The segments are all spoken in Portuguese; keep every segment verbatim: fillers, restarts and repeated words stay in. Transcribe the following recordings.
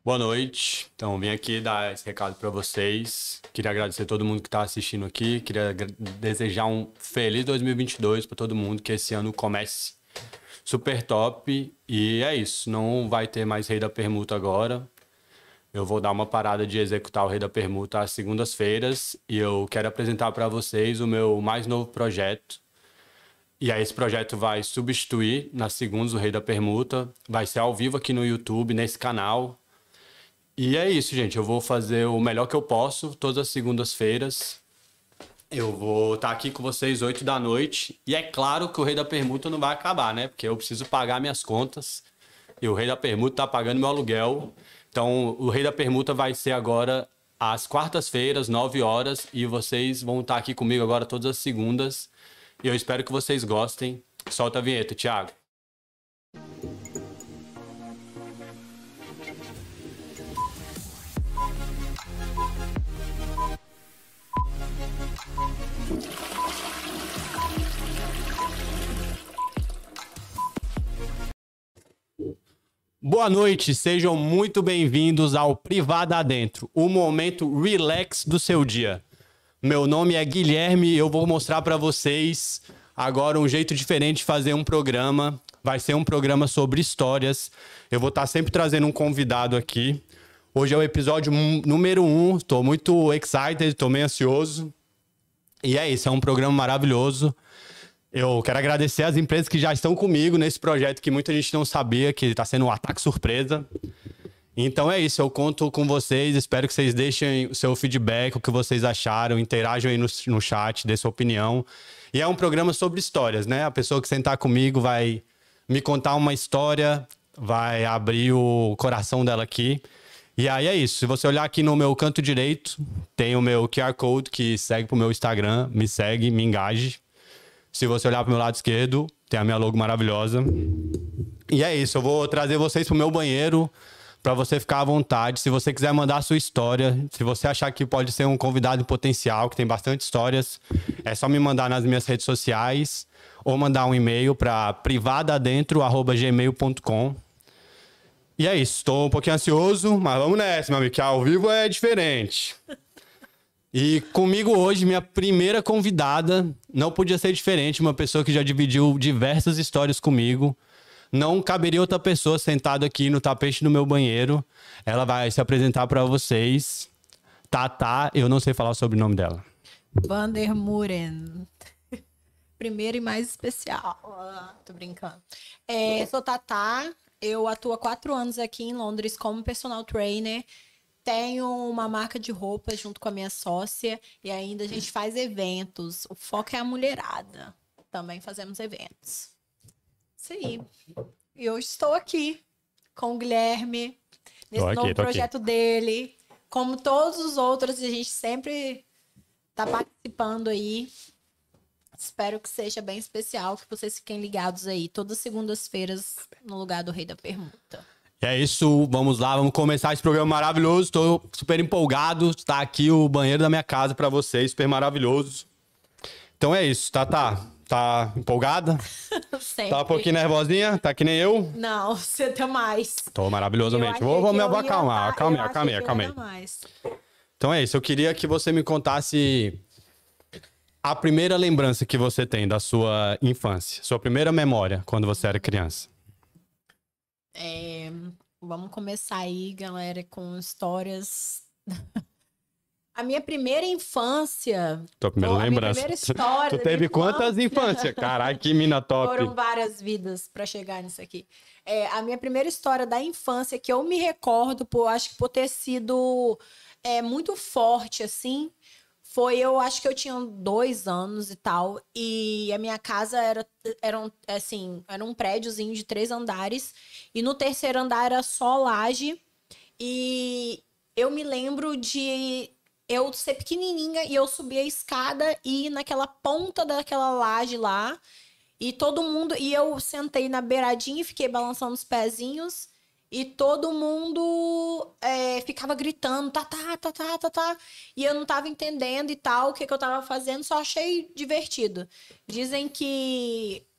Boa noite. Então, vim aqui dar esse recado para vocês. Queria agradecer a todo mundo que está assistindo aqui. Queria desejar um feliz dois mil e vinte e dois para todo mundo, que esse ano comece super top. E é isso, não vai ter mais Rei da Permuta agora. Eu vou dar uma parada de executar o Rei da Permuta às segundas-feiras e eu quero apresentar para vocês o meu mais novo projeto. E aí esse projeto vai substituir nas segundas o Rei da Permuta. Vai ser ao vivo aqui no YouTube, nesse canal. E é isso, gente. Eu vou fazer o melhor que eu posso todas as segundas-feiras. Eu vou estar aqui com vocês oito da noite. E é claro que o Rei da Permuta não vai acabar, né? Porque eu preciso pagar minhas contas. E o Rei da Permuta tá pagando meu aluguel. Então, o Rei da Permuta vai ser agora às quartas-feiras, nove horas. E vocês vão estar aqui comigo agora todas as segundas. E eu espero que vocês gostem. Solta a vinheta, Thiago. Boa noite, sejam muito bem-vindos ao Privada Adentro, o momento relax do seu dia. Meu nome é Guilherme e eu vou mostrar para vocês agora um jeito diferente de fazer um programa. Vai ser um programa sobre histórias. Eu vou estar sempre trazendo um convidado aqui. Hoje é o episódio número um, estou muito excited, estou meio ansioso. E é isso, é um programa maravilhoso. Eu quero agradecer às empresas que já estão comigo nesse projeto que muita gente não sabia, que está sendo um ataque surpresa. Então é isso, eu conto com vocês, espero que vocês deixem o seu feedback, o que vocês acharam, interajam aí no, no chat, dê sua opinião. E é um programa sobre histórias, né? A pessoa que sentar comigo vai me contar uma história, vai abrir o coração dela aqui. E aí é isso, se você olhar aqui no meu canto direito, tem o meu Q R Code que segue pro meu Instagram, me segue, me engaje. Se você olhar pro meu lado esquerdo, tem a minha logo maravilhosa. E é isso, eu vou trazer vocês pro meu banheiro para você ficar à vontade. Se você quiser mandar a sua história, se você achar que pode ser um convidado em potencial, que tem bastante histórias, é só me mandar nas minhas redes sociais ou mandar um e-mail para privadaadentro arroba gmail ponto com. E é isso, estou um pouquinho ansioso, mas vamos nessa, meu amigo, que ao vivo é diferente. E comigo hoje, minha primeira convidada, não podia ser diferente, uma pessoa que já dividiu diversas histórias comigo. Não caberia outra pessoa sentada aqui no tapete do meu banheiro. Ela vai se apresentar para vocês. Tatá, eu não sei falar o sobrenome dela. Vandermuren. Primeiro e mais especial. Ah, tô brincando. É, sou Tatá, eu atuo há quatro anos aqui em Londres como personal trainer. Tenho uma marca de roupas junto com a minha sócia e ainda a gente faz eventos. O foco é a mulherada. Também fazemos eventos. Isso aí. E hoje estou aqui com o Guilherme, nesse aqui, novo projeto aqui. dele. Como todos os outros, a gente sempre está participando aí. Espero que seja bem especial, que vocês fiquem ligados aí. Todas as segundas-feiras no lugar do Rei da Permuta. É isso, vamos lá, vamos começar esse programa maravilhoso. Estou super empolgado, está aqui o banheiro da minha casa para vocês, super maravilhoso. Então é isso, tá, tá, tá empolgada? Sempre. Tá um pouquinho nervosinha? Tá que nem eu? Não, você tá mais. Tô maravilhosamente. Vou, vou me acalmar, acalmei, acalmei, acalmei. Então é isso, eu queria que você me contasse a primeira lembrança que você tem da sua infância, sua primeira memória quando você era criança. É, vamos começar aí, galera, com histórias. A minha primeira infância. Tua primeira lembrança. Minha primeira história. Tu teve quantas infâncias? Caralho, que mina top. Foram várias vidas para chegar nisso aqui. É, a minha primeira história da infância, que eu me recordo, por, acho que por ter sido é, muito forte, assim, foi, eu acho que eu tinha dois anos e tal, e a minha casa era, era, um, assim, era um prédiozinho de três andares, e no terceiro andar era só laje, e eu me lembro de eu ser pequenininha e eu subir a escada e ir naquela ponta daquela laje lá, e todo mundo, e eu sentei na beiradinha e fiquei balançando os pezinhos, e todo mundo é, ficava gritando, tá, tá, tá, tá, tá, tá. E eu não tava entendendo e tal, o que, que eu tava fazendo, só achei divertido. Dizem que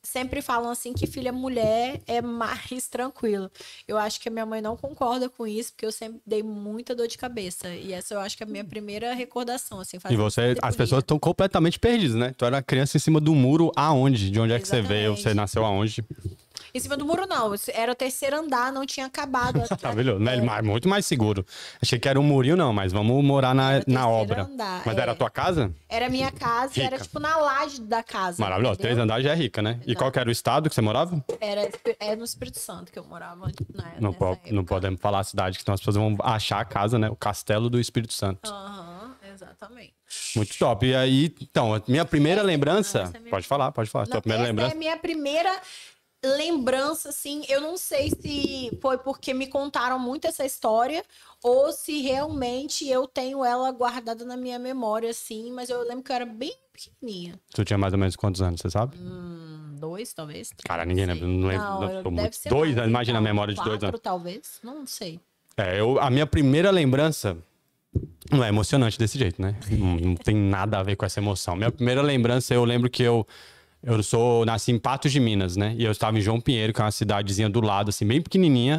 sempre falam assim que filha mulher é mais tranquilo. Eu acho que a minha mãe não concorda com isso, porque eu sempre dei muita dor de cabeça. E essa eu acho que é a minha primeira recordação, assim. E você, as pessoas estão completamente perdidas, né? Tu era criança em cima do muro aonde? De onde é que Exatamente. Você veio? Você nasceu aonde? Em cima do muro, não. Era o terceiro andar, não tinha acabado. Maravilhoso. É. Muito mais seguro. Achei que era um murinho, não, mas vamos morar na, na obra. Andar, mas é. Era a tua casa? Era a minha casa, rica. Era tipo na laje da casa. Maravilhoso. Entendeu? Três andares já é rica, né? E não. Qual que era o estado que você morava? Era, era no Espírito Santo que eu morava. Na, não, po não podemos falar a cidade, que senão as pessoas vão achar a casa, né? O Castelo do Espírito Santo. Aham, uhum, exatamente. Muito top. E aí, então, minha primeira essa, lembrança... Não, é minha... Pode falar, pode falar. Não, tua primeira essa lembrança. é a minha primeira... lembrança, assim, eu não sei se foi porque me contaram muito essa história ou se realmente eu tenho ela guardada na minha memória, assim, mas eu lembro que eu era bem pequenininha. Tu tinha mais ou menos quantos anos, você sabe? Hum, dois, talvez. Cara, ninguém lembra, não lembro. Não, não, deve muito. ser Dois mais, anos, imagina então, a memória de quatro, dois anos. talvez, não sei. É, eu, a minha primeira lembrança não é emocionante desse jeito, né? não, não tem nada a ver com essa emoção. Minha primeira lembrança, eu lembro que eu Eu sou, nasci em Patos de Minas, né? E eu estava em João Pinheiro, que é uma cidadezinha do lado, assim, bem pequenininha.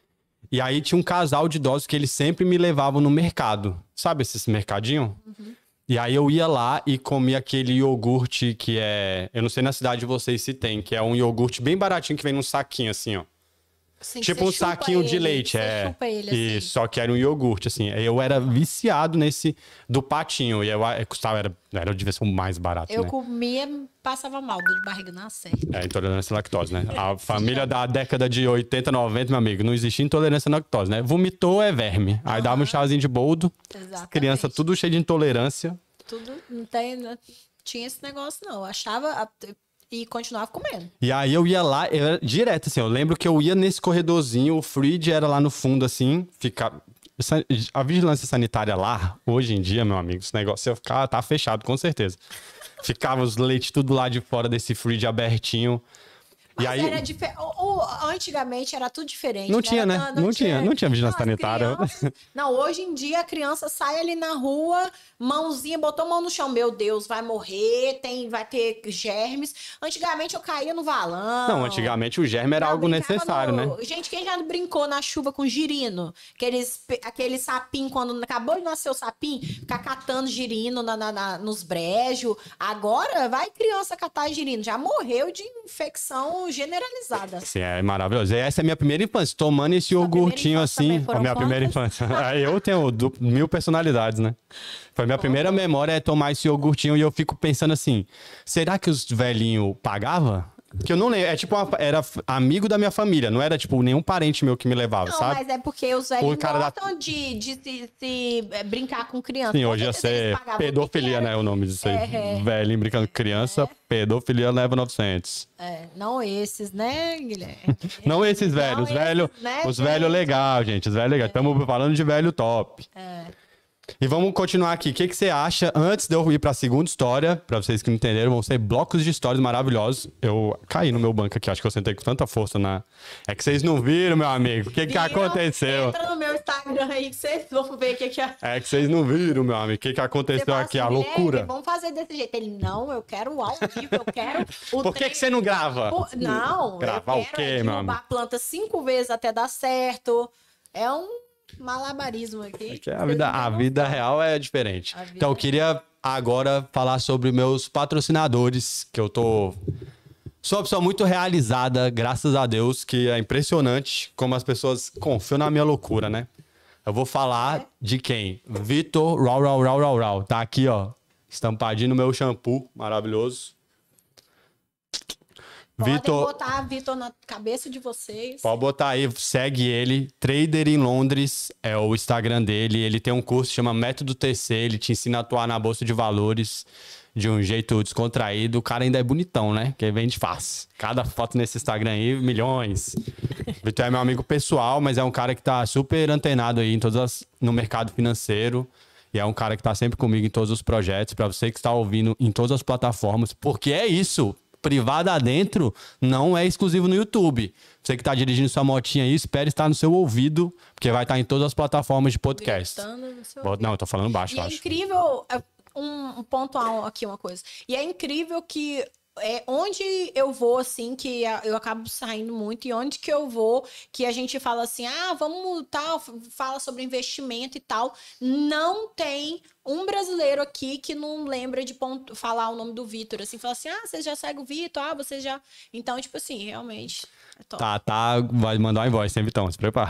E aí tinha um casal de idosos que eles sempre me levavam no mercado. Sabe esses mercadinhos? Uhum. E aí eu ia lá e comia aquele iogurte que é... Eu não sei na cidade de vocês se tem, que é um iogurte bem baratinho que vem num saquinho, assim, ó. Sim, tipo um saquinho ele, de leite, é. Chupa ele, e assim. Só que era um iogurte, assim. Eu era viciado nesse do patinho. E eu, eu custava, era, era devia ser o mais barato, eu né? comia, passava mal, dor de barriga na certa. É, intolerância à lactose, né? A família da década de oitenta, noventa, meu amigo, não existia intolerância à lactose, né? Vomitou é verme. Aí uhum. dava um chazinho de boldo. Exatamente. Criança tudo cheio de intolerância. Tudo, não, tem, não tinha esse negócio, não. Eu achava... E continuava comendo. E aí eu ia lá, eu era direto, assim, eu lembro que eu ia nesse corredorzinho, o fridge era lá no fundo, assim, ficava... A vigilância sanitária lá, hoje em dia, meu amigo, esse negócio ficar, tá fechado, com certeza. Ficava os leites tudo lá de fora desse fridge abertinho. Mas e aí... era diferente. Antigamente era tudo diferente. Não tinha, né? Não, não, não tinha, tinha, não tinha vigilância não, sanitária. Crianças... Não, hoje em dia a criança sai ali na rua, mãozinha, botou a mão no chão. Meu Deus, vai morrer, tem, vai ter germes. Antigamente eu caía no valão. Não, antigamente o germe era não, algo necessário, no... né? Gente, quem já brincou na chuva com girino? Aqueles, aquele sapinho, quando acabou de nascer o sapinho, ficar catando girino na, na, na, nos brejos. Agora vai criança catar girino. Já morreu de infecção generalizada. Sim, é maravilhoso. E essa é a minha primeira infância, tomando esse iogurtinho assim. A minha primeira infância. Eu tenho mil personalidades, né? Foi a minha primeira memória é tomar esse iogurtinho e eu fico pensando assim, será que os velhinhos pagavam? Que eu não lembro, é tipo, uma, era amigo da minha família, não era tipo nenhum parente meu que me levava, não, sabe? Mas é porque os velhos gostam da... de, de se, se brincar com criança. Sim, hoje ia ser pedofilia, né, o nome disso aí. É, velhinho brincando com criança, é. Pedofilia leva novecentos. É, não esses, né, Guilherme? Não esses velhos, não os velhos, né, os velhos legal, gente, os velhos legal. Estamos é. falando de velho top. É. E vamos continuar aqui. O que, que você acha, antes de eu ir para a segunda história, para vocês que não entenderam, vão ser blocos de histórias maravilhosos. Eu caí no meu banco aqui, acho que eu sentei com tanta força na... É que vocês não viram, meu amigo. O que, que aconteceu? Entra no meu Instagram aí que vocês vão ver o que, que é. É que vocês não viram, meu amigo. O que, que aconteceu aqui? Assim, a loucura. Vamos fazer desse jeito. Ele, não, eu quero o ao vivo, eu quero o Por que, que você não grava? Por... Não, Gravar eu o quê, meu amigo? a planta cinco vezes até dar certo. É um... malabarismo aqui. É a vida, a vida real é diferente. Então, eu queria agora falar sobre meus patrocinadores, que eu tô... Sou uma pessoa muito realizada, graças a Deus, que é impressionante como as pessoas confiam na minha loucura, né? Eu vou falar é. de quem? Vitor Rau, Rau, Rau, Rau, Rau. Tá aqui, ó, estampadinho no meu shampoo, maravilhoso. Podem Vitor, botar Vitor na cabeça de vocês. Pode botar aí, segue ele. Trader em Londres é o Instagram dele. Ele tem um curso que chama Método T C. Ele te ensina a atuar na Bolsa de Valores de um jeito descontraído. O cara ainda é bonitão, né? Que vende fácil. Cada foto nesse Instagram aí, milhões. Vitor é meu amigo pessoal, mas é um cara que tá super antenado aí em todas as, no mercado financeiro. E é um cara que tá sempre comigo em todos os projetos. Para você que está ouvindo em todas as plataformas. Porque é isso. Privada Adentro não é exclusivo no YouTube. Você que está dirigindo sua motinha aí, espere estar no seu ouvido, porque vai estar em todas as plataformas de podcast. Não, eu tô falando baixo, e acho. É incrível, um, um ponto aqui, uma coisa. E é incrível que é, onde eu vou, assim, que eu acabo saindo muito, e onde que eu vou, que a gente fala assim, ah, vamos tal, fala sobre investimento e tal, não tem um brasileiro aqui que não lembra de ponto, falar o nome do Vitor, assim, fala assim, ah, você já segue o Vitor, ah, você já... Então, tipo assim, realmente, é top. Tá, tá, vai mandar uma invoice, hein, Vitão? Se prepara.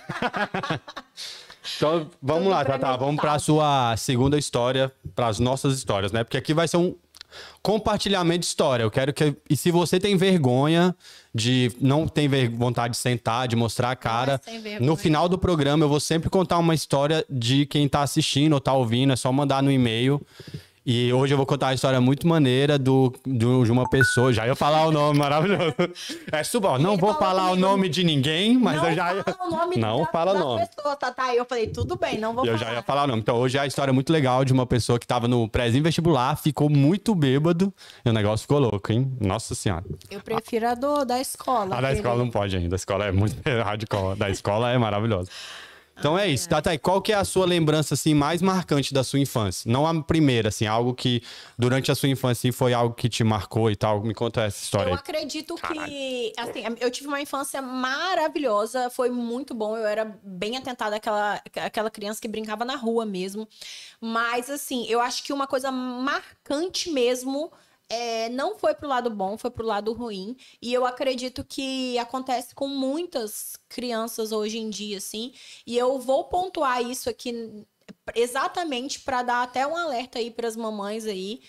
Então, vamos Tudo lá, tá, tá, vamos pra sua segunda história, pras nossas histórias, né? Porque aqui vai ser um compartilhamento de história. Eu quero que... E se você tem vergonha de... Não tem ver... vontade de sentar, de mostrar a cara... No final do programa, eu vou sempre contar uma história de quem tá assistindo ou tá ouvindo. É só mandar no e-mail. E hoje eu vou contar uma história muito maneira do, do, de uma pessoa. Já ia falar o nome maravilhoso. É super. Não vou falar o nome de ninguém, mas não eu já ia. Fala o nome não da, fala o da nome. pessoa, tá, tá? Eu falei, tudo bem, não vou eu falar. Eu já ia falar o nome. Então hoje é a história muito legal de uma pessoa que tava no prézinho vestibular, ficou muito bêbado e o negócio ficou louco, hein? Nossa Senhora. Eu prefiro a do, da escola. A da aquele... escola não pode ainda. A escola é muito hardcore. Da escola é maravilhosa. Então é isso, Tata, qual que é a sua lembrança assim mais marcante da sua infância? Não a primeira, assim, algo que durante a sua infância foi algo que te marcou e tal. Me conta essa história Eu aí. acredito Caralho. que, assim, eu tive uma infância maravilhosa, foi muito bom, eu era bem atentada àquela, àquela criança que brincava na rua mesmo. Mas, assim, eu acho que uma coisa marcante mesmo... É, não foi pro lado bom, foi pro lado ruim. E eu acredito que acontece com muitas crianças hoje em dia, assim. E eu vou pontuar isso aqui exatamente para dar até um alerta aí para as mamães aí.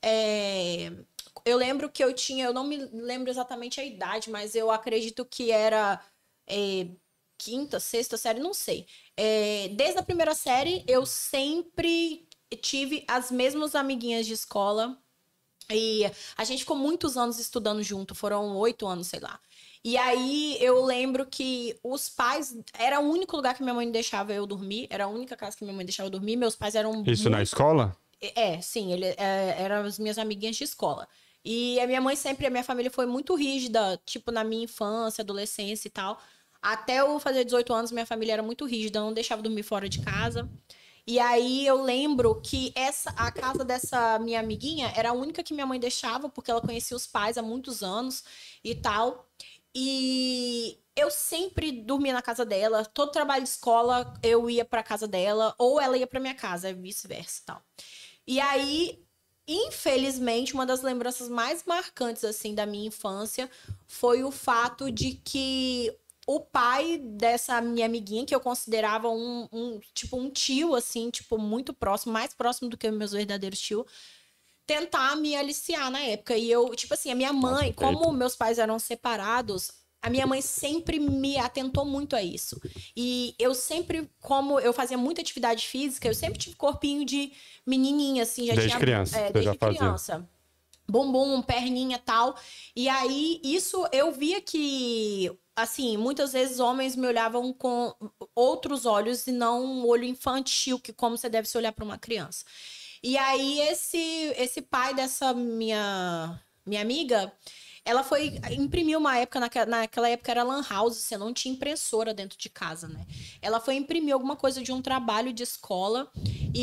É, eu lembro que eu tinha, eu não me lembro exatamente a idade, mas eu acredito que era é, quinta, sexta série, não sei. É, desde a primeira série, eu sempre tive as mesmas amiguinhas de escola. E a gente ficou muitos anos estudando junto, foram oito anos, sei lá. E aí eu lembro que os pais... Era o único lugar que minha mãe deixava eu dormir, era a única casa que minha mãe deixava eu dormir. Meus pais eram Isso muito... na escola? É, sim, ele, é, eram as minhas amiguinhas de escola. E a minha mãe sempre, a minha família foi muito rígida, tipo, na minha infância, adolescência e tal. Até eu fazer dezoito anos, minha família era muito rígida, não deixava dormir fora de casa. E aí eu lembro que essa, a casa dessa minha amiguinha era a única que minha mãe deixava, porque ela conhecia os pais há muitos anos e tal. E eu sempre dormia na casa dela, todo trabalho de escola eu ia pra casa dela, ou ela ia pra minha casa, vice-versa e tal. E aí, infelizmente, uma das lembranças mais marcantes, assim, da minha infância foi o fato de que o pai dessa minha amiguinha, que eu considerava um, um, tipo, um tio, assim, tipo, muito próximo, mais próximo do que os meus verdadeiros tios, tentar me aliciar na época. E eu, tipo assim, a minha mãe, Nossa, como meus pais eram separados, a minha mãe sempre me atentou muito a isso. E eu sempre, como eu fazia muita atividade física, eu sempre tive corpinho de menininha, assim, já desde tinha... Criança, é, desde já criança. Fazia. Bumbum, perninha e tal. E aí, isso eu via que... Assim, muitas vezes homens me olhavam com outros olhos e não um olho infantil, que como você deve se olhar para uma criança. E aí, esse, esse pai dessa minha, minha amiga, ela foi imprimir uma época, naquela, naquela época era lan house, você não tinha impressora dentro de casa, né? Ela foi imprimir alguma coisa de um trabalho de escola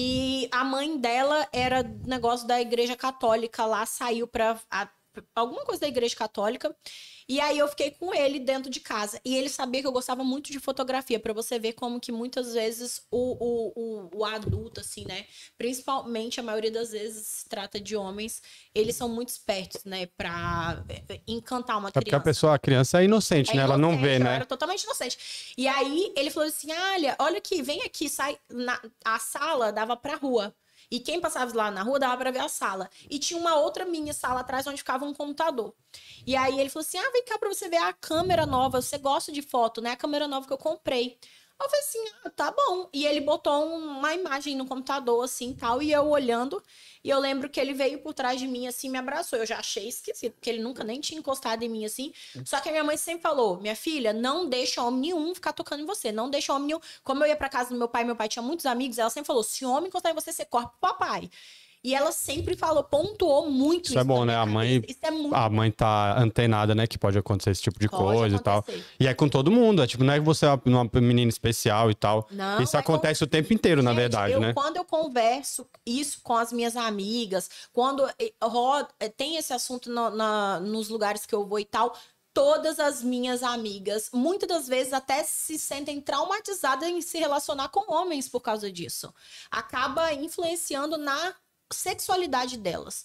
e a mãe dela era negócio da igreja católica lá, saiu para alguma coisa da igreja católica. E aí eu fiquei com ele dentro de casa. E ele sabia que eu gostava muito de fotografia, para você ver como que muitas vezes o, o, o, o adulto, assim, né? Principalmente a maioria das vezes se trata de homens, eles são muito espertos, né? Pra encantar uma criança. É porque a pessoa, a criança é inocente, é né? Inocente, ela não vê, né? Era totalmente inocente. E aí ele falou assim: olha, olha aqui, vem aqui, sai. Na... A sala dava pra rua. E quem passava lá na rua dava pra ver a sala. E tinha uma outra mini sala atrás onde ficava um computador. E aí ele falou assim, ah, vem cá pra você ver a câmera nova. Você gosta de foto, né? A câmera nova que eu comprei. Eu falei assim, ah, tá bom. E ele botou uma imagem no computador, assim, tal. E eu olhando. E eu lembro que ele veio por trás de mim, assim, me abraçou. Eu já achei esquisito, porque ele nunca nem tinha encostado em mim, assim. Só que a minha mãe sempre falou, minha filha, não deixa homem nenhum ficar tocando em você. Não deixa homem nenhum. Como eu ia pra casa do meu pai, meu pai tinha muitos amigos, ela sempre falou, se homem encostar em você, você corre pro papai. E ela sempre falou, pontuou muito Isso isso. é bom, né? na A minha mãe, cabeça. Isso é muito a mãe tá antenada, né? Que pode acontecer esse tipo de Pode coisa e tal. acontecer. E é com todo mundo. É tipo, não é que você é uma uma menina especial e tal. Não, Isso é com- acontece o tempo inteiro, na Gente, verdade, eu, né? quando eu converso isso com as minhas amigas, quando eh, roda- eh, tem esse assunto no- na- nos lugares que eu vou e tal, todas as minhas amigas, muitas das vezes até se sentem traumatizadas em se relacionar com homens por causa disso. Acaba influenciando na sexualidade delas.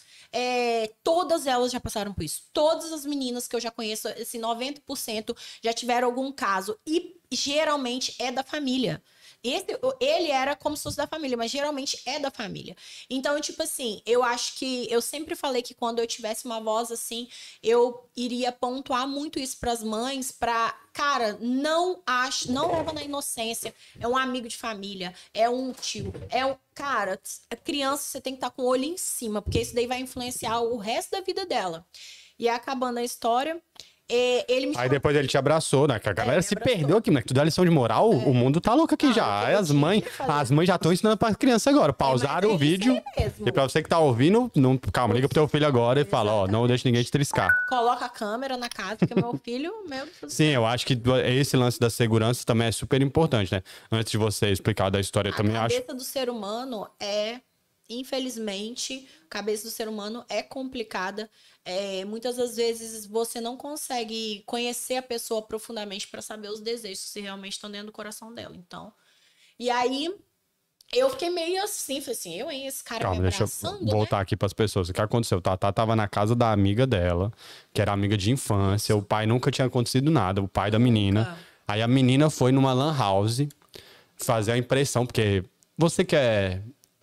É, todas elas já passaram por isso. Todas as meninas que eu já conheço, esse noventa por cento já tiveram algum caso. E geralmente é da família. Esse, ele era como se fosse da família, mas geralmente é da família. Então, tipo assim, eu acho que eu sempre falei que quando eu tivesse uma voz assim, eu iria pontuar muito isso para as mães, para, cara, não acho, não leva na inocência. É um amigo de família, é um tio, é um, cara, a criança você tem que estar com o olho em cima, porque isso daí vai influenciar o resto da vida dela. E acabando a história, é, ele me Aí depois ele te abraçou, né? Que a galera me se abraçou. perdeu aqui, né? Que tu dá lição de moral, o mundo tá louco aqui Não, já. eu- Aí eu as tinha mães, que fazer. as mães já estão ensinando pra criança agora. Pausaram é o isso vídeo. aí mesmo. E pra você que tá ouvindo, não, calma, liga pro teu filho agora e fala, ó, não deixa ninguém te triscar. Coloca a câmera na casa, porque meu filho, meu Deus do Sim, céu. eu acho que esse lance da segurança também é super importante, né? Antes de você explicar da história, eu também A acho. cabeça do ser humano é, infelizmente, a cabeça do ser humano é complicada. É, muitas das vezes você não consegue conhecer a pessoa profundamente para saber os desejos se realmente estão dentro do coração dela. Então, e aí eu fiquei meio assim, falei assim, eu, hein, esse cara Calma, me deixa eu abraçando, voltar né? aqui pras pessoas. O que aconteceu? Tatá tava na casa da amiga dela, que era amiga de infância. O pai nunca tinha acontecido nada, o pai da menina. Nunca. Aí a menina foi numa lan house fazer a impressão, porque você que é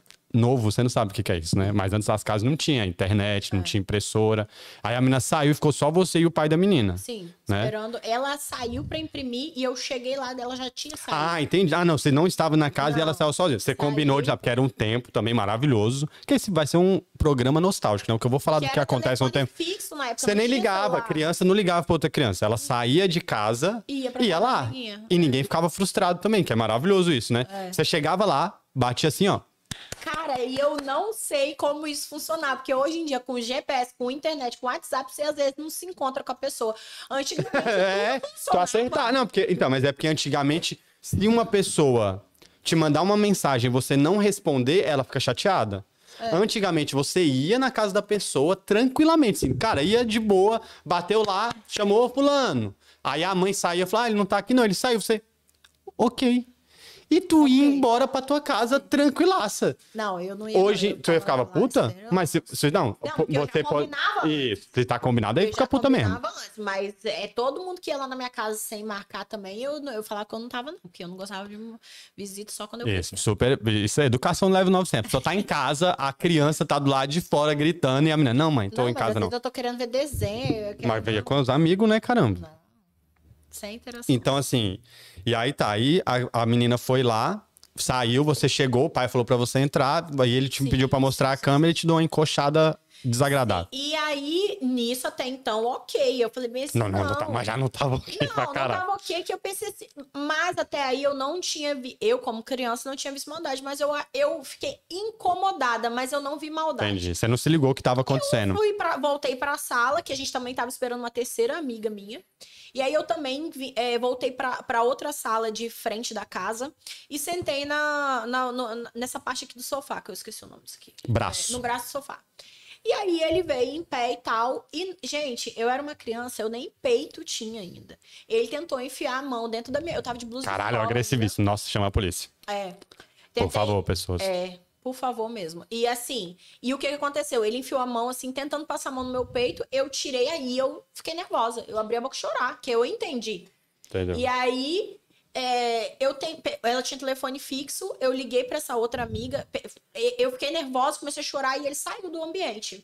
novo, você não sabe o que que é isso, né? Mas antes as casas não tinha internet, não É. tinha impressora. Aí a menina saiu e ficou só você e o pai da menina. Sim, Né? esperando. Ela saiu para imprimir e eu cheguei lá, ela já tinha saído. Ah, entendi. Ah, não, você não estava na casa e ela Não, saiu sozinha. Você saiu. combinou de, porque era um tempo também maravilhoso. Que esse vai ser um programa nostálgico, né? O que eu vou falar Que do que era acontece no telefone tempo. fixo na época, Você não nem tinha ligava, a celular. criança não ligava pra outra criança. Ela saía de casa Ia e pra ia casa da lá. amiguinha. E ninguém ficava frustrado também, que é maravilhoso isso, né? É. Você chegava lá, batia assim, ó. Cara, e eu não sei como isso funcionar, porque hoje em dia, com G P S, com internet, com WhatsApp, você às vezes não se encontra com a pessoa. Antigamente, É, tudo tu funcionava. acertar. Não, porque, então, mas é porque antigamente, se uma pessoa te mandar uma mensagem e você não responder, ela fica chateada. É. Antigamente, você ia na casa da pessoa tranquilamente, assim, cara, ia de boa, bateu lá, chamou o fulano. Aí a mãe saía e falava, ah, ele não tá aqui não, ele saiu, você, ok. E tu ia Ok. embora pra tua casa tranquilaça. Não, eu não ia. Hoje, não, eu tu ia ficava ficava lá puta? esperando. Mas se, se- não, Não, porque eu já você pode... combinava antes. Isso, se tá combinado aí, Eu fica já puta mesmo. combinava antes, mas é todo mundo que ia lá na minha casa sem marcar também, eu, eu falava que eu não tava, não, porque eu não gostava de uma visita só quando eu Isso, queria. super. Isso é educação level novecentos. Só tá em casa, a criança tá do lado de fora gritando e a menina, não, mãe, tô Não, em mas casa às não. vezes eu tô querendo ver desenho. Eu quero... Mas veio com os amigos, né, caramba? Não. Sem interação. Então, assim, e aí tá, aí a, a menina foi lá, saiu, você chegou, o pai falou pra você entrar, aí ele te Sim, pediu pra mostrar a câmera e te deu uma encoxada desagradável. E aí, nisso até então, ok. Eu falei bem assim, Não, não, não. não, tá, mas já não tava ok Não, pra não caralho. tava ok, que eu pensei assim, mas até aí eu não tinha vi, eu como criança não tinha visto maldade, mas eu, eu fiquei incomodada, mas eu não vi maldade. Entendi. Você não se ligou o que tava acontecendo. Fui pra, voltei pra sala, que a gente também tava esperando uma terceira amiga minha. E aí eu também vi- é, voltei pra, pra outra sala de frente da casa e sentei na, na- no- nessa parte aqui do sofá, que eu esqueci o nome disso aqui. Braço. É, no braço do sofá. E aí ele veio em pé e tal. E, gente, eu era uma criança, eu nem peito tinha ainda. Ele tentou enfiar a mão dentro da minha. Eu tava de blusa de Caralho, rosa. agressivíssimo. Nossa, chama a polícia. É. Por Tentei- favor, pessoas. É, por favor mesmo. E assim, e o que que aconteceu? Ele enfiou a mão assim, tentando passar a mão no meu peito, eu tirei aí, eu fiquei nervosa. Eu abri a boca e chorar, que eu entendi. Entendeu? E aí, é, eu tenho, ela tinha telefone fixo, eu liguei pra essa outra amiga, pe- eu fiquei nervosa, comecei a chorar e ele saiu do ambiente.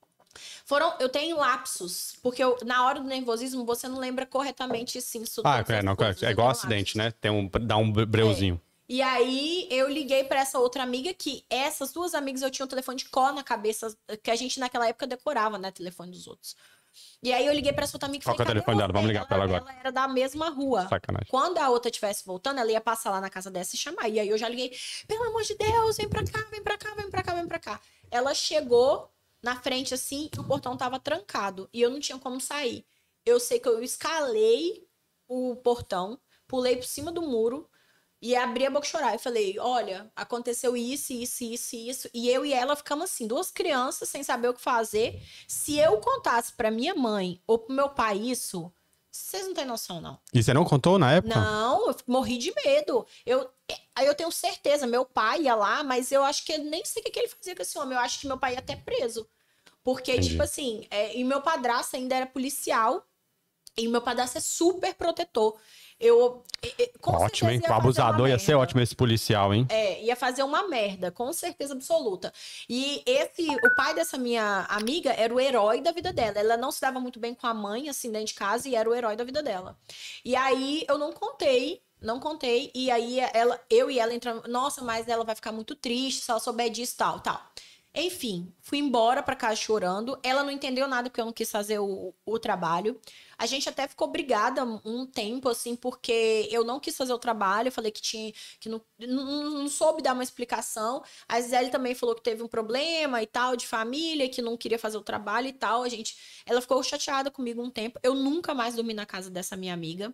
Foram, eu tenho lapsos, porque eu- na hora do nervosismo você não lembra corretamente assim. Isso, Ah, todas é, as não, coisas, é eu igual tenho acidente, lapsos. né? Tem um, dá um breuzinho. E aí eu liguei pra essa outra amiga que essas duas amigas eu tinha um telefone de có na cabeça, que a gente naquela época decorava, né, telefone dos outros. E aí eu liguei pra essa outra amiga e Qual falei, que é o telefone dela? Vamos ligar pra ela agora. Ela era da mesma rua. Sacanagem. Quando a outra estivesse voltando, ela ia passar lá na casa dessa e chamar. E aí eu já liguei, pelo amor de Deus, vem pra cá, vem pra cá, vem pra cá, vem pra cá. Ela chegou na frente assim e o portão tava trancado. E eu não tinha como sair. Eu sei que eu escalei o portão, pulei por cima do muro e abri a boca e chorar. Eu falei, olha, aconteceu isso, isso, isso, isso. E eu e ela ficamos assim, duas crianças sem saber o que fazer. Se eu contasse pra minha mãe ou pro meu pai isso, vocês não têm noção, não. E você não contou na época? Não, eu morri de medo. Eu, aí eu tenho certeza, meu pai ia lá, mas eu acho que ele nem sei o que, que ele fazia com esse homem. Eu acho que meu pai ia até preso. Porque, Entendi. tipo assim, é, e meu padrasto ainda era policial. E meu padrasto é super protetor. Eu, eu com Ótimo, hein? certeza ia O abusador fazer uma ia ser merda. ótimo esse policial, hein? É, ia fazer uma merda, com certeza absoluta. E esse, o pai dessa minha amiga era o herói da vida dela. Ela não se dava muito bem com a mãe, assim, dentro de casa, e era o herói da vida dela. E aí eu não contei, não contei, e aí ela, eu e ela entramos, nossa, mas ela vai ficar muito triste se ela souber disso, tal, tal. Enfim, fui embora pra casa chorando. Ela não entendeu nada porque eu não quis fazer o, o trabalho. A gente até ficou brigada um tempo, assim, porque eu não quis fazer o trabalho. Eu falei que tinha, que não, não, não soube dar uma explicação. A Gisele também falou que teve um problema e tal, de família, que não queria fazer o trabalho e tal. A gente, ela ficou chateada comigo um tempo. Eu nunca mais dormi na casa dessa minha amiga.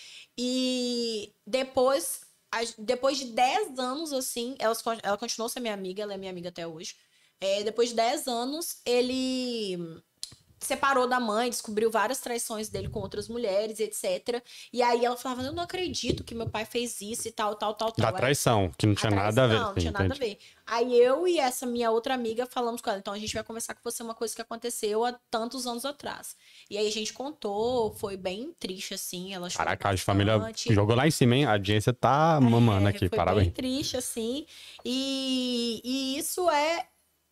E depois, depois de dez anos, assim, ela, ela continuou sendo minha amiga, ela é minha amiga até hoje. É, depois de dez anos, ele separou da mãe, descobriu várias traições dele com outras mulheres, etcétera. E aí ela falava, eu não acredito que meu pai fez isso e tal, tal, tal, tal. Da traição, que não tinha nada a ver. Não, não tinha nada a ver. Aí eu e essa minha outra amiga falamos com ela, então a gente vai conversar com você uma coisa que aconteceu há tantos anos atrás. E aí a gente contou, foi bem triste, assim, ela chorou Caraca, a bastante. família jogou lá em cima, hein? A audiência tá mamando É, aqui, foi parabéns. bem triste, assim. E, e isso é,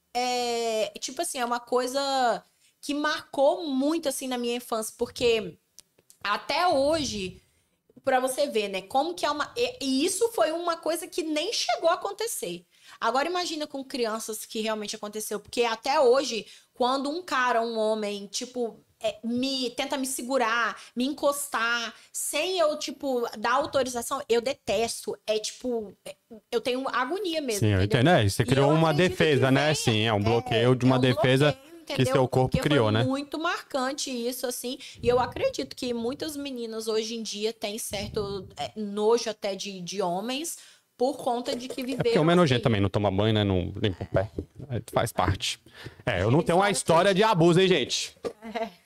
é, tipo assim, é uma coisa que marcou muito, assim, na minha infância, porque até hoje, pra você ver, né, como que é uma... E, e isso foi uma coisa que nem chegou a acontecer. Agora imagina com crianças que realmente aconteceu, porque até hoje, quando um cara, um homem, tipo... É, me tenta me segurar, me encostar, sem eu, tipo, dar autorização, eu detesto. É tipo, eu tenho agonia mesmo. Sim, eu entendeu? entendo. É, você criou uma defesa, né? Venha, Sim, é um bloqueio é, de uma é um defesa bloqueio, que entendeu? seu corpo Porque criou, foi né? muito marcante isso, assim. E eu acredito que muitas meninas hoje em dia têm certo é, nojo até de, de homens por conta de que viveram. É porque o homem é nojento assim. também, não toma banho, né? Não limpa o pé. Faz parte. É, eu não tenho uma história de abuso, hein, gente? É.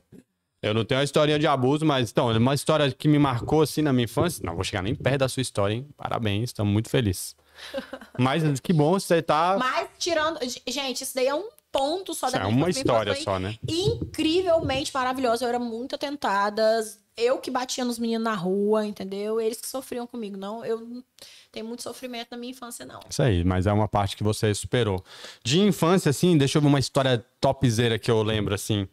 Eu não tenho uma historinha de abuso, mas então, uma história que me marcou assim na minha infância. Não vou chegar nem perto da sua história, hein? Parabéns, estamos muito felizes. Mas que bom você tá. Mas tirando. Gente, isso daí é um ponto só da É minha uma infância, história foi só, né? Incrivelmente maravilhosa. Eu era muito atentada. Eu que batia nos meninos na rua, entendeu? Eles que sofriam comigo. Não, eu não tenho muito sofrimento na minha infância, não. Isso aí, mas é uma parte que você superou. De infância, assim, deixa eu ver uma história topzera que eu lembro, assim.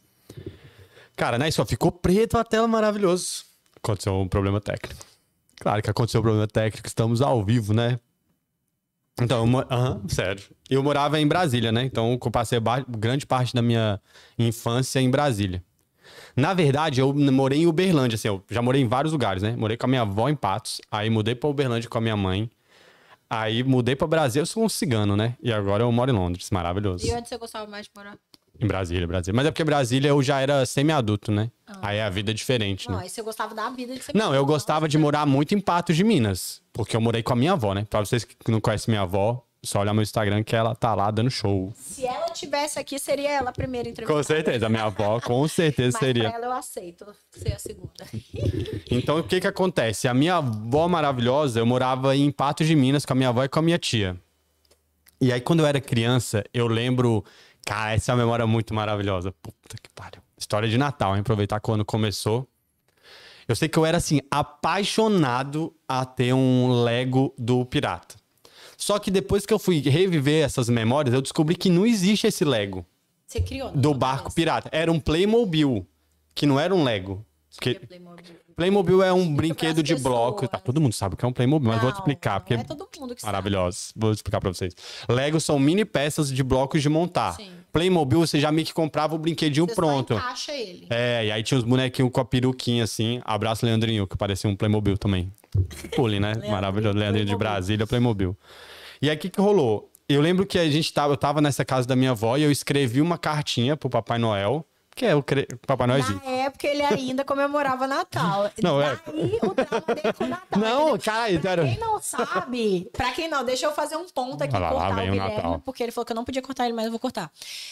Cara, né? Só ficou preto a tela, maravilhoso. Aconteceu um problema técnico. Claro que aconteceu um problema técnico, estamos ao vivo, né? Então, eu, mo... uhum, sério. Eu morava em Brasília, né? Então, eu passei ba... grande parte da minha infância em Brasília. Na verdade, eu morei em Uberlândia, assim, eu já morei em vários lugares, né? Morei com a minha avó em Patos, aí mudei pra Uberlândia com a minha mãe, aí mudei pra Brasília, eu sou um cigano, né? E agora eu moro em Londres, maravilhoso. E onde você gostava mais de morar? Em Brasília, Brasília. Mas é porque Brasília eu já era semi-adulto, né? Ah. Aí a vida é diferente, Não, né? aí você gostava da vida de ser Não, eu gostava de morar muito em Patos de Minas. Porque eu morei com a minha avó, né? Pra vocês que não conhecem minha avó, só olhar meu Instagram que ela tá lá dando show. Se ela tivesse aqui, seria ela a primeira entrevista. Com certeza, a minha avó com certeza Mas seria. pra ela eu aceito ser a segunda. Então o que que acontece? A minha avó maravilhosa, eu morava em Patos de Minas com a minha avó e com a minha tia. E aí quando eu era criança, eu lembro... Cara, essa é uma memória muito maravilhosa. Puta que pariu. História de Natal, hein? Aproveitar quando começou. Eu sei que eu era, assim, apaixonado a ter um Lego do Pirata. Só que depois que eu fui reviver essas memórias, eu descobri que não existe esse Lego. Você criou, né? Do barco pirata. Era um Playmobil, que não era um Lego. Porque Playmobil. Playmobil é um Explica brinquedo pras de bloco. pessoas. Tá, todo mundo sabe o que é um Playmobil, mas Não, vou te explicar. não Porque é todo mundo que sabe. maravilhoso. Vou explicar pra vocês. Lego são mini peças de blocos de montar. Sim. Playmobil, você já meio que comprava o brinquedinho Você pronto. só encaixa ele. É, e aí tinha os bonequinhos com a peruquinha assim. Abraço, Leandrinho, que parecia um Playmobil também. Pule, né? Leandrinho, Maravilhoso. Leandrinho de Playmobil. Brasília, Playmobil. E aí, o que que rolou? Eu lembro que a gente tava, eu tava nessa casa da minha avó e eu escrevi uma cartinha pro Papai Noel. Que é o cre... Papai Noel existe. Na época ele ainda comemorava Natal. Não, é- Daí o trauma dele com o Natal. Não, entendeu? cara, Pra era- quem não sabe, pra quem não, deixa eu fazer um ponto aqui e Olha lá, lá cortar vem o o Guilherme, Natal. porque ele falou que eu não podia cortar ele, mas eu vou cortar.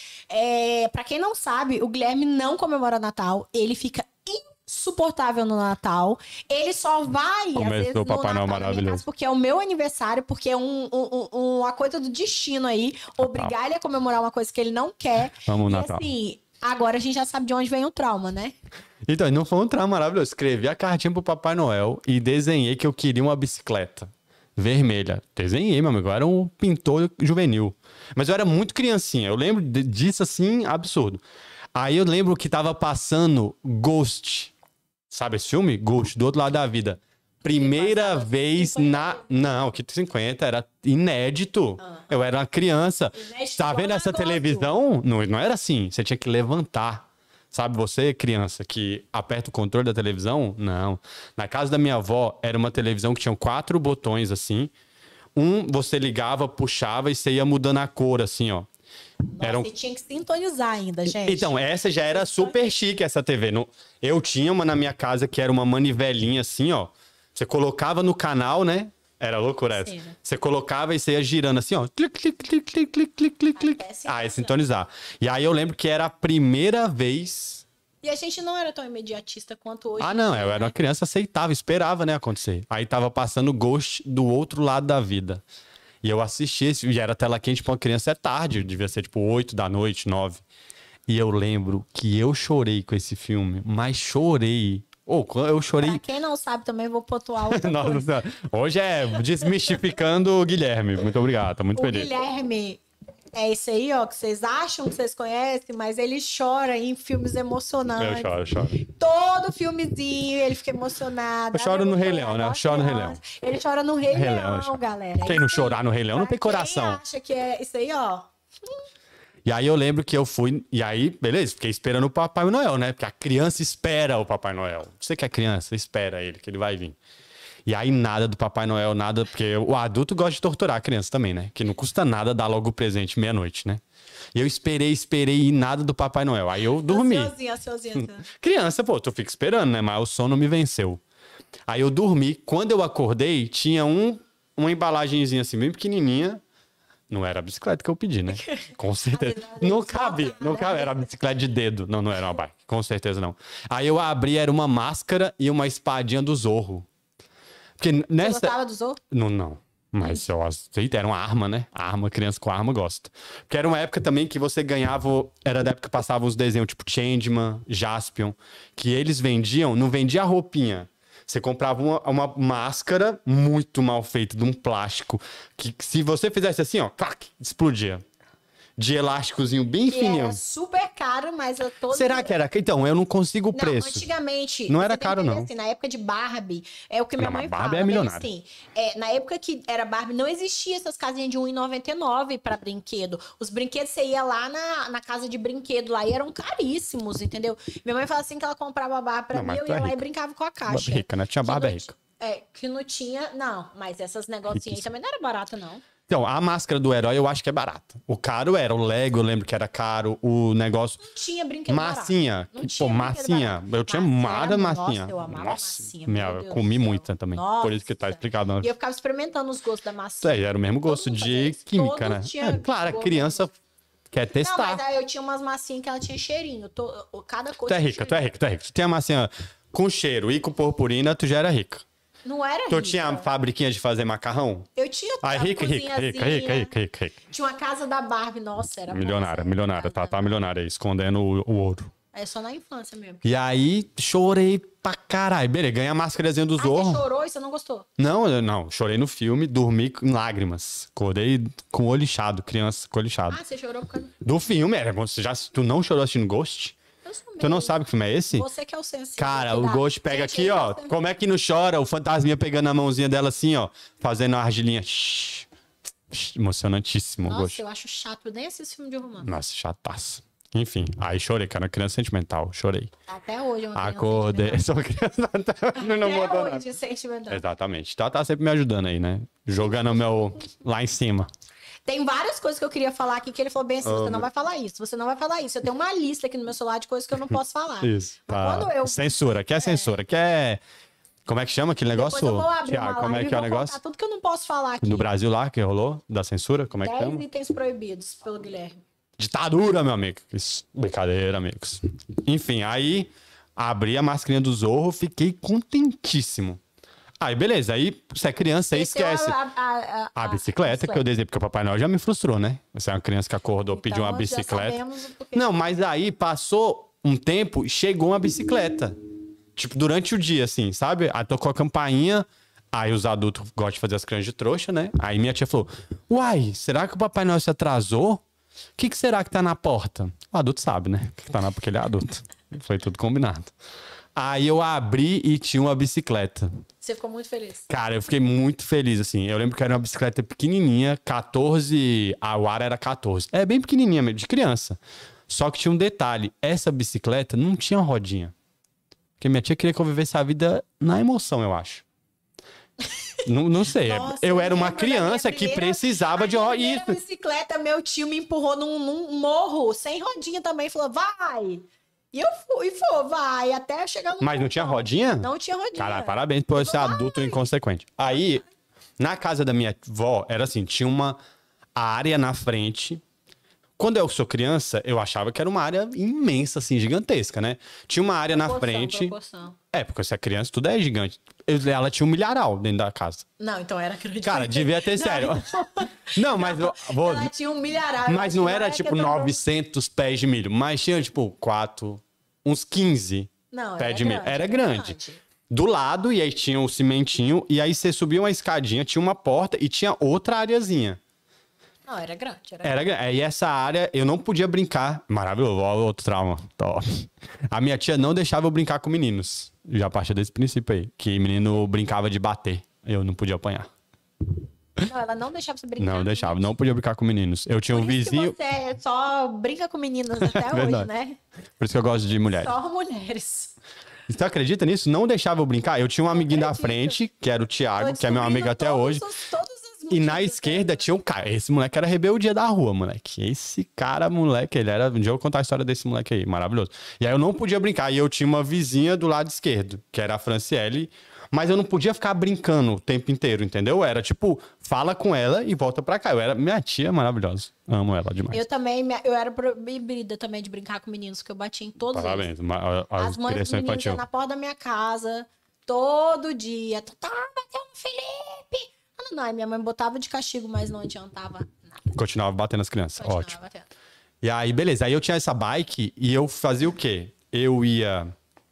É, pra quem não sabe, o Guilherme não comemora Natal, ele fica insuportável no Natal. Ele só vai, Começou às vezes, o no Papai Noel Natal na minha maravilhoso. casa, porque é o meu aniversário, porque é um, um- um- uma coisa do destino aí, obrigar ele a comemorar uma coisa que ele não quer. Amo o e Natal. assim, agora a gente já sabe de onde vem o trauma, né? Então, não foi um trauma maravilhoso. Escrevi a cartinha pro Papai Noel e desenhei que eu queria uma bicicleta vermelha. Desenhei, meu amigo. Eu era um pintor juvenil. Mas eu era muito criancinha. Eu lembro de- disso assim, absurdo. Aí eu lembro que tava passando Ghost. Sabe esse filme? Ghost, do outro lado da vida. Primeira passava vez cinquenta na. Não, que cinquenta era inédito. Eu era uma criança. Inédito Tá vendo igual essa negócio. televisão? Não, não era assim. Você tinha que levantar. Sabe, você, criança, que aperta o controle da televisão? Não. Na casa da minha avó, era uma televisão que tinha quatro botões assim. Um, você ligava, puxava e você ia mudando a cor, assim, ó. Nossa, Era um- e tinha que sintonizar ainda, gente. Então, essa já era super chique, essa T V. Não- Eu tinha uma na minha casa que era uma manivelinha assim, ó. Você colocava no canal, né? Era loucura essa. Sim, né? Você colocava e você ia girando assim, ó. Clic, clic, clic, clic, clic, clic, clic, clic. Até Ah, é sintonizar. E aí eu lembro que era a primeira vez. E a gente não era tão imediatista quanto hoje. Ah, não, em dia, eu era né? uma criança, aceitava, esperava, né, acontecer. Aí tava passando Ghost do outro lado da vida. E eu assisti esse, e era tela quente pra uma criança, é tarde, devia ser tipo oito da noite, nove. E eu lembro que eu chorei com esse filme, mas chorei. Ou eu chorei. Pra quem não sabe também, vou pontuar outra Nossa coisa. Senhora. Hoje é desmistificando o Guilherme. Muito obrigado, tô muito O feliz. Guilherme é esse aí, ó, que vocês acham que vocês conhecem, mas ele chora em filmes Eu emocionantes. choro, eu choro. Todo filmezinho ele fica emocionado. Eu choro Ah, no vou Rei chorar, Leão, né? Eu nossa, choro no Rei nossa. Leão. Ele chora no Rei, Rei Leão, Leão, eu choro. galera. Quem não chorar no Rei Leão não tem Pra coração. Quem acha que é isso aí, ó. E aí eu lembro que eu fui. E aí, beleza, fiquei esperando o Papai Noel, né? Porque a criança espera o Papai Noel. Você que é criança, espera ele, que ele vai vir. E aí nada do Papai Noel, nada. Porque o adulto gosta de torturar a criança também, né? Que não custa nada dar logo o presente meia-noite, né? E eu esperei, esperei e nada do Papai Noel. Aí eu dormi. Ansiosinha, ansiosinha. Criança, pô, tu fica esperando, né? Mas o sono me venceu. Aí eu dormi. Quando eu acordei, tinha um, uma embalagenzinha assim, bem pequenininha. Não era a bicicleta que eu pedi, né? Com certeza. Às vezes Não só cabe, nada. não cabe. Era a bicicleta de dedo. Não, não era uma bike. Com certeza não. Aí eu abri, era uma máscara e uma espadinha do Zorro. Porque Você nessa... gostava do Zorro? Não, não. Mas eu aceito, era uma arma, né? Arma, criança com arma gosta. Porque era uma época também que você ganhava. Era da época que passavam os desenhos tipo Changeman, Jaspion, que eles vendiam, não vendia a roupinha. Você comprava uma, uma máscara muito mal feita, de um plástico, que se você fizesse assim, ó, clac, explodia. De elásticozinho bem Que fininho. era super caro, mas eu tô... Será que era? Então, eu não consigo o Não, preço. antigamente. Não você era tem que caro, entender não. Assim, na época de Barbie, é o que minha Não, mas mãe Barbie fala. é né? milionária. Assim, é, na época que era Barbie, não existia essas casinhas de um real e noventa e nove centavos pra brinquedo. Os brinquedos, você ia lá na, na casa de brinquedo lá e eram caríssimos, entendeu? Minha mãe fala assim que ela comprava a Barbie pra Não, mim, mas eu tu é ia lá e rica. brincava com a Barbie caixa. rica, né? Tinha Que Barbie não é ti- rica. É, que não tinha... Não, mas esses negocinhos aí Riquíssima. também não era barato, não. Então, a máscara do herói eu acho que é barata. O caro era, o Lego eu lembro que era caro, o negócio... Não tinha brinquedo Massinha. barato. Não Que, tinha pô, brinquedo massinha. barato. Eu tinha Massinha amada era- massinha. Nossa, eu amava Nossa, massinha, minha, meu eu Deus comi do céu. muita também. Por isso que tá Nossa. explicado. E eu ficava experimentando os gostos da massinha. Isso aí, era o mesmo gosto mundo fazia de isso. química, Todos né? tinham É, claro, a gosto. criança quer Não, testar. mas aí eu tinha umas massinhas que ela tinha cheirinho. To- Cada coisa Tu é tinha rica, tu é cheirinho. rica, tu é rica. Tu tem a massinha com cheiro e com purpurina, tu já era rica. Não era Tu rica. tinha a fabriquinha de fazer macarrão? Eu tinha Ah, a rica, rica, rica, rica, cozinhazinha. rica, rica, rica. Tinha uma casa da Barbie. Nossa, era Milionária, bom, milionária, tá, tá milionária aí, escondendo o, o ouro. É só na infância mesmo. E aí, chorei pra caralho. Beleza, ganhei a máscarazinha do Ah, você Zorro. chorou e você não gostou? Não, eu não, chorei no filme, dormi com lágrimas. Acordei com o olho inchado, criança com o olho inchado. Ah, você chorou por causa... Do filme, era, você já, tu não chorou assistindo Ghost? Eu sou Tu não meio- sabe que filme é esse? Você que é o sensível. Cara, o cuidado. Ghost pega Gente, aqui, esse é o ó. sensível. Como é que não chora? O fantasminha pegando a mãozinha dela assim, ó. Fazendo a argilinha. Shhh. Emocionantíssimo. Nossa, Gosto. eu acho chato, eu nem assisto filme de romance. Nossa, chataço. Enfim, aí chorei, cara. Criança sentimental, chorei. Até hoje eu não Acordei. Sou criança até hoje, não mudou Até nada. hoje sentimental. Exatamente. Então ela tá sempre me ajudando aí, né? Jogando o meu lá em cima. Tem várias coisas que eu queria falar aqui que ele falou bem assim, Oh, você meu- não vai falar isso, você não vai falar isso. Eu tenho uma lista aqui no meu celular de coisas que eu não posso falar. Isso. Mas Tá. quando eu... Censura. Quer censura? Quer. Como é que chama aquele negócio? Depois eu vou abrir Thiago, uma como é live que é e o vou negócio? contar tudo que eu não posso falar aqui. No Brasil lá que rolou? Da censura? Como é que dez chama? itens proibidos pelo Guilherme. Ditadura, meu amigo. Isso. Brincadeira, amigos. Enfim, aí abri a mascarinha do Zorro, fiquei contentíssimo. Aí, beleza. Aí, você é criança, aí Esqueceu esquece. A, a, a, A bicicleta que eu desenhei, porque o Papai Noel já me frustrou, né? Você é uma criança que acordou, pediu uma Então, já bicicleta. sabemos o porquê. Não, mas aí passou um tempo, chegou uma bicicleta. Tipo, durante o dia, assim, sabe? Aí tocou a campainha, aí os adultos gostam de fazer as crianças de trouxa, né? Aí minha tia falou, uai, será que o Papai Noel se atrasou? O que, que será que tá na porta? O adulto sabe, né? O que, que tá na porque ele é adulto. Foi tudo combinado. Aí eu abri e tinha uma bicicleta. Você ficou muito feliz. Cara, eu fiquei muito feliz, assim. Eu lembro que era uma bicicleta pequenininha, quatorze... A Wara era quatorze. É bem pequenininha mesmo, de criança. Só que tinha um detalhe. Essa bicicleta não tinha rodinha. Porque minha tia queria que eu vivesse a vida na emoção, eu acho. não, não sei. Nossa, eu era uma lembro da minha criança que primeira- precisava a de minha rodinha. primeira bicicleta, meu tio me empurrou num, num morro, sem rodinha também. Falou, vai! E eu fui, foi, vai, até chegar no... Mas não tinha ponto. rodinha? Não tinha rodinha. Caralho, parabéns por ser adulto inconsequente. Aí, na casa da minha avó, era assim, tinha uma área na frente. Quando eu sou criança, eu achava que era uma área imensa, assim, gigantesca, né? Tinha uma área na Proporção, frente. proporção. É, porque você é criança, tudo é gigante. Eu- Ela tinha um milharal dentro da casa. Não, então era grande. Cara, devia ter, sério. Não, mas eu vou... Ela tinha um milharal. eu Mas acho não que era, é tipo, que eu tô- novecentos pés de milho. Mas tinha, tipo, quatro... Uns quinze Não, pés era de milho. grande, Era era grande. grande. Do lado, e aí tinha o cimentinho. E aí você subia uma escadinha, tinha uma porta e tinha outra areazinha. Não, era grande. Era Era grande. Aí essa área eu não podia brincar. Maravilhoso, ó, outro trauma. Top. A minha tia não deixava eu brincar com meninos. Já partia desse princípio aí. Que menino brincava de bater. Eu não podia apanhar. Não, ela não deixava você brincar. Não deixava. Não podia brincar com meninos. Eu tinha um Por isso que vizinho. você só brinca com meninas até hoje, Verdade. né? Por isso que eu gosto de mulheres. Só mulheres. Você acredita nisso? Não deixava eu brincar. Eu tinha um amiguinho da acredito. frente, que era o Tô Thiago, que é meu amigo descobrindo até todos hoje. os- todos os E na motivos esquerda dela. tinha um cara. Esse moleque era rebeldia da rua, moleque. Esse cara, moleque, ele era. Um dia eu vou contar a história desse moleque aí, maravilhoso. E aí eu não podia brincar. E eu tinha uma vizinha do lado esquerdo, que era a Franciele. Mas eu não podia ficar brincando o tempo inteiro, entendeu? Era tipo, fala com ela e volta pra cá. Eu era. Minha tia é maravilhosa. Amo ela demais. Eu também, me- eu era proibida também de brincar com meninos, que eu batia em todos eles. Parabéns. uma- A, a As mães dos criação meninos infantil. iam na porta da minha casa, todo dia. Tá, bateu no Felipe. Ah, não, não. Aí minha mãe botava de castigo, mas não adiantava nada. Continuava batendo as crianças. Continuava Ótimo. batendo. E aí, beleza. Aí eu tinha essa bike e eu fazia o quê? Eu ia.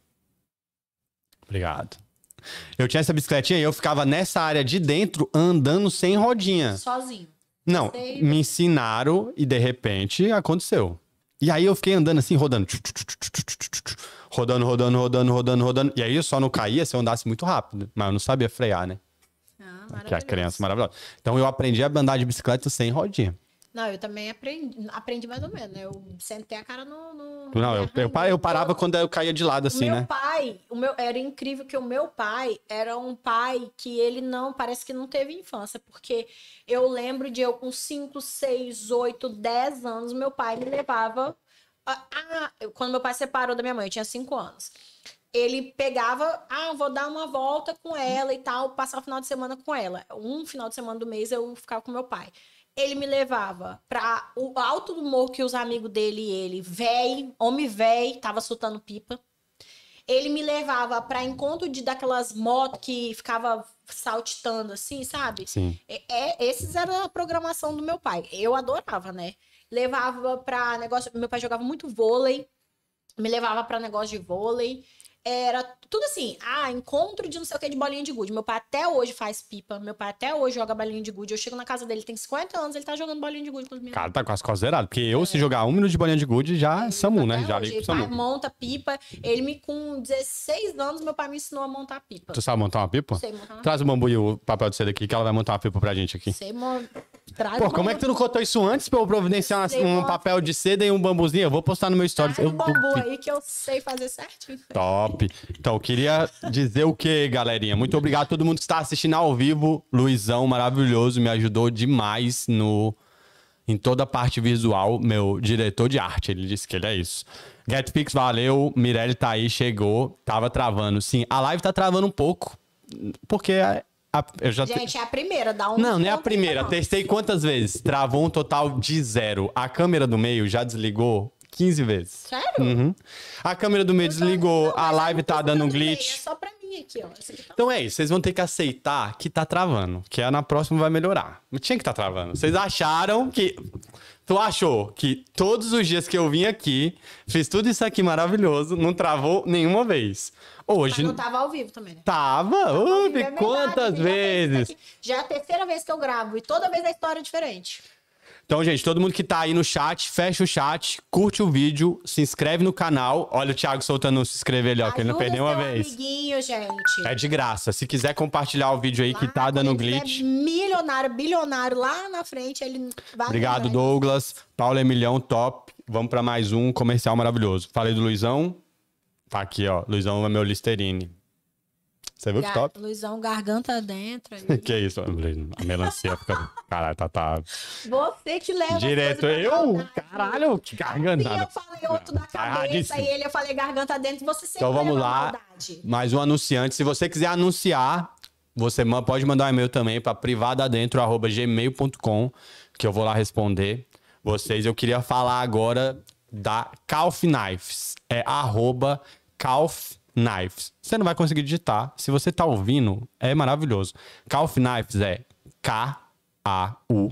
Obrigado. Eu tinha essa bicicletinha e eu ficava nessa área de dentro andando sem rodinha. Sozinho. Não, Sei. me ensinaram e de repente aconteceu. E aí eu fiquei andando assim, rodando. Rodando, rodando, rodando, rodando, rodando. E aí eu só não caía se eu andasse muito rápido. Mas eu não sabia frear, né? Ah, Que é a maravilhoso. criança maravilhosa. Então eu aprendi a andar de bicicleta sem rodinha. Não, eu também aprendi, aprendi mais ou menos, né? Eu sentei a cara no... no Não, eu, eu, pa- eu parava quando eu caía de lado O assim, meu né? pai, o meu, era incrível que o meu pai era um pai que ele não, parece que não teve infância, porque eu lembro de eu com cinco, seis, oito, dez anos, meu pai me levava. a- a- eu- quando meu pai separou da minha mãe, eu tinha cinco anos. Ele pegava, ah, vou dar uma volta com ela e tal, passar o final de semana com ela. Um final de semana do mês eu ficava com meu pai. Ele me levava pra o alto do morro que os amigos dele e ele, véi, homem véi, tava soltando pipa. Ele me levava pra encontro de daquelas motos que ficava saltitando assim, sabe? Sim. É, é- esses era a programação do meu pai. Eu adorava, né? Levava pra negócio, meu pai jogava muito vôlei. Me levava pra negócio de vôlei. Era tudo assim, ah, encontro de não sei o que de bolinha de gude. Meu pai até hoje faz pipa, meu pai até hoje joga bolinha de gude. Eu chego na casa dele, tem cinquenta anos, ele tá jogando bolinha de gude com os meninos. Cara, tá com as costas zeradas. Porque eu, se jogar um minuto de bolinha de gude, já é SAMU, né? Até Já hoje, ligo ele pro faz- SAMU. monta pipa. Ele me, com dezesseis anos, meu pai me ensinou a montar pipa. Tu sabe montar uma pipa? Sei montar uma Traz o bambu e o papel de seda aqui, que ela vai montar uma pipa pra gente aqui. Sei, mon... Traz Pô, um como é que tu não contou isso antes pra eu providenciar Sei, um nossa. papel de seda e um bambuzinho? Eu vou postar no meu stories. Traz Eu um bambu aí que eu sei fazer certinho. Top. Então, eu queria dizer o que, galerinha? Muito obrigado a todo mundo que está assistindo ao vivo. Luizão, maravilhoso, me ajudou demais no em toda a parte visual. Meu diretor de arte, ele disse que ele é isso. Getpix, valeu. Mirelle tá aí, chegou. Tava travando. Sim, a live tá travando um pouco. Porque a- a- eu já... te- Gente, é a primeira, dá um. Não, não é a ponto primeira. não. Testei quantas vezes? Travou um total de zero. A câmera do meio já desligou quinze vezes. Sério? Uhum. A câmera do meio desligou, Não, a mas live eu não tá tô dando um usando meio, glitch. É só pra mim aqui, ó. Esse aqui tá... Então é isso, vocês vão ter que aceitar que tá travando, que na próxima vai melhorar. Não tinha que tá travando. Vocês acharam que... Tu achou que todos os dias que eu vim aqui, fiz tudo isso aqui maravilhoso, não travou nenhuma vez. Mas Hoje... não tava ao vivo também, né? Tava? Tava ao Ui, vivo, é verdade, quantas você já fez isso vezes? aqui. Já é a terceira vez que eu gravo e toda vez a história é diferente. Então, gente, todo mundo que tá aí no chat, fecha o chat, curte o vídeo, se inscreve no canal. Olha o Thiago soltando o se inscrever ali, ó, que ele não Ajuda perdeu uma seu vez. amiguinho, gente. É de graça. Se quiser compartilhar o vídeo aí que Lá, tá quando dando ele glitch. tiver milionário, bilionário lá na frente, ele vai... Obrigado, lembrar. Douglas. Paulo Emilhão, top. Vamos pra mais um comercial maravilhoso. Falei do Luizão. Tá aqui, ó. Luizão é meu Listerine. Você viu que Gar- top? Luizão, garganta dentro. aí. Que isso? A melancia fica... Caralho, tá, tá... Você que leva as Direto. coisas pra Eu? maldade. Caralho, que E gargantada. eu falei outro da Tá cabeça erradíssimo. e ele eu falei garganta dentro. Você sempre Então vamos leva lá, maldade. mais um anunciante. Se você quiser anunciar, você ma- pode mandar um e-mail também para privadadentro arroba gmail ponto com, que eu vou lá responder vocês. Eu queria falar agora da Calf Knives. É arroba Calf Knives. Você não vai conseguir digitar. Se você tá ouvindo, é maravilhoso. Calf Knives é K A U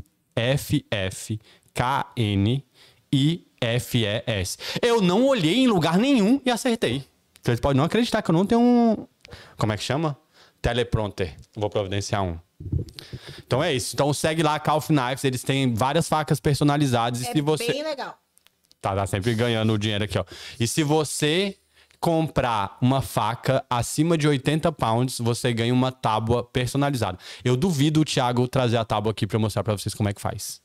F F K N I F E S. Eu não olhei em lugar nenhum e acertei. Vocês podem não acreditar que eu não tenho um... Como é que chama? Teleprompter. Vou providenciar um. Então é isso. Então segue lá a Calf Knives. Eles têm várias facas personalizadas. E É se você... bem legal. Tá, tá sempre ganhando o dinheiro aqui, ó. E se você comprar uma faca acima de oitenta pounds, você ganha uma tábua personalizada. Eu duvido o Thiago trazer a tábua aqui pra eu mostrar pra vocês como é que faz.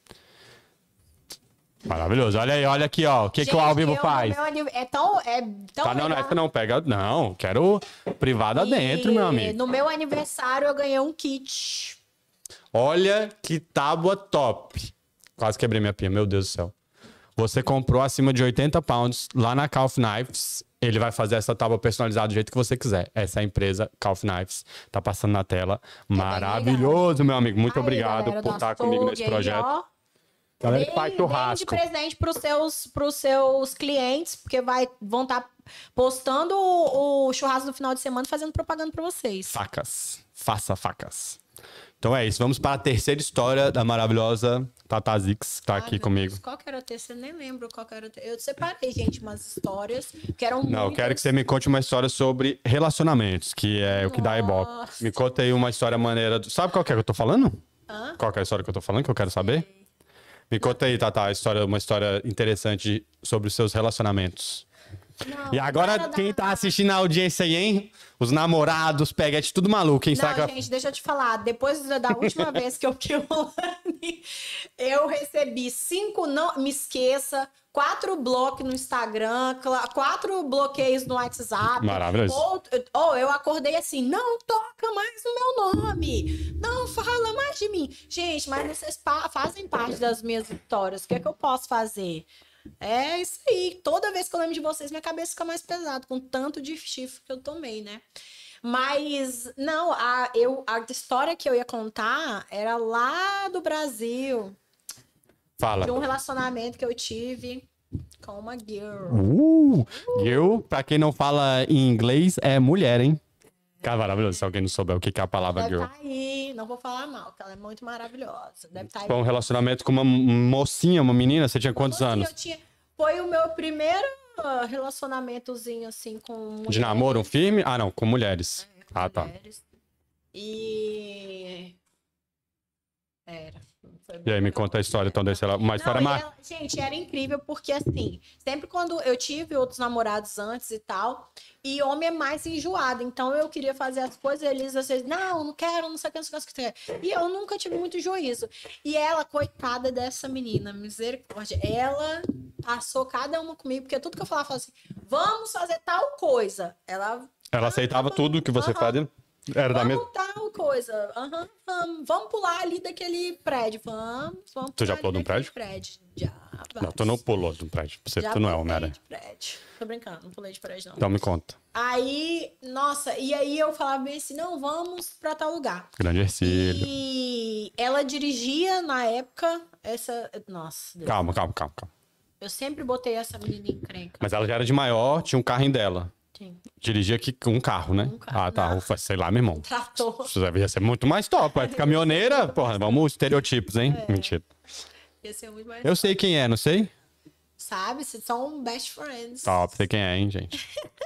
Maravilhoso. Olha aí, olha aqui, ó. O que, que o ao vivo eu, no faz? meu aniv- É tão, é tão Tá, não, não, legal. essa não. Pega. Não, quero privada E dentro, meu amigo. No meu aniversário eu ganhei um kit. Olha que tábua top. Quase quebrei minha pia, meu Deus do céu. Você comprou acima de oitenta pounds lá na Calf Knives. Ele vai fazer essa tábua personalizada do jeito que você quiser. Essa é a empresa Calf Knives. Tá passando na tela. Maravilhoso, meu amigo. Muito Aí, obrigado galera do por estar comigo nesse açougue aí, projeto. ó. Galera que faz Dei- churrasco. dei de presente pros seus, pros seus clientes, porque vai, vão estar postando o, o churrasco no final de semana, fazendo propaganda pra vocês. Facas. Faça facas. Então é isso. Vamos para a terceira história da maravilhosa Tata Zix, que tá Ai, aqui meu comigo. Deus, qual que era o texto? Eu nem lembro qual que era o texto. Eu separei, gente, umas histórias que eram Não, eu muitas. quero que você me conte uma história sobre relacionamentos, que é o que dá Ibope. Nossa. Me conta aí uma história maneira. do- Sabe qual que é que eu tô falando? Hã? Qual que é a história que eu tô falando, que eu quero saber? Me conta aí, Tata, a história, uma história interessante sobre os seus relacionamentos. Não, E agora, era da- quem tá assistindo a audiência aí, hein? Os namorados, peguete, tudo maluco, hein? Será Não, que- gente, deixa eu te falar. Depois da da última vez que eu fiquei online, eu recebi cinco, não me esqueça, quatro blocos no Instagram, cla- quatro bloqueios no WhatsApp. Maravilhoso. Ou, ou eu acordei assim, não toca mais no meu nome, não fala mais de mim. Gente, mas vocês pa- fazem parte das minhas vitórias. O que é que eu posso fazer? É isso aí. Toda vez que eu lembro de vocês, minha cabeça fica mais pesada, com tanto de chifre que eu tomei, né? Mas, não, a, eu, a história que eu ia contar era lá do Brasil, Fala. de um relacionamento que eu tive com uma girl. Uh, eu, pra quem não fala em inglês, é mulher, hein? Cara, maravilhoso. Se alguém não souber o que que é a palavra Deve girl. estar aí, não vou falar mal, porque ela é muito maravilhosa. Deve estar aí. Foi um relacionamento com uma mocinha, uma menina. Você tinha quantos Assim, anos? eu tinha- Foi o meu primeiro ah, relacionamentozinho, assim, com De mulher. namoro, um firme? Ah, não, com mulheres. Com Ah, tá. mulheres. E. Era. Foi E aí, me legal. conta a história, então, desse ela. Uma história Não, e mais. ela- gente, era incrível porque, assim, sempre quando eu tive outros namorados antes e tal, e homem é mais enjoado, então eu queria fazer as coisas, eles, às vezes, não, não quero, não sei o que, não sei o que, não sei o que. E eu nunca tive muito juízo. E ela, coitada dessa menina, misericórdia, ela passou cada uma comigo, porque tudo que eu falava, falava assim, vamos fazer tal coisa. Ela... Ela "Ah, aceitava tá bom, tudo que você aham. fazia? Era da mesma. Vamos tal coisa. Aham, vamos. Vamos pular ali daquele prédio. Vamos, vamos Tu já pular pulou ali de um daquele prédio? Já. Não, tu não pulou de um prédio. Você, Já tu não é pulei Homem-Aranha. de prédio. Tô brincando, não pulei de prédio, não. Então me conta. Aí, nossa, e aí eu falava bem assim, não, vamos pra tal lugar. Grande Ercílio. E ela dirigia na época essa... Nossa, Deus. Calma, calma, calma, calma. Eu sempre botei essa menina em encrenca. Mas ela já era de maior, tinha um carrinho dela. Sim. Dirigia aqui com um carro, né? Um carro, Ah, tá. não. Ufa, sei lá, meu irmão. Trator. Isso devia ser muito mais top. Mas caminhoneira, porra, vamos estereotipos, hein? É. Mentira. Ia ser muito mais... Eu sei quem é, não sei? Sabe? Vocês são best friends. Top, sei quem é, hein, gente.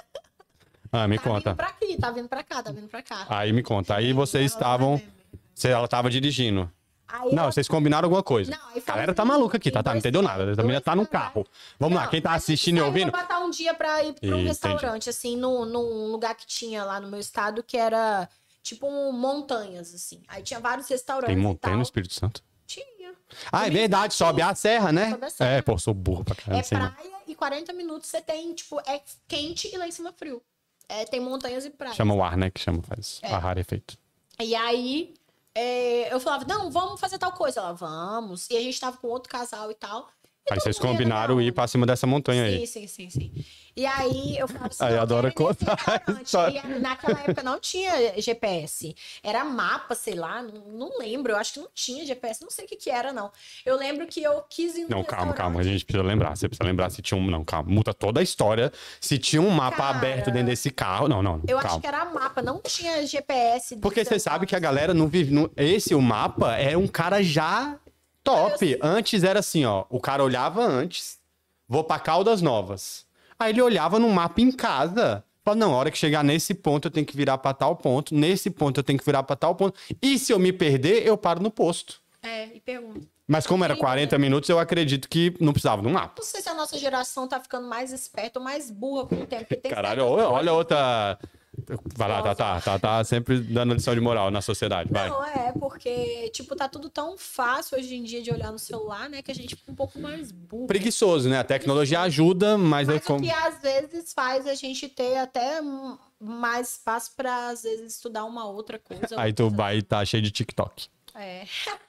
Ah, me Tá conta. vindo pra aqui, tá vindo pra cá, tá vindo pra cá. Aí me conta. Aí vocês Ela estavam. vai ver. Você- Ela tava dirigindo. Aí Não, ela- vocês combinaram alguma coisa. Não, aí A galera fala tá assim, maluca aqui, tá? tem tá? Não dois entendeu casais, nada. A menina dois tá no casais. carro. Vamos lá, Não, quem tá a gente assistindo e saiu ouvindo. pra matar um dia pra ir pra um Entendi. restaurante, assim, num, num lugar que tinha lá no meu estado, que era tipo um, montanhas, assim. Aí tinha vários restaurantes Tem e montanha no tal. Espírito Santo? Tinha. Ah, é verdade, sobe a serra, né? Sobe a serra. É, pô, sou burro pra caramba. É sei não. praia e quarenta minutos você tem, tipo, é quente e lá em cima frio. É, tem montanhas e praia. Chama o ar, né? Que chama, faz É. ar efeito. E aí, é, eu falava, não, vamos fazer tal coisa. Ela, vamos. E a gente tava com outro casal e tal. E Aí todo vocês mundo ia combinaram na ir onda. pra cima dessa montanha aí. Sim, sim, sim, sim. E aí eu falava assim, Aí não, adora quero ir nesse contar a restaurante. história. E naquela época não tinha G P S. Era mapa, sei lá, não, não lembro. Eu acho que não tinha G P S, não sei o que que era, não. Eu lembro que eu quis ir no Não, calma, restaurante. calma. A gente precisa lembrar. Você precisa lembrar se tinha um. Não, calma. Muda toda a história. Se tinha um mapa Cara, aberto dentro desse carro. Não, não. Eu calma. acho que era mapa, não tinha G P S. do Porque você celular. sabe que a galera não vive. Não... Esse, o mapa, é um cara já top. Antes era assim, ó. O cara olhava antes. Vou pra Caldas Novas. Aí ele olhava no mapa em casa. Falava, não, a hora que chegar nesse ponto eu tenho que virar pra tal ponto. Nesse ponto eu tenho que virar pra tal ponto. E se eu me perder, eu paro no posto. É, e pergunta. Mas como era quarenta minutos, eu acredito que não precisava de um mapa. Não sei se a nossa geração tá ficando mais esperta ou mais burra com o tempo. porque tem Caralho, certas olha, olha coisas- outra. Vai lá, tá, tá, tá, tá sempre dando lição de moral na sociedade, vai. Não, é, porque, tipo, tá tudo tão fácil hoje em dia de olhar no celular, né? Que a gente fica um pouco mais burro. Preguiçoso, né? A tecnologia ajuda, mas, Mas eu o como. que às vezes faz a gente ter até hum, mais espaço pra, às vezes, estudar uma outra coisa. Aí tu vai e tá cheio de TikTok. É.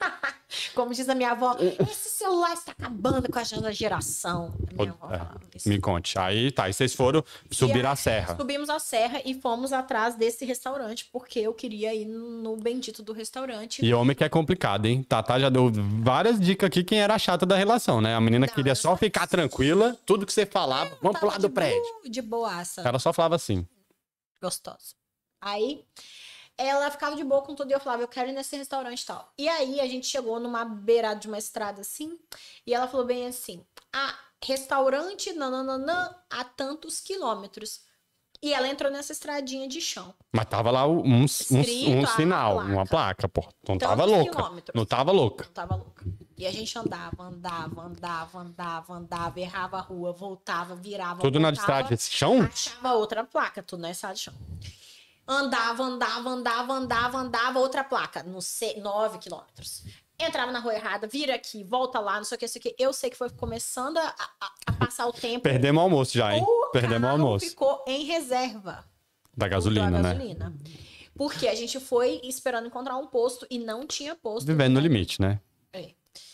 Como diz a minha avó, esse celular está acabando com a nossa geração. A minha avó É, falava isso. me conte. Aí tá, e vocês foram subir E a aí, serra. Subimos a serra e fomos atrás desse restaurante, porque eu queria ir no bendito do restaurante. E homem que é complicado, hein? Tatá já deu várias dicas aqui quem era a chata da relação, né? A menina Não, queria eu só não- ficar tranquila, tudo que você falava, vamos pro Tava lado de do prédio. bo- De boaça. Ela só falava assim. Gostosa. Aí ela ficava de boa com tudo e eu falava, eu quero ir nesse restaurante e tal. E aí a gente chegou numa beirada de uma estrada assim, e ela falou bem assim: ah, restaurante nananana a tantos quilômetros. E ela entrou nessa estradinha de chão. Mas tava lá um, um, um, Escrito um a sinal, placa. uma placa, pô. Não Tantos tava louca. quilômetros. Não tava louca. Eu tava louca. E a gente andava, andava, andava, andava, andava, errava a rua, voltava, virava, Tudo na voltava, estrada de chão? achava outra placa, tudo na estrada de chão. Andava, andava, andava, andava, andava, outra placa, no nove quilômetros. Entrava na rua errada, vira aqui, volta lá, não sei o que, não sei o que. Eu sei que foi começando a, a- a passar o tempo. Perdemos o almoço já, hein? O Perdemos o carro almoço. ficou em reserva. Da Da gasolina, né? gasolina. Porque a gente foi esperando encontrar um posto e não tinha posto. Vivendo no limite, né? É.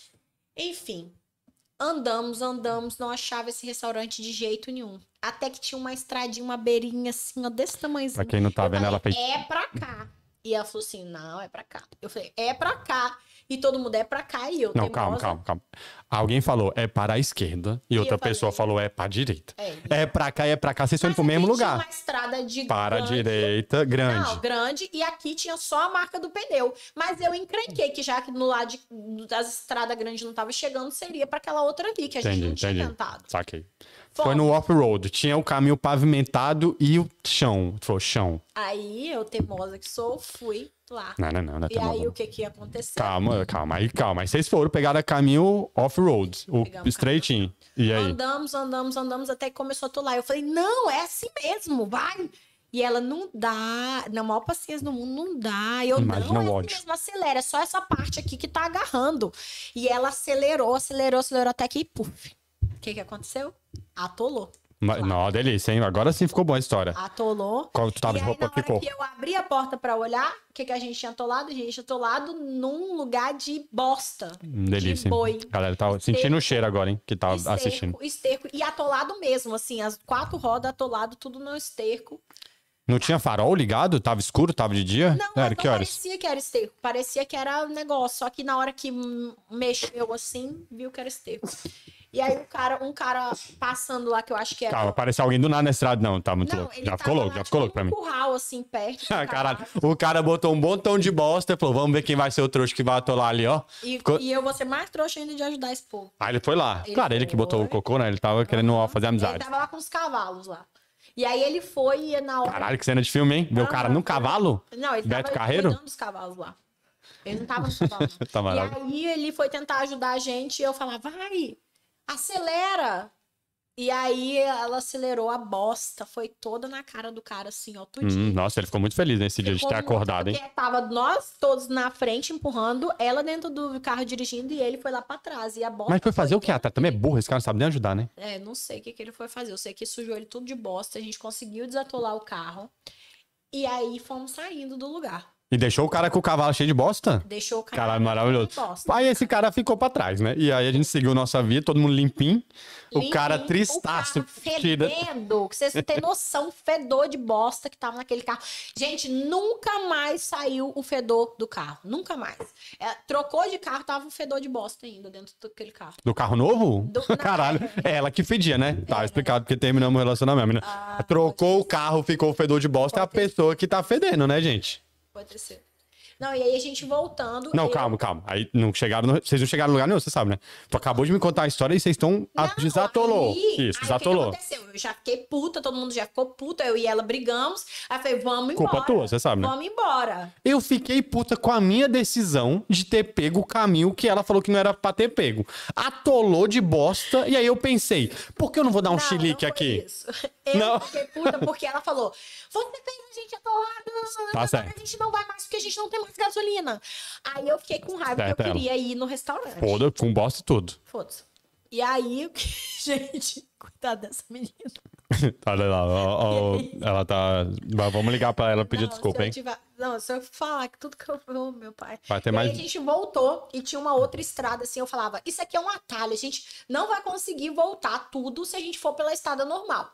Enfim, andamos, andamos, não achava esse restaurante de jeito nenhum. Até que tinha uma estradinha, uma beirinha assim, ó, desse tamanhozinho. Pra quem não tá Eu vendo, ela falei, fez. é pra cá. E ela falou assim, não, é pra cá. Eu falei, é pra cá. E todo mundo é pra cá. E eu, Não, calma, teimosa, calma, calma. Alguém falou é para a esquerda e outra eu falei- pessoa falou é para a direita. É, É pra cá, é pra cá, vocês estão indo Mas pro mesmo aqui tinha lugar. uma estrada de Para a grande- direita, grande. Não, grande, e aqui tinha só a marca do pneu. Mas eu encrenquei que já que no lado de- das estradas grandes não tava chegando, seria pra aquela outra ali, que a gente Entendi, não tinha entendi. tentado. Saquei. Fomos. Foi no off-road. Tinha o caminho pavimentado e o chão. Falou, chão. Aí eu, teimosa que sou, fui lá. Não, não, não. não E aí, o que que aconteceu? Calma, calma. Aí, calma. Aí vocês foram, pegaram caminho off-road, o Pegamos estreitinho. E aí? Andamos, andamos, andamos, até que começou a atolar. Eu falei, não, é assim mesmo, vai. E ela, não dá, na maior paciência do mundo, não dá. Eu, Imagina não, o é assim ódio. mesmo, acelera, é só essa parte aqui que tá agarrando. E ela acelerou, acelerou, acelerou, até que, puf. O que que aconteceu? Atolou. Mas, não, delícia, hein? Agora sim ficou boa a história. Atolou. Qual tu tava E de aí, roupa na hora que cor? que eu abri a porta pra olhar, o que que a gente tinha atolado? A gente tinha atolado num lugar de bosta. Hum, Delícia. De boi. Hein? Galera, tá sentindo o cheiro agora, hein? Que tá assistindo. Esterco, esterco. E atolado mesmo, assim, as quatro rodas atolado, tudo no esterco. Não tinha farol ligado? Tava escuro? Tava de dia? Não, Era não que horas? parecia que era esterco. Parecia que era negócio. Só que na hora que hum, mexeu assim, viu que era esterco. E aí o cara, um cara passando lá, que eu acho que era... Calma, parecia alguém do nada na estrada. Não, tá muito Não, louco. ele Já tava ficou louco, lá, já ficou louco tipo, pra mim. num curral, assim, perto. do Ah, caralho, caralho. o cara botou um montão de bosta e falou, vamos ver quem vai ser o trouxa que vai atolar ali, ó. E, Ficou- e eu vou ser mais trouxa ainda de ajudar esse povo. Aí ele foi lá. Ele claro, ele que botou foi. o cocô, né? Ele tava querendo ó, fazer Ele amizade. tava lá com os cavalos lá. E aí ele foi e na hora... Caralho, que cena de filme, hein? Ver o cara no cavalo? Não, ele Beto tava Carreiro? cuidando dos cavalos lá. Ele não tava nos cavalos. não. Tá E maravilhoso. aí ele foi tentar ajudar a gente e eu falava, vai, acelera. E aí ela acelerou a bosta, foi toda na cara do cara, assim, ó, tudinho. Hum, nossa, ele ficou muito feliz nesse dia de Ficou ter muito, acordado, hein? Porque tava nós todos na frente empurrando, ela dentro do carro dirigindo e ele foi lá pra trás. E a bosta Mas foi fazer o quê? toda Ah, tá, também é nele. burro, esse cara não sabe nem ajudar, né? É, não sei o que, que ele foi fazer. Eu sei que sujou ele tudo de bosta. A gente conseguiu desatolar o carro. E aí fomos saindo do lugar. E deixou o cara com o cavalo cheio de bosta? Deixou o carro. Caralho, maravilhoso. de bosta. Aí esse cara ficou pra trás, né? E aí a gente seguiu nossa vida, todo mundo limpinho. O Limpinho, cara o tristaço. carro tira- fedendo, que vocês não têm noção, o fedor de bosta que tava naquele carro. Gente, nunca mais saiu o fedor do carro. Nunca mais. É, trocou de carro, tava um fedor de bosta ainda dentro daquele carro. Do carro novo? Do- não, Caralho, é. é ela que fedia, né? Tá explicado porque terminamos o relacionamento. Né? Ah, Trocou o carro, ficou o fedor de bosta, é a Pode ter. pessoa que tá fedendo, né, gente? Pode ser. Não, e aí a gente voltando. Não, eu- calma, calma. Aí não chegaram no- vocês não chegaram no lugar nenhum, você sabe, né? Tu acabou de me contar a história e vocês estão. a- Não, Desatolou. aí- Isso, aí o que que desatolou. aconteceu? Eu já fiquei puta, todo mundo já ficou puta, eu e ela brigamos. Aí eu falei, vamos embora. Culpa tua, você sabe, né? Vamos embora. Eu fiquei puta com a minha decisão de ter pego o caminho que ela falou que não era pra ter pego. Atolou de bosta, e aí eu pensei, por que eu não vou dar um Não, chilique não foi aqui? isso. Eu Não. fiquei puta porque ela falou: você fez a gente atolar, Tá agora certo. a gente não vai mais porque a gente não tem mais gasolina. Aí eu fiquei com raiva Certo, porque eu ela. queria ir no restaurante. Foda, com bosta e tudo. Foda-se. E aí, o que- gente, coitada dessa menina. Olha lá, ó, ó, ela tá. Mas vamos ligar pra ela pedir Não, desculpa, se eu hein? tiver- Não, se eu falar que tudo que eu. Oh, meu pai. Vai ter E aí mais. a gente voltou e tinha uma outra estrada assim. Eu falava: isso aqui é um atalho, a gente não vai conseguir voltar tudo se a gente for pela estrada normal.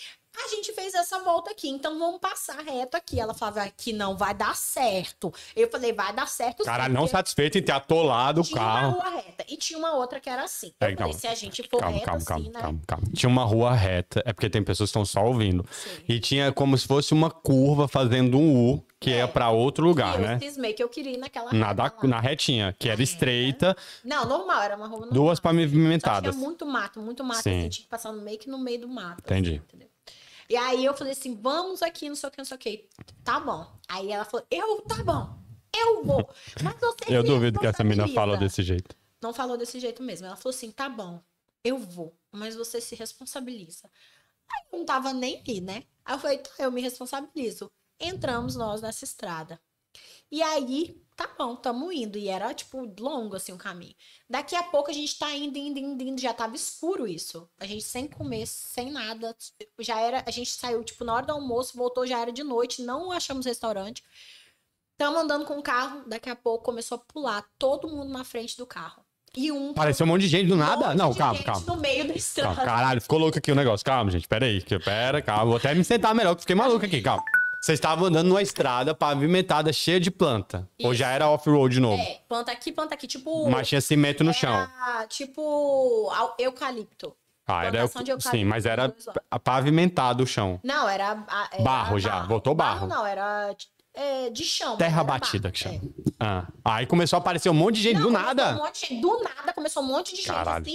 A gente fez essa volta aqui, então vamos passar reto aqui. Ela falava que não vai dar certo. Eu falei: vai dar certo. sim, Caralho, não porque satisfeito em ter atolado o tinha carro. uma rua reta e tinha uma outra que era assim. Eu É, falei: calma. se a gente for Calma, reto calma, assim, calma, né? calma, calma. Tinha uma rua reta, é porque tem pessoas que estão só ouvindo. Sim. E tinha como se fosse uma curva fazendo um U, que É. ia pra outro lugar, E né? eu cismei que eu queria ir naquela Na, reta da, lá. na retinha, que era reta. estreita, Não, normal, era uma rua normal. duas Só tinha pavimentadas. muito mato, muito mato. Sim. Assim, tinha que passar no meio que no meio do mato. Entendi. assim, entendeu? E aí eu falei assim, vamos aqui, não sei o que, não sei o que. Tá bom. Aí ela falou, eu, tá bom, eu vou. Mas você Eu se duvido que essa menina responsabiliza. falou desse jeito. Não falou desse jeito mesmo. Ela falou assim, tá bom, eu vou, mas você se responsabiliza. Aí eu não tava nem ali, né? Aí eu falei, tá, eu me responsabilizo. Entramos nós nessa estrada. E aí, tá bom, tamo indo. E era, tipo, longo, assim, o caminho. Daqui a pouco a gente tá indo, indo, indo, indo. Já tava escuro isso. A gente sem comer, sem nada. Já era, a gente saiu, tipo, na hora do almoço, voltou, já era de noite. Não achamos restaurante. Tamo andando com o carro. Daqui a pouco começou a pular todo mundo na frente do carro. E um... Pareceu um monte de gente do nada. monte Não, de calma, gente calma. no meio da estrada. Calma, caralho, ficou louco aqui o negócio. Calma, gente, pera aí. que- Pera, calma. Vou até me sentar melhor, que fiquei maluco aqui, calma. Vocês estavam andando numa estrada pavimentada, cheia de planta. Ou Isso. já era off-road de novo? É, planta aqui, planta aqui. Tipo... Mas tinha cimento no chão. Era, tipo, au- eucalipto. Ah, era. plantação de eucalipto Sim, mas era dos dois lados. pavimentado o chão. Não, era... a- era Barro já, botou barro. Não, era é, de chão. Terra mas era batida barro, que chama. é. Ah. Aí começou a aparecer um monte de gente Não, do começou nada. Um monte de gente, do nada começou um monte de gente Caralho. assim.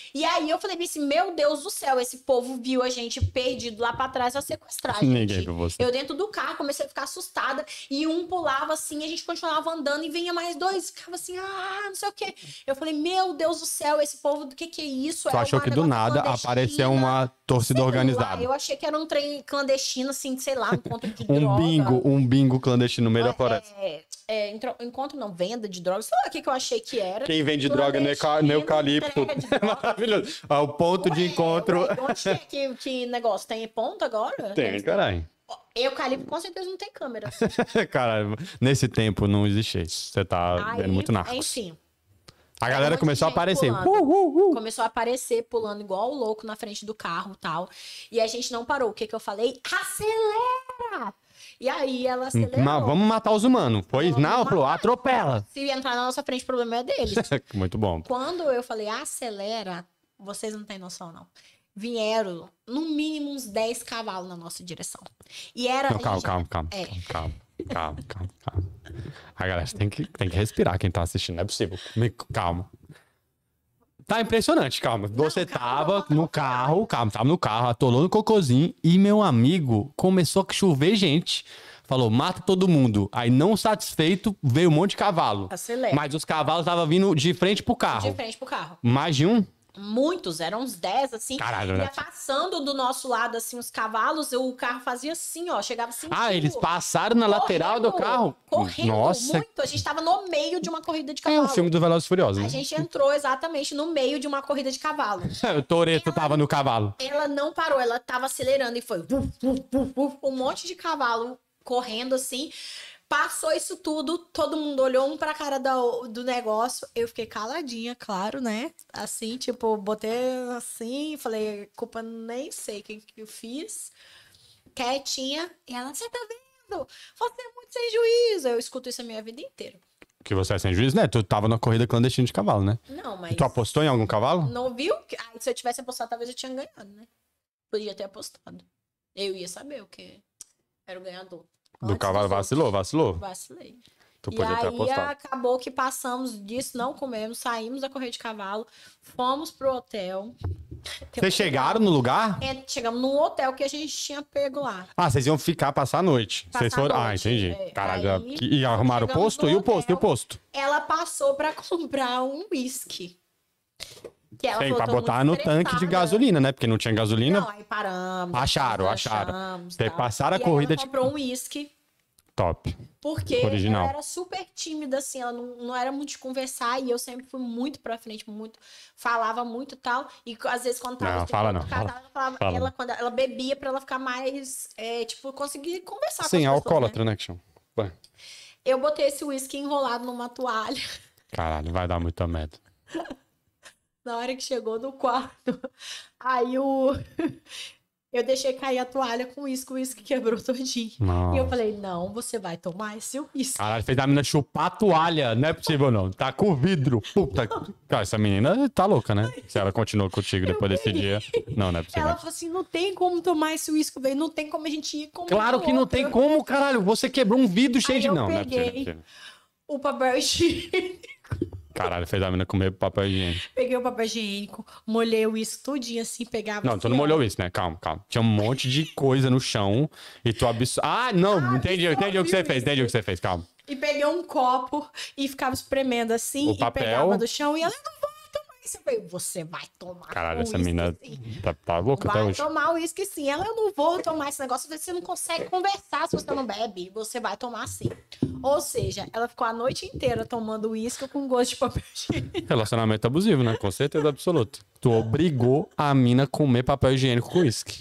E aí eu falei assim, meu Deus do céu, esse povo viu a gente perdido lá pra trás a sequestrar, gente. Ninguém viu você. Eu dentro do carro comecei a ficar assustada e um pulava assim, a gente continuava andando e vinha mais dois, ficava assim, ah, não sei o quê. Eu falei, meu Deus do céu, esse povo, do que que é isso? Tu é achou uma que do negócio nada clandestina, apareceu uma torcida sei organizada. lá, eu achei que era um trem clandestino, assim, sei lá, um encontro de Um droga. bingo, um bingo clandestino no meio da floresta. É, é, entro- encontro não, venda de drogas, sei lá o que que eu achei que era. Quem vende droga no euca- no eucalipto. Entrega de droga. Maravilhoso. Ah, o ponto de Ué, encontro. ué, onde que, é que, que negócio? Tem ponto agora? Tem, caralho. Eucalipto com certeza não tem câmera. Cara, nesse tempo não existia isso. Você tá Aí, vendo muito narcos. enfim. A Era um galera monte começou a de gente aparecer. pulando. Uh, uh, uh. Começou a aparecer, pulando igual o louco na frente do carro e tal. E a gente não parou. O que que eu falei? Acelera! E aí ela acelerou. Mas vamos matar os humanos. Pois Vamos não, falou, matar. atropela. Se entrar na nossa frente, o problema é deles. Muito bom. Quando eu falei acelera, vocês não têm noção, não. Vieram, no mínimo, uns dez cavalos na nossa direção. E era... Não, calma, gente, calma, calma, É. calma, calma, calma, calma. A galera tem que, tem que respirar quem tá assistindo, não é possível. Me- Calma. Tá impressionante, calma. Você calma, tava no carro, calma, tava no carro, atolou no cocôzinho e meu amigo começou a chover gente. Falou, mata todo mundo. Aí, não satisfeito, veio um monte de cavalo. Acelera. Mas os cavalos estavam vindo de frente pro carro. De frente pro carro. Mais de um? Muitos, eram uns dez, assim. Caralho, Ia né? passando do nosso lado, assim, os cavalos, o carro fazia assim, ó, chegava assim. Ah, eles passaram na lateral do carro? Correndo Nossa. muito. A gente tava no meio de uma corrida de É cavalo. o filme do Velozes e Furiosos. A Né? gente entrou exatamente no meio de uma corrida de cavalo. O Toretto tava no cavalo. Ela não parou, ela tava acelerando e foi vuf, vuf, vuf, vuf, um monte de cavalo correndo assim. Passou isso tudo, todo mundo olhou um pra cara do, do negócio. Eu fiquei caladinha, claro, né? Assim, tipo, botei assim, falei, culpa nem sei o que, que eu fiz. Quietinha. E ela, você tá vendo? Você é muito sem juízo. Eu escuto isso a minha vida inteira. Que você é sem juízo, né? Tu tava na corrida clandestina de cavalo, né? Não, mas. Tu apostou em algum cavalo? Não viu? Aí, se eu tivesse apostado, talvez eu tinha ganhado, né? Podia ter apostado. Eu ia saber o que era o ganhador. Do Antes cavalo dos vacilou, outros. vacilou. Vacilei. Tu E podia ter aí apostado. acabou que passamos disso, não comemos, saímos da corrida de cavalo, fomos pro hotel. Vocês chegaram no lugar? É, chegamos num hotel que a gente tinha pego lá. Ah, vocês iam ficar, passar a noite. Passar Vocês foram... a Ah, noite, entendi. é. Caralho, Aí, e arrumaram o chegamos posto? no E o posto? E o hotel. posto? Ela passou pra comprar um whisky. Que ela Tem, falou, pra "Tô botar muito no tanque de estressada." gasolina, né? Porque não tinha gasolina. Não, aí paramos. Acharam, depois acharam. achamos, Vocês tal. passaram a E aí corrida ela de- comprou um whisky. Top. Porque Original. ela era super tímida, assim, ela não, não era muito de conversar, e eu sempre fui muito pra frente, muito, falava muito e tal, e às vezes quando tava... Não, tipo, fala não, casada, fala. ela, falava- Fala ela, não. quando ela bebia pra ela ficar mais, é, tipo, conseguir conversar Sim, com as pessoas, alcoólatra, né? né, que chama? Ué, Eu botei esse whisky enrolado numa toalha, caralho, vai dar muita merda. na hora que chegou no quarto, aí o... Eu deixei cair a toalha com o uísque, o uísque quebrou todinho. Não. E eu falei, não, você vai tomar esse uísque. Caralho, fez a menina chupar a toalha. Não é possível, não. Tá com vidro. Puta. Cara, essa menina tá louca, né? Se ela continua contigo depois desse dia. Não, não é possível. Ela falou assim, não tem como tomar esse uísque, velho. Não tem como a gente ir comer Claro que não outro. tem como, caralho. Você quebrou um vidro cheio Aí de... eu Não, não é possível, não é peguei. possível. O papel higiênico. Caralho, fez a menina comer papel higiênico. Peguei o papel higiênico, molhei o uísque tudinho assim, pegava... Não, assim, tu não ó. molhou isso, né? Calma, calma. Tinha um monte de coisa no chão e tu absor... Ah, não, entendi, eu entendi o que você fez, entendi o que você fez, calma. E peguei um copo e ficava espremendo assim, O e papel. pegava do chão e ela, eu não vou tomar isso. Eu falei, você vai tomar Caralho, essa uísque, menina sim. tá, tá louca até Vai hoje. tomar uísque sim. Ela, eu não vou tomar esse negócio. Você não consegue conversar se você não bebe. Você vai tomar sim. Ou seja, ela ficou a noite inteira tomando uísque com gosto de papel higiênico. Relacionamento abusivo, né? Com certeza absoluta. Tu obrigou a mina a comer papel higiênico com uísque.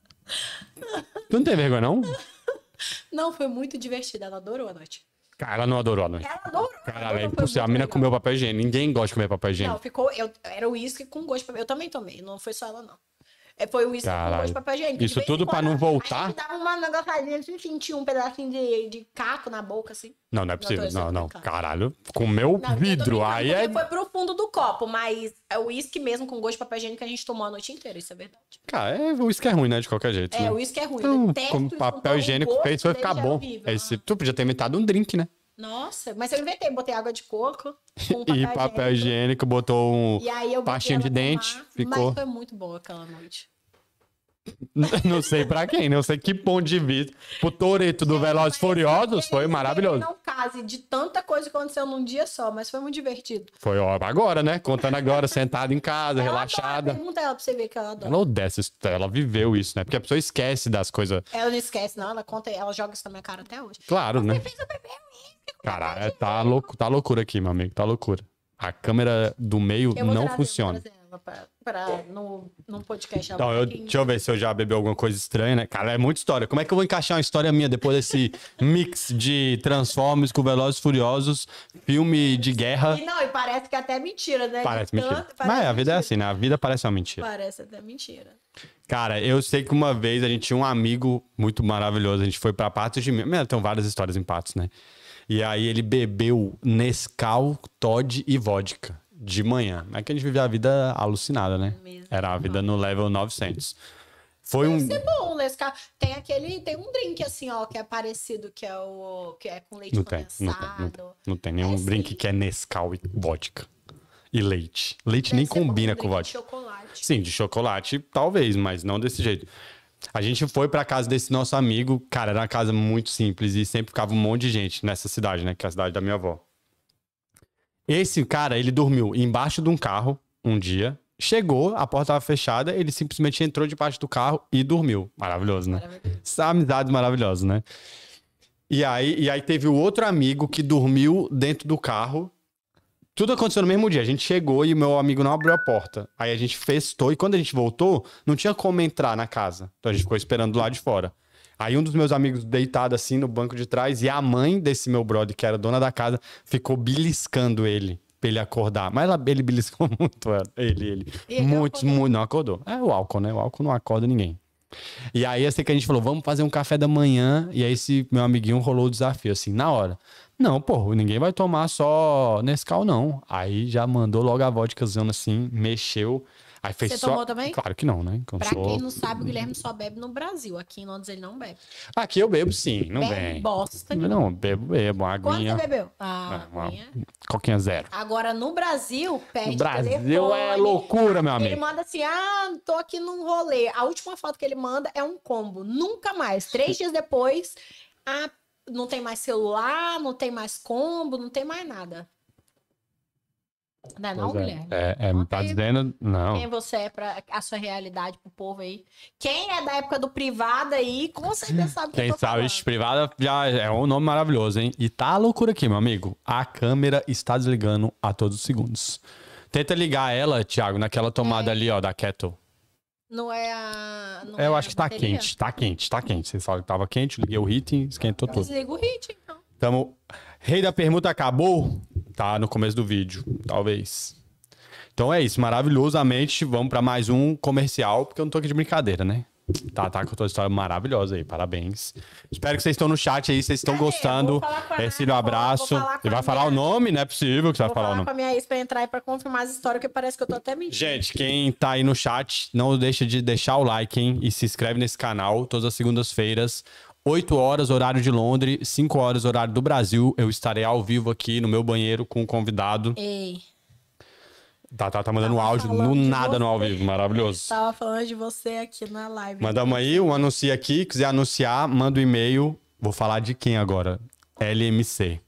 Tu não tem vergonha, não? Não, foi muito divertido. Ela adorou a noite. Cara, ela não adorou a noite. Ela adorou. Caralho, é adorou, foi impossível. A muito mina legal. comeu papel higiênico. Ninguém gosta de comer papel Não, higiênico. ficou. Eu, era uísque com gosto de papel. Eu também tomei. Não foi só ela, não. É, foi uísque com Caralho. gosto de papel higiênico. De Isso vez em tudo pra quando, não voltar? A gente dava uma negociadinha assim, sentia um pedacinho de, de caco na boca, assim. Não, não é tô possível. Não, brincando. não. Caralho, comeu Não, eu tô vidro. brincando, Aí porque é... foi pro fundo do copo, mas é o uísque mesmo com gosto de papel higiênico que a gente tomou a noite inteira, isso é verdade. Cara, é, o uísque é ruim, né? De qualquer jeito. É, né? o uísque é ruim. Então, eu detesto como isso, papel então, o higiênico gosto fez, foi dele ficar já é bom. horrível. Esse, tu podia ter inventado um drink, né? Nossa, mas eu inventei, botei água de coco com papel E papel higiênico, botou um E aí eu botei pastinha de ela dente, tomar, ficou. Mas foi muito boa aquela noite. Não sei pra quem, não sei que ponto de vista. Pro Toretto do Gente, Velozes mas Furiosos que foi isso, maravilhoso. Não case de tanta coisa que aconteceu num dia só, mas foi muito divertido. Foi ó, agora, né? Contando agora, sentada em casa, Ela relaxada. adora, pergunta ela pra você ver que ela adora. Ela odeia essa história, ela viveu isso, né? Porque a pessoa esquece das coisas. Ela não esquece, não. Ela conta, ela joga isso na minha cara até hoje. Claro, né? Você fez o bebê uísque com Caralho, papel tá, louco, tá loucura aqui, meu amigo, tá loucura. A câmera do meio Eu vou não trazer, funciona. Vou trazer ela pra, pra, no, num podcast. Então, eu, deixa eu ver se eu já bebi alguma coisa estranha, né? Cara, é muita história. Como é que eu vou encaixar uma história minha depois desse mix de Transformers com Velozes e Furiosos, filme de guerra? E não, e parece que até é mentira, né? Parece De mentira. tanto- parece Mas a vida é mentira. assim, né? A vida parece uma mentira. Parece até mentira. Cara, eu sei que uma vez a gente tinha um amigo muito maravilhoso. A gente foi pra Patos de Minas. Tem várias histórias em Patos, né? E aí ele bebeu Nescau, Toddy e vodka de manhã. Mas é que a gente vivia a vida alucinada, né? Mesmo. Era a vida no level novecentos. Foi um... Deve ser bom, né? Esse cara- Tem aquele, tem um drink assim, ó, que é parecido, que é o que é com leite Não tem, não condensado. tem, não tem. Não tem nenhum É, drink sim. que é Nescau e vodka. E leite. Leite Deve nem ser bom, um combina drink com de vodka. chocolate. Sim, de chocolate, talvez, mas não desse jeito. A gente foi pra casa desse nosso amigo. Cara, era uma casa muito simples e sempre ficava um monte de gente nessa cidade, né? Que é a cidade da minha avó. Esse cara, ele dormiu embaixo de um carro um dia. Chegou, a porta estava fechada, ele simplesmente entrou debaixo do carro e dormiu. Maravilhoso, né? Maravilhoso. Essa amizade maravilhosa, né? E aí, e aí teve o outro amigo que dormiu dentro do carro. Tudo aconteceu no mesmo dia. A gente chegou e o meu amigo não abriu a porta. Aí a gente festou e quando a gente voltou, não tinha como entrar na casa. Então a gente ficou esperando lá de fora. Aí um dos meus amigos deitado assim no banco de trás e a mãe desse meu brother, que era dona da casa, ficou beliscando ele pra ele acordar. Mas ela, ele beliscou muito ela, ele, ele. E ele Muitos, acordou? muito. Não acordou. É o álcool, né? O álcool não acorda ninguém. E aí, assim que a gente falou, vamos fazer um café da manhã. E aí, esse meu amiguinho rolou o desafio, assim, na hora. Não, pô, ninguém vai tomar só Nescau, não. Aí já mandou logo a vodkazona assim, mexeu. Aí fez Você só... tomou também? Claro que não, né? Que eu Pra sou- quem não sabe, o Guilherme só bebe no Brasil. Aqui em Londres ele não bebe. Aqui eu bebo sim, não Bebe vem. bosta nenhuma. Não, bebo, bebo. Uma Quanto aguinha. você bebeu? Ah, É, uma- aguinha. Coquinha zero. Agora, no Brasil, pede No Brasil telefone. é loucura, meu Ele amigo. manda assim, ah, tô aqui num rolê. A última foto que ele manda é um combo. Nunca mais. Três dias depois, ah, não tem mais celular, não tem mais combo, não tem mais nada. Não é não, Pois é. Guilherme? É, é, me tá Quem- dizendo. Não. Quem você é pra a sua realidade pro povo aí? Quem é da época do privado aí, com certeza sabe o que Quem eu tô sabe, falando. ixi, privada já é um nome maravilhoso, hein? E tá a loucura aqui, meu amigo. A câmera está desligando a todos os segundos. Tenta ligar ela, Thiago, naquela tomada É. ali, ó, da Kettle. Não é a. Não É, eu é acho a que tá bateria? quente, tá quente, tá quente. Você fala que tava quente, liguei o heating, esquentou tudo. Desliga o hit, então. Tamo... Rei da permuta acabou? Tá no começo do vídeo, talvez. Então é isso, maravilhosamente. Vamos pra mais um comercial, porque eu não tô aqui de brincadeira, né? Tá, tá com toda a história maravilhosa aí, parabéns. Espero que vocês estão no chat aí, vocês estão Cadê? gostando. Vou falar com a Esse Ana, um vou- abraço. vou falar com E vai a falar o minha- nome, não é possível que você vai Vou falar o falar nome. com a minha ex pra entrar e pra confirmar as histórias, porque parece que eu tô até mentindo. Gente, quem tá aí no chat, não deixa de deixar o like, hein? E se inscreve nesse canal, todas as segundas-feiras. oito horas, horário de Londres, cinco horas, horário do Brasil. Eu estarei ao vivo aqui no meu banheiro com um convidado. Ei, Tá, tá, tá mandando um Tava áudio falando no de nada no ao você. vivo, maravilhoso. tava falando de você aqui na live. Mandamos aí um anúncio aqui, quiser anunciar, manda um e-mail. Vou falar de quem agora? L M C.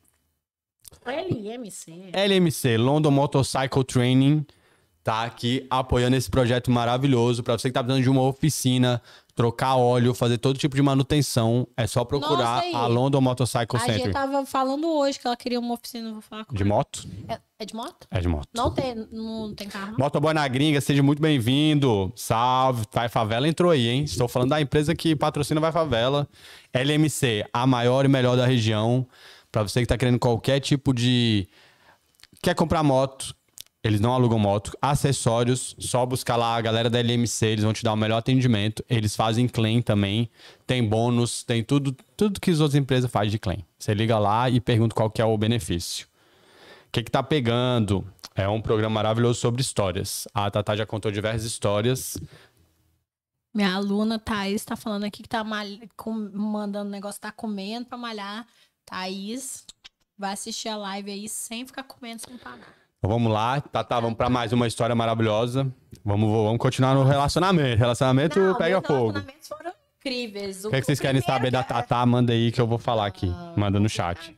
L M C. L M C, London Motorcycle Training, tá aqui apoiando esse projeto maravilhoso. Pra você que tá precisando de uma oficina, trocar óleo, fazer todo tipo de manutenção, é só procurar Nossa, aí. a London Motorcycle A gente Center. tava falando hoje que ela queria uma oficina, vou falar com De ela. moto? É, é de moto? É de moto. Não tem, não tem carro, não? Motoboy na gringa, seja muito bem-vindo. Salve, Vai Favela entrou aí, hein? Estou falando da empresa que patrocina Vai Favela. L M C, a maior e melhor da região. Pra você que tá querendo qualquer tipo de... Quer comprar moto, eles não alugam moto. Acessórios, só buscar lá a galera da L M C, eles vão te dar o melhor atendimento. Eles fazem claim também, tem bônus, tem tudo, tudo que as outras empresas fazem de claim. Você liga lá e pergunta qual que é o benefício. O que que tá pegando? É um programa maravilhoso sobre histórias. A Tatá já contou diversas histórias. Minha aluna Thaís tá falando aqui que tá mal... com... mandando negócio, tá comendo pra malhar. Thaís, vai assistir a live aí sem ficar comendo sem parar. Então, vamos lá, Tatá, vamos pra mais uma história maravilhosa. Vamos, vamos continuar no relacionamento. Relacionamento Não, pega meus fogo. relacionamentos foram incríveis. O que, é que vocês querem saber da Tatá? Manda aí que eu vou falar aqui. Manda no chat.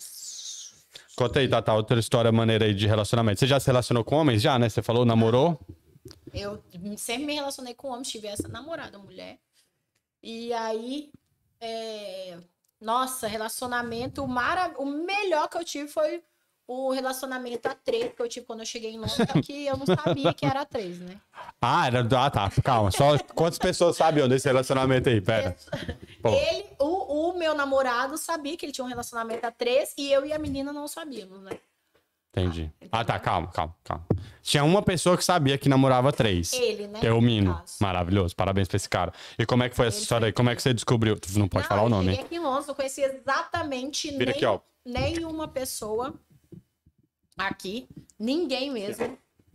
Conta aí, Tatá, outra história maneira aí de relacionamento. Você já se relacionou com homens? Já, né? Você falou, namorou? Eu sempre me relacionei com homens, tive essa namorada, mulher. E aí, é... nossa, relacionamento, mara... o melhor que eu tive foi o relacionamento a três que eu tive quando eu cheguei em Londres, que eu não sabia que era a três, né? Ah, era... ah, tá, calma. Só quantas pessoas sabiam desse relacionamento aí? Pera. Ele, o, o meu namorado sabia que ele tinha um relacionamento a três e eu e a menina não sabíamos, né? Entendi. Ah, tá, calma, calma, calma. Tinha uma pessoa que sabia que namorava três. Ele, né? Teu Mino. Maravilhoso. Parabéns pra esse cara. E como é que foi essa Ele história aí? Como é que você descobriu? Tu não pode não, falar o nome, eu hein? cheguei aqui em Londres, não conhecia exatamente Vira nem, aqui, ó. nenhuma pessoa aqui. Ninguém mesmo.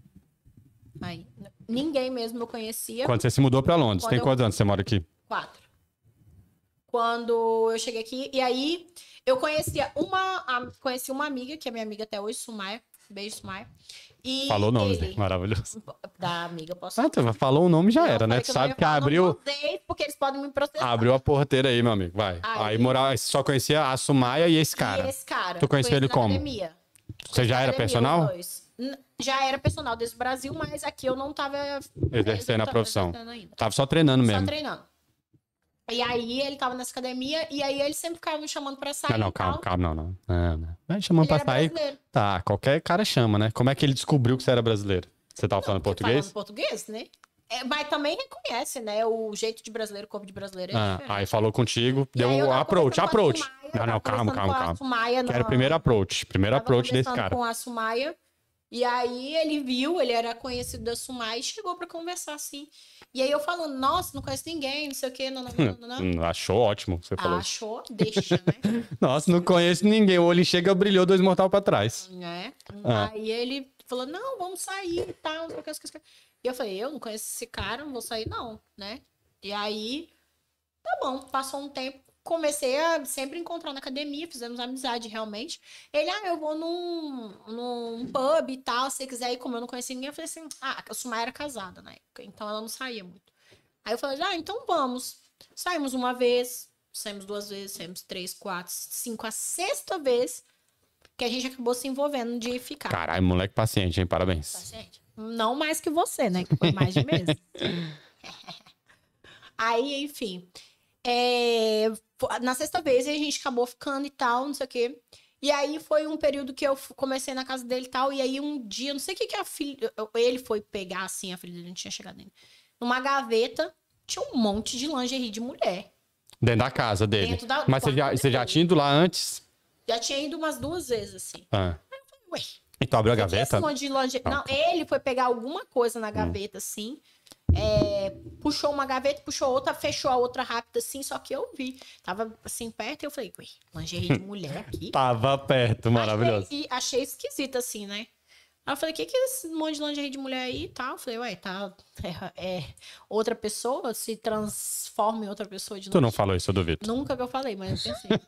Aí. Ninguém mesmo eu conhecia. Quando você se mudou pra Londres, Quando tem eu- quantos anos você mora aqui? Quatro. Quando eu cheguei aqui, e aí eu conhecia uma, a- conheci uma amiga, que é minha amiga até hoje, Sumaya. Beijo, Sumaya. E Falou o nome, ele, né? Maravilhoso. da amiga, posso Ah, tu falou o nome já Não, era, né? falei Tu eu não sabe ia que falar o abriu, nome de vocês, porque eles podem me processar. abriu a porteira aí, meu amigo. Vai. Aí- Aí, morava, você só conhecia a Sumaya e esse cara. E esse cara. Tu conhecia conheci ele na como? Academia. Você já Na era academia, personal? os dois. N- Já era personal desde o Brasil, mas aqui eu não tava Exercendo a profissão. exercendo ainda. Tava só treinando Só mesmo. treinando. E aí ele tava nessa academia e aí ele sempre ficava me chamando pra sair. Não, não, e calma, tal. calma, não, não. Não, não. Vai chamando Ele pra era sair. brasileiro. Tá, qualquer cara chama, né? Como é que ele descobriu que você era brasileiro? Você tava falando Porque português? Falando português, né? É, mas também reconhece, né? O jeito de brasileiro, o corpo de brasileiro. É Ah, diferente. aí falou contigo, E deu aí eu um tava approach, conversando com a approach. Sumaya, eu Não, tava não, calma, conversando calma, com a calma. Sumaya Quero o na- primeiro approach. Primeiro Tava approach desse conversando cara. com a Sumaya. E aí ele viu, ele era conhecido da Sumaya e chegou pra conversar assim. E aí eu falando, nossa, não conheço ninguém, não sei o quê, não, não, não, não, não. Hum, Achou ótimo, você falou isso. Achou? Deixa, né? Nossa, não conheço ninguém. O olho chega, brilhou, dois mortal pra trás. né? Ah. Aí ele falou, não, vamos sair e tal, não sei o que, não sei o que. E eu falei, eu não conheço esse cara, não vou sair não, né? E aí, tá bom, passou um tempo, comecei a sempre encontrar na academia, fizemos amizade realmente. Ele, ah, eu vou num, num pub e tal, se você quiser ir, como eu não conhecia ninguém, eu falei assim, ah, a Sumaya era casada na época, então ela não saía muito. Aí eu falei, ah, então vamos. Saímos uma vez, saímos duas vezes, saímos três, quatro, cinco, a sexta vez que a gente acabou se envolvendo de ficar. Caralho, moleque paciente, hein? Parabéns. Paciente. Não mais que você, né? Que foi mais de mês. Aí, enfim. é, Na sexta vez a gente acabou ficando e tal, não sei o quê. E aí foi um período que eu f- comecei na casa dele e tal. E aí um dia, não sei o que que a filha. Ele foi pegar assim, a filha dele não tinha chegado ainda. Numa gaveta, tinha um monte de lingerie de mulher. Dentro da casa dele. Dentro da- Mas você já, você já tinha ido lá antes? Já tinha ido umas duas vezes, assim. Ah. Ué, E tu abriu a Porque gaveta? esse monte de lingerie... Ah, Não, ele foi pegar alguma coisa na gaveta, assim. é, puxou uma gaveta, puxou outra, fechou a outra rápido, assim. Só que eu vi. Tava, assim, perto e eu falei, ué, lingerie de mulher aqui? Tava perto, maravilhoso. Achei, e achei esquisito, assim, né? Aí eu falei, o que que é esse monte de lingerie de mulher aí e tal? Eu falei, ué, tá... É, é outra pessoa se transforma em outra pessoa de Tu novo. não falou isso, eu duvido. Nunca que eu falei, mas eu pensei.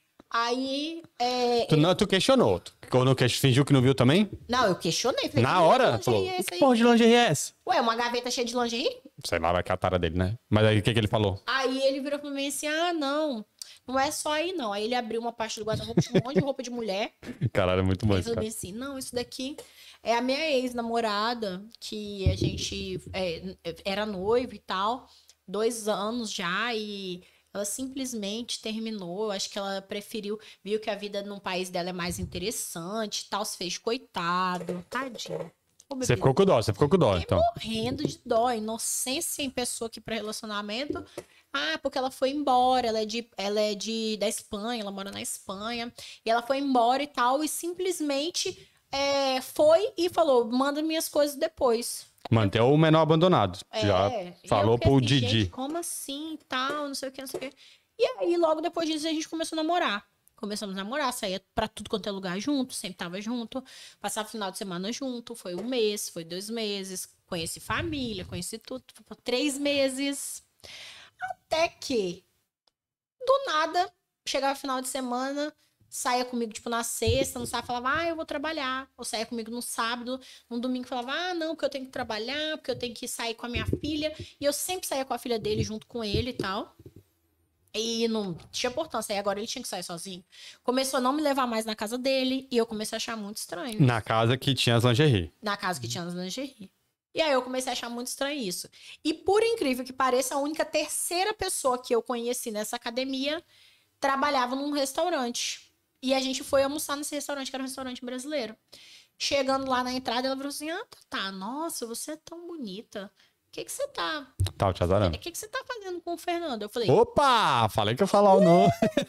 Aí... é, Tu, não, tu questionou. Tu, quando que- fingiu que não viu também? Não, eu questionei. Falei, Na que hora? lingerie Falou, é essa que aí? porra de lingerie é essa? Ué, uma gaveta cheia de lingerie? Sei lá, vai que é a tara dele, né? Mas aí o que, que ele falou? Aí ele virou pra mim assim, ah, não, não é só aí não. Aí ele abriu uma parte do guarda-roupa, tinha um monte de roupa de mulher. Caralho, é muito bom Ele esse falou cara. bem assim, não, isso daqui é a minha ex-namorada, que a gente é, era noivo e tal, dois anos já, e ela simplesmente terminou. Acho que ela preferiu, viu que a vida num país dela é mais interessante e tal, se fez de coitado, tadinho. Ô, Você bebê, ficou com dó, você ficou com dó, então. morrendo de dó, inocência em pessoa aqui para relacionamento. Ah, porque ela foi embora, ela é de, ela é de da Espanha, ela mora na Espanha, e ela foi embora e tal, e simplesmente é, foi e falou, manda minhas coisas depois. Manter o menor abandonado. É, Já e eu falou fiquei pro assim, Didi. gente, como assim, tal, não sei o que, não sei o que. E aí, logo depois disso, a gente começou a namorar. Começamos a namorar, saía pra tudo quanto é lugar junto, sempre tava junto, passava final de semana junto, foi um mês, foi dois meses, conheci família, conheci tudo, foi três meses. Até que, do nada, chegava final de semana, saía comigo, tipo, na sexta, no sábado, falava, ah, eu vou trabalhar. Ou saía comigo no sábado, no domingo, falava, ah, não, porque eu tenho que trabalhar, porque eu tenho que sair com a minha filha. E eu sempre saía com a filha dele, junto com ele e tal. E não tinha importância. Aí agora ele tinha que sair sozinho. Começou a não me levar mais na casa dele, e eu comecei a achar muito estranho. Na casa que tinha as lingerie. Na casa que tinha as lingerie. E aí eu comecei a achar muito estranho isso. E por incrível que pareça, a única terceira pessoa que eu conheci nessa academia trabalhava num restaurante. E a gente foi almoçar nesse restaurante, que era um restaurante brasileiro. Chegando lá na entrada, ela falou assim, ah, tá, nossa, você é tão bonita. O que que você tá... Tá, te adorando. O que que você tá fazendo com o Fernando? Eu falei... Opa! Falei que eu ia falar o nome.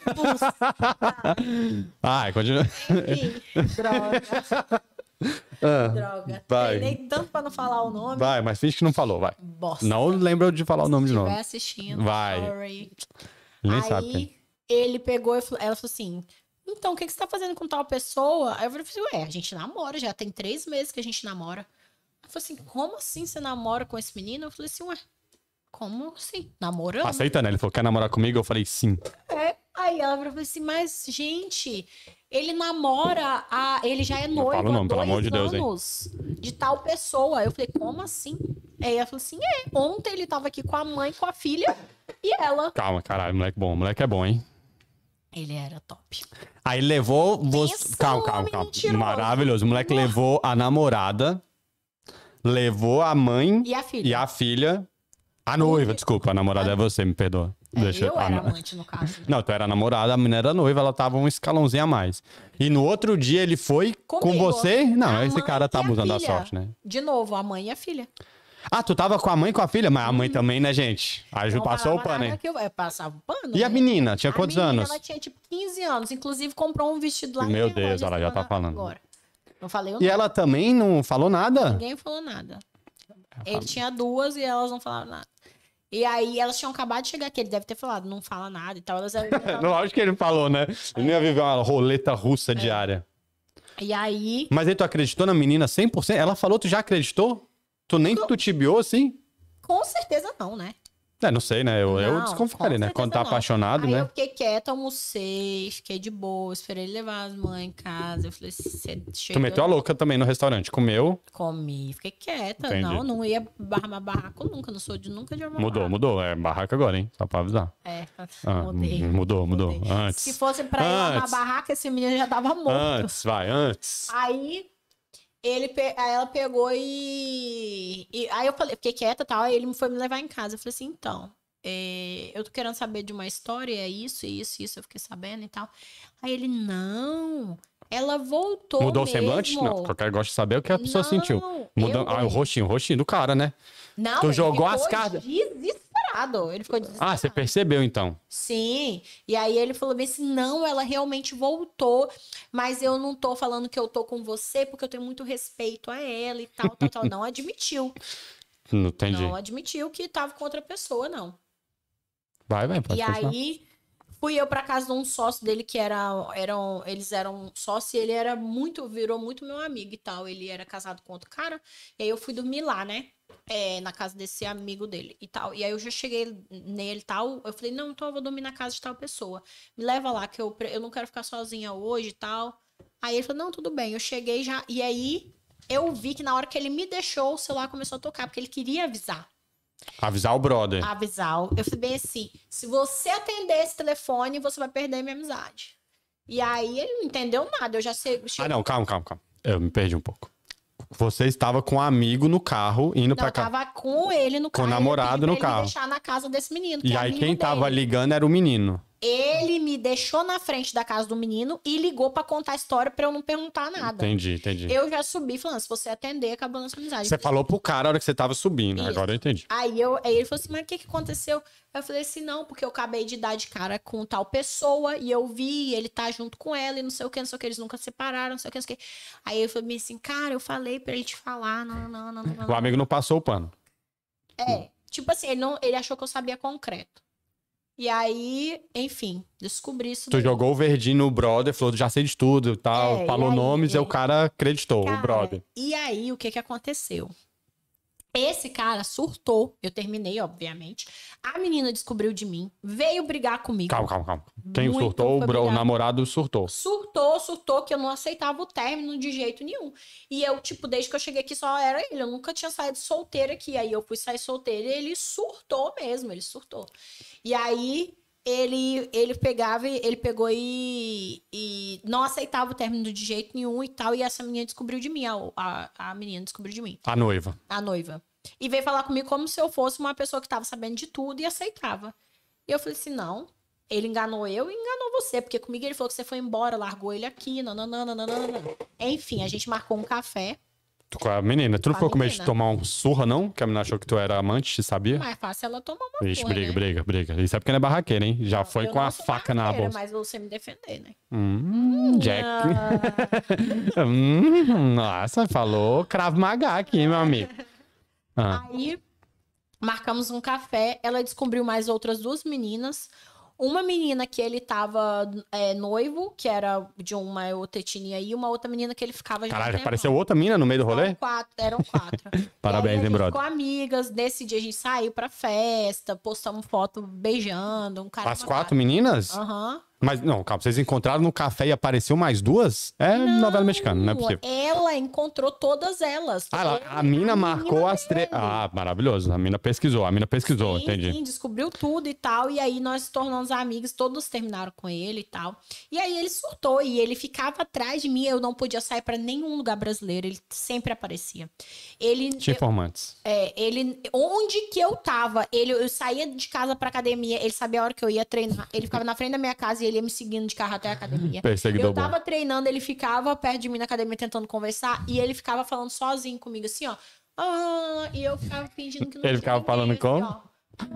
Ai, continua. Enfim, droga. Ah, Droga. vai. Treinei tanto pra não falar o nome. Vai, mas finge que não falou, vai. Bosta. Não lembra de falar o nome de Se novo. estiver assistindo, Vai. sorry. Nem Aí, sabe. ele pegou e falou, ela falou assim, então, o que, que você tá fazendo com tal pessoa? Aí eu falei assim, ué, a gente namora, já tem três meses que a gente namora. Ela falou assim, como assim você namora com esse menino? Eu falei assim, ué, como assim? Namorando? Aceitando, ele falou, quer namorar comigo? Eu falei, sim. É. Aí ela falou assim, mas, gente, ele namora, a... ele já é noivo fala o nome, há pelo dois amor de Deus, hein? anos de tal pessoa. Eu falei, como assim? Aí ela falou assim, é, ontem ele tava aqui com a mãe, com a filha e ela. Calma, caralho, moleque bom. Moleque é bom, hein? Ele era top. Aí levou você. Pensa Calma, no calma, homem calma. mentiroso. Maravilhoso. O moleque levou a namorada, levou a mãe E a filha. e a filha. A noiva, desculpa. A namorada é você, me perdoa. É, Deixa eu a- era amante, no caso. Não, tu era namorada, a menina era noiva, ela tava um escalãozinho a mais. E no outro dia ele foi com Comigo. você? Não, A esse mãe cara tá e a abusando da filha. sorte, né? De novo, a mãe e a filha. Ah, tu tava com a mãe e com a filha? Mas a mãe também, né, gente? Aí Não passou o falava pano, nada hein? que eu, eu passava o pano. E a né? menina? Tinha A quantos menina, anos? Ela tinha tipo quinze anos. Inclusive comprou um vestido lá Meu na minha Deus, loja ela já tá semana falando. Agora. Não falei o E nome. ela também não falou nada? Ninguém falou nada. Ele tinha duas e elas não falaram nada. E aí elas tinham acabado de chegar aqui. Ele deve ter falado, não fala nada e tal. Elas já tavam- Lógico que ele falou, né? Ele não ia viver uma roleta russa diária. E aí. Mas aí tu acreditou na menina cem por cento? Ela falou, tu já acreditou? Tu nem tutibiou assim? Com certeza não, né? É, não sei, né? Eu, eu Não, desconfiaria, com né? Quando tá certeza não. apaixonado, Aí né? eu fiquei quieta, almocei, fiquei de boa, esperei ele levar as mães em casa. Eu falei, você Tu chega. meteu a louca também no restaurante. Comeu, Comi, fiquei quieta. Entendi. Não, não ia armar barraco nunca. Não sou de nunca de armar mudou, barraco. mudou. É barraca agora, hein? Só pra avisar. É, Ah, mudei. mudou, mudou. Mudei. Antes. Se fosse pra eu armar Antes. barraca, esse menino já tava morto. Antes, vai, antes. Aí, ele, pe- aí ela pegou e, e... Aí eu falei, fiquei quieta e tal. Aí ele foi me levar em casa. Eu falei assim, então... é, eu tô querendo saber de uma história, é isso, isso, isso. Eu fiquei sabendo e tal. Aí ele, não... Ela voltou Mudou o mesmo. semblante? Não, porque eu quero gosto de saber o que a pessoa Não, sentiu. Mudou... eu- Ah, o rostinho, o rostinho do cara, né? Não, Tu ele jogou as ficou cartas? desesperado. Ele ficou desesperado. Ah, você percebeu então. Sim, e aí ele falou bem assim, não, ela realmente voltou, mas eu não tô falando que eu tô com você porque eu tenho muito respeito a ela e tal, tal, tal. Não admitiu, Não entendi. não admitiu que tava com outra pessoa, não. Vai, vai, pode E continuar. aí fui eu pra casa de um sócio dele que era, eram, eles eram sócios e ele era muito, virou muito meu amigo e tal. Ele era casado com outro cara, e aí eu fui dormir lá, né? É, na casa desse amigo dele e tal. E aí eu já cheguei nele e tal. Eu falei, não, então eu vou dormir na casa de tal pessoa. Me leva lá, que eu, pre- eu não quero ficar sozinha hoje e tal. Aí ele falou, não, tudo bem. Eu cheguei já. E aí eu vi que na hora que ele me deixou, o celular começou a tocar, porque ele queria avisar. Avisar o brother. Avisar. Eu falei bem assim: se você atender esse telefone, você vai perder minha amizade. E aí ele não entendeu nada. Eu já sei. Ah, não, calma, calma, calma. Eu me perdi um pouco. Você estava com um amigo no carro, indo Não, pra eu cá. tava com ele no Com o carro. namorado eu no pedi pra ele carro. me deixar na casa desse menino. Que E é aí amigo quem tava dele. ligando era o menino. Ele me deixou na frente da casa do menino e ligou pra contar a história pra eu não perguntar nada. Entendi, entendi. Eu já subi falando: se você atender, acabou a nossa amizade. Você falou pro cara a hora que você tava subindo. Isso. Agora eu entendi. Aí, eu, aí ele falou assim, mas o que, que aconteceu? Eu falei assim, não, porque eu acabei de dar de cara com tal pessoa e eu vi ele tá junto com ela e não sei o que, não sei o que, eles nunca separaram, não sei o que, não sei o que. Aí ele falou assim, cara, eu falei pra ele te falar, não, não, não, não. O não. amigo não passou o pano. É, tipo assim, ele, não, ele achou que eu sabia concreto. E aí, enfim, descobri isso Tu daí. jogou o verdinho no brother, falou, já sei de tudo e tal. É, e falou aí, nomes e é. o cara acreditou, Cara, o brother. E aí, o que que aconteceu? Esse cara surtou. Eu terminei, obviamente. A menina descobriu de mim, veio brigar comigo. Calma, calma, calma. Quem Muito surtou? O, bro, o obrigada. namorado surtou. Surtou, surtou, que eu não aceitava o término de jeito nenhum. E eu, tipo, desde que eu cheguei aqui só era ele. Eu nunca tinha saído solteira aqui. Aí eu fui sair solteira e ele surtou mesmo, ele surtou. E aí ele, ele pegava, ele pegou e, e não aceitava o término de jeito nenhum e tal. E essa menina descobriu de mim, a, a, a menina descobriu de mim. A noiva. A noiva. E veio falar comigo como se eu fosse uma pessoa que tava sabendo de tudo e aceitava. E eu falei assim, não, ele enganou eu e enganou você, porque comigo ele falou que você foi embora, largou ele aqui, nananana, nananana. Enfim, a gente marcou um café. Tu com a menina. Tu não Com a ficou com medo de menina. tomar um surra, não? Que a menina achou que tu era amante, sabia? Mais fácil ela tomar uma Vixe, porra, briga, né? briga, briga. Isso é porque não é barraqueira, hein? Já foi Eu com não a sou faca na barraqueira, bolsa. mas você me defender, né? Hum, Jack. hum, nossa, falou Krav Maga aqui, meu amigo. Ah, Aí, marcamos um café, ela descobriu mais outras duas meninas. Uma menina que ele tava é, noivo, que era de uma outra etnia, e uma outra menina que ele ficava... já há um caralho, tempão. apareceu outra mina no meio do rolê? Eram quatro, eram quatro. Parabéns, e aí, hein, a gente brother? ficou amigas. Nesse dia a gente saiu pra festa, postamos foto beijando, um cara As quatro meninas? Aham. Mas, não, calma, vocês encontraram no café e apareceu mais duas? É novela mexicana, não é possível. Ela encontrou todas elas. Ah, ela- a mina marcou as três. Ah, maravilhoso. A mina pesquisou, a mina pesquisou, Sim, entendi. sim, descobriu tudo e tal. E aí nós nos tornamos amigos, todos terminaram com ele e tal. E aí ele surtou e ele ficava atrás de mim. Eu não podia sair pra nenhum lugar brasileiro. Ele sempre aparecia. Ele, Tinha informantes. é, ele, onde que eu tava, ele, eu saía de casa pra academia, ele sabia a hora que eu ia treinar. Ele ficava na frente da minha casa e ele ia me seguindo de carro até a academia. Perseguidor Eu bom. tava treinando, ele ficava perto de mim na academia tentando conversar e ele ficava falando sozinho comigo, assim, ó. Ah, e eu ficava fingindo que não Ele tinha ficava ninguém, falando assim, como? ó.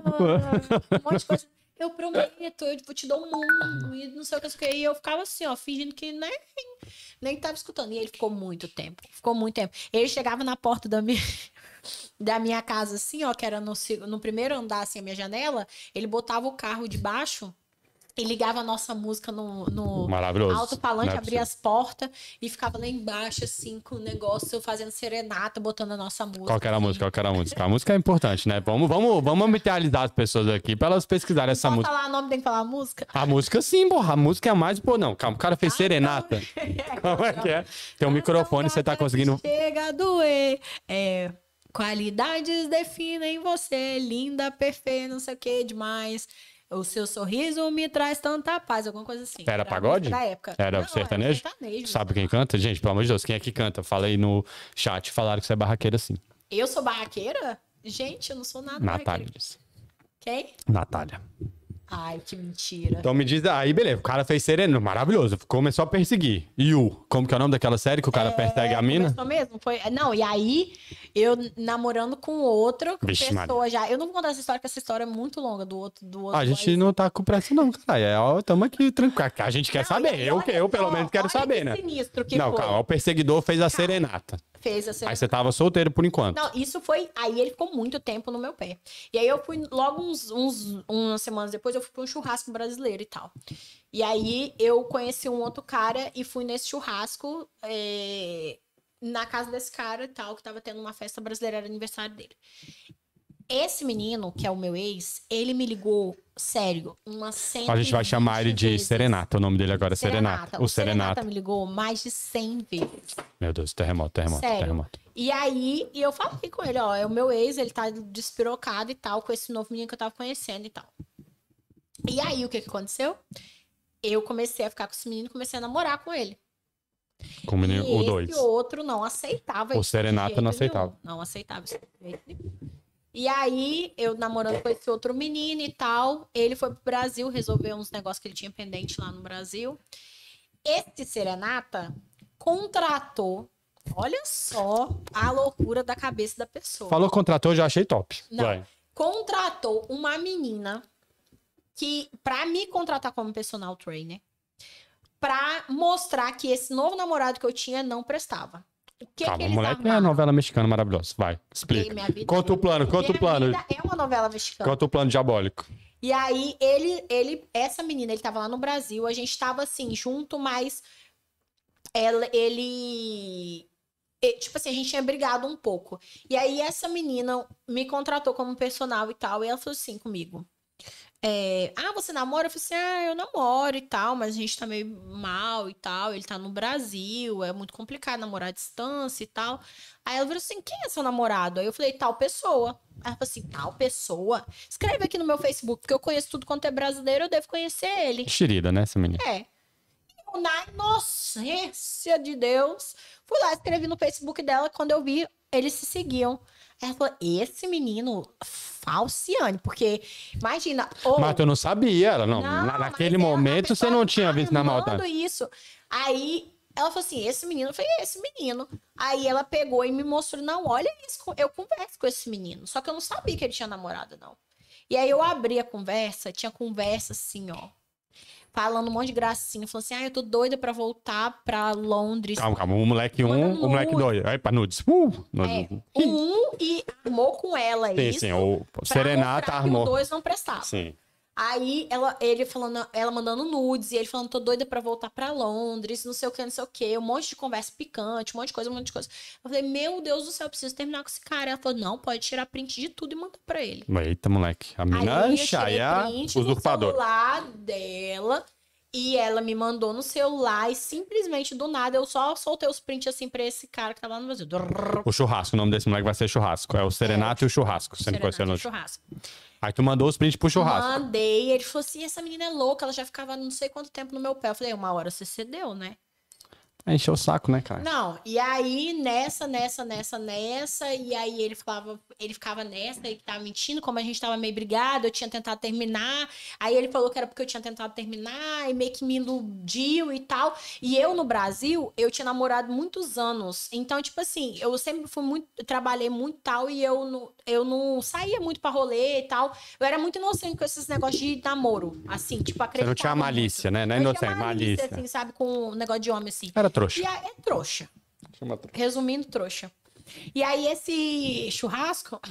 Ah, um monte de coisa. Eu prometo, eu vou te dar um mundo e não sei o que, não sei o que. E eu ficava assim, ó, fingindo que nem, nem tava escutando. E ele ficou muito tempo, ficou muito tempo. Ele chegava na porta da minha, da minha casa, assim, ó, que era no, se- no primeiro andar, assim, a minha janela. Ele botava o carro debaixo e ligava a nossa música no, no Maravilhoso. alto-falante, Não é abria as portas e ficava lá embaixo, assim, com o negócio, fazendo serenata, botando a nossa música. Qual que era a assim. música? Qual que era a música? A música é importante, né? Vamos, vamos, vamos ambientalizar as pessoas aqui pra elas pesquisarem essa Posso música. falar o nome, tem que falar a música? A música sim, porra. A música é a mais... Pô, não, calma. O cara fez Ah, serenata. Como é que é? Tem um microfone, você tá conseguindo... Chega a doer. É, qualidades definem você, linda, perfeita, não sei o que, demais. O seu sorriso me traz tanta paz, alguma coisa assim. Era a pagode? música da época. Era Não, sertanejo? sertanejo. Sabe quem canta? Gente, pelo amor de Deus, quem é que canta? Falei no chat, falaram que você é barraqueira sim. Eu sou barraqueira? Gente, eu não sou nada Natália barraqueira. disse. Quem? Natália. Ai, que mentira. Então me diz aí, beleza. O cara fez sereno, maravilhoso. Começou a perseguir. You, como que é o nome daquela série que o cara persegue a mina? Começou mesmo? Foi... Não, e aí, eu namorando com outro, com Vixe, pessoa já... Eu não vou contar essa história, porque essa história é muito longa do outro. Do outro A gente mas- não tá com pressa não, cara. É, ó, tamo aqui tranquilo. A gente quer Não, saber. e Eu, olha eu pelo só, menos quero olha saber, que né? sinistro que Não, foi. calma. O perseguidor fez a serenata. Fez a cena. Aí você tava solteiro por enquanto. Não, isso foi. Aí ele ficou muito tempo no meu pé. E aí eu fui, logo uns, uns umas semanas depois, eu fui pra um churrasco brasileiro e tal. E aí eu conheci um outro cara e fui nesse churrasco é, na casa desse cara e tal, que tava tendo uma festa brasileira, era aniversário dele. Esse menino, que é o meu ex, ele me ligou, sério, umas cem A gente vai chamar ele de vezes. Serenata. O nome dele agora é Serenata. O, O Serenata. Serenata me ligou mais de cem vezes. Meu Deus, terremoto, terremoto, Sério. terremoto. E aí, e eu falei com ele, ó, é o meu ex, ele tá despirocado e tal, com esse novo menino que eu tava conhecendo e tal. E aí, o que que aconteceu? Eu comecei a ficar com esse menino e comecei a namorar com ele. Com o menino, e o esse dois. outro não aceitava O isso de Serenata jeito não aceitava. nenhum. Não aceitava isso de jeito nenhum. E aí, eu namorando com esse outro menino e tal, ele foi pro Brasil, resolveu uns negócios que ele tinha pendente lá no Brasil. Esse Serenata contratou, olha só a loucura da cabeça da pessoa. Falou contratou, já achei top. Não. Vai. Contratou uma menina que, pra me contratar como personal trainer, pra mostrar que esse novo namorado que eu tinha não prestava. O que Calma, que o eles moleque é armaram? novela mexicana maravilhosa. Vai, Porque explica. minha vida- Conta o plano, conta o Minha plano. vida é uma novela mexicana. Conta o plano diabólico. E aí, ele, ele, essa menina, ele tava lá no Brasil, a gente tava assim, junto, mas ela, ele E, tipo assim, a gente tinha brigado um pouco. E aí essa menina me contratou como personal e tal. E ela falou assim comigo. É, ah, você namora? Eu falei assim, ah, eu namoro e tal, mas a gente tá meio mal e tal. Ele tá no Brasil, é muito complicado namorar à distância e tal. Aí ela falou assim, quem é seu namorado? Aí eu falei, tal pessoa. Ela falou assim, tal pessoa? Escreve aqui no meu Facebook, porque eu conheço tudo quanto é brasileiro, eu devo conhecer ele. Xerida, né, essa menina? É. Eu, na inocência de Deus, fui lá, escrevi no Facebook dela, quando eu vi, eles se seguiam. Ela falou, esse menino, Falciane, porque, imagina... Oh, mas tu não sabia, ela não. não, Na- Naquele mas é, a momento você pessoa não tinha tá visto na armando maldade. isso. Aí ela falou assim, esse menino, eu falei, esse menino. Aí ela pegou e me mostrou, não, olha isso, eu converso com esse menino. Só que eu não sabia que ele tinha namorada, não. E aí eu abri a conversa, tinha conversa assim, ó. Falando um monte de gracinha. Falou assim, ah, eu tô doida pra voltar pra Londres. Calma, calma. O moleque um, Mandando o moleque nude. dois. Aí pra nudes. Uh, É, nudes. o um e armou com ela Sim, isso. sim. O pra Serenata mostrar que armou. os dois não prestavam. Sim. Aí ela, ele falando, ela mandando nudes, e ele falando, tô doida pra voltar pra Londres, não sei o que, não sei o que, um monte de conversa picante, um monte de coisa, um monte de coisa. Eu falei, meu Deus do céu, eu preciso terminar com esse cara. Ela falou, não, pode tirar print de tudo e mandar pra ele. Eita, moleque. A mina Aí eu chá, tirei é a print do usurpadora. celular dela e ela me mandou no celular e simplesmente do nada eu só soltei os prints assim pra esse cara que tava lá no Brasil. O churrasco, o nome desse moleque vai ser churrasco. É o Serenato É, e o churrasco. Você não Serenata conheceu e no... churrasco. Aí tu mandou os prints pro churrasco. Mandei, ele falou assim, essa menina é louca, ela já ficava não sei quanto tempo no meu pé. Eu falei, uma hora você cedeu, né? Aí encheu o saco, né, cara? Não, e aí nessa, nessa, nessa, nessa, e aí ele falava, ele ficava nessa, ele tava mentindo, como a gente tava meio brigado, eu tinha tentado terminar, aí ele falou que era porque eu tinha tentado terminar, e meio que me iludiu e tal, e eu no Brasil, eu tinha namorado muitos anos, então, tipo assim, eu sempre fui muito, eu trabalhei muito tal, e eu não, eu não saía muito pra rolê e tal, eu era muito inocente com esses negócios de namoro, assim, tipo, acreditava Você não tinha malícia, muito. né? Não é Eu inocente, tinha malícia, malícia. assim, sabe, com o negócio de homem, assim. Era trouxa. E aí é trouxa. Chama trouxa. Resumindo, trouxa. E aí, esse churrasco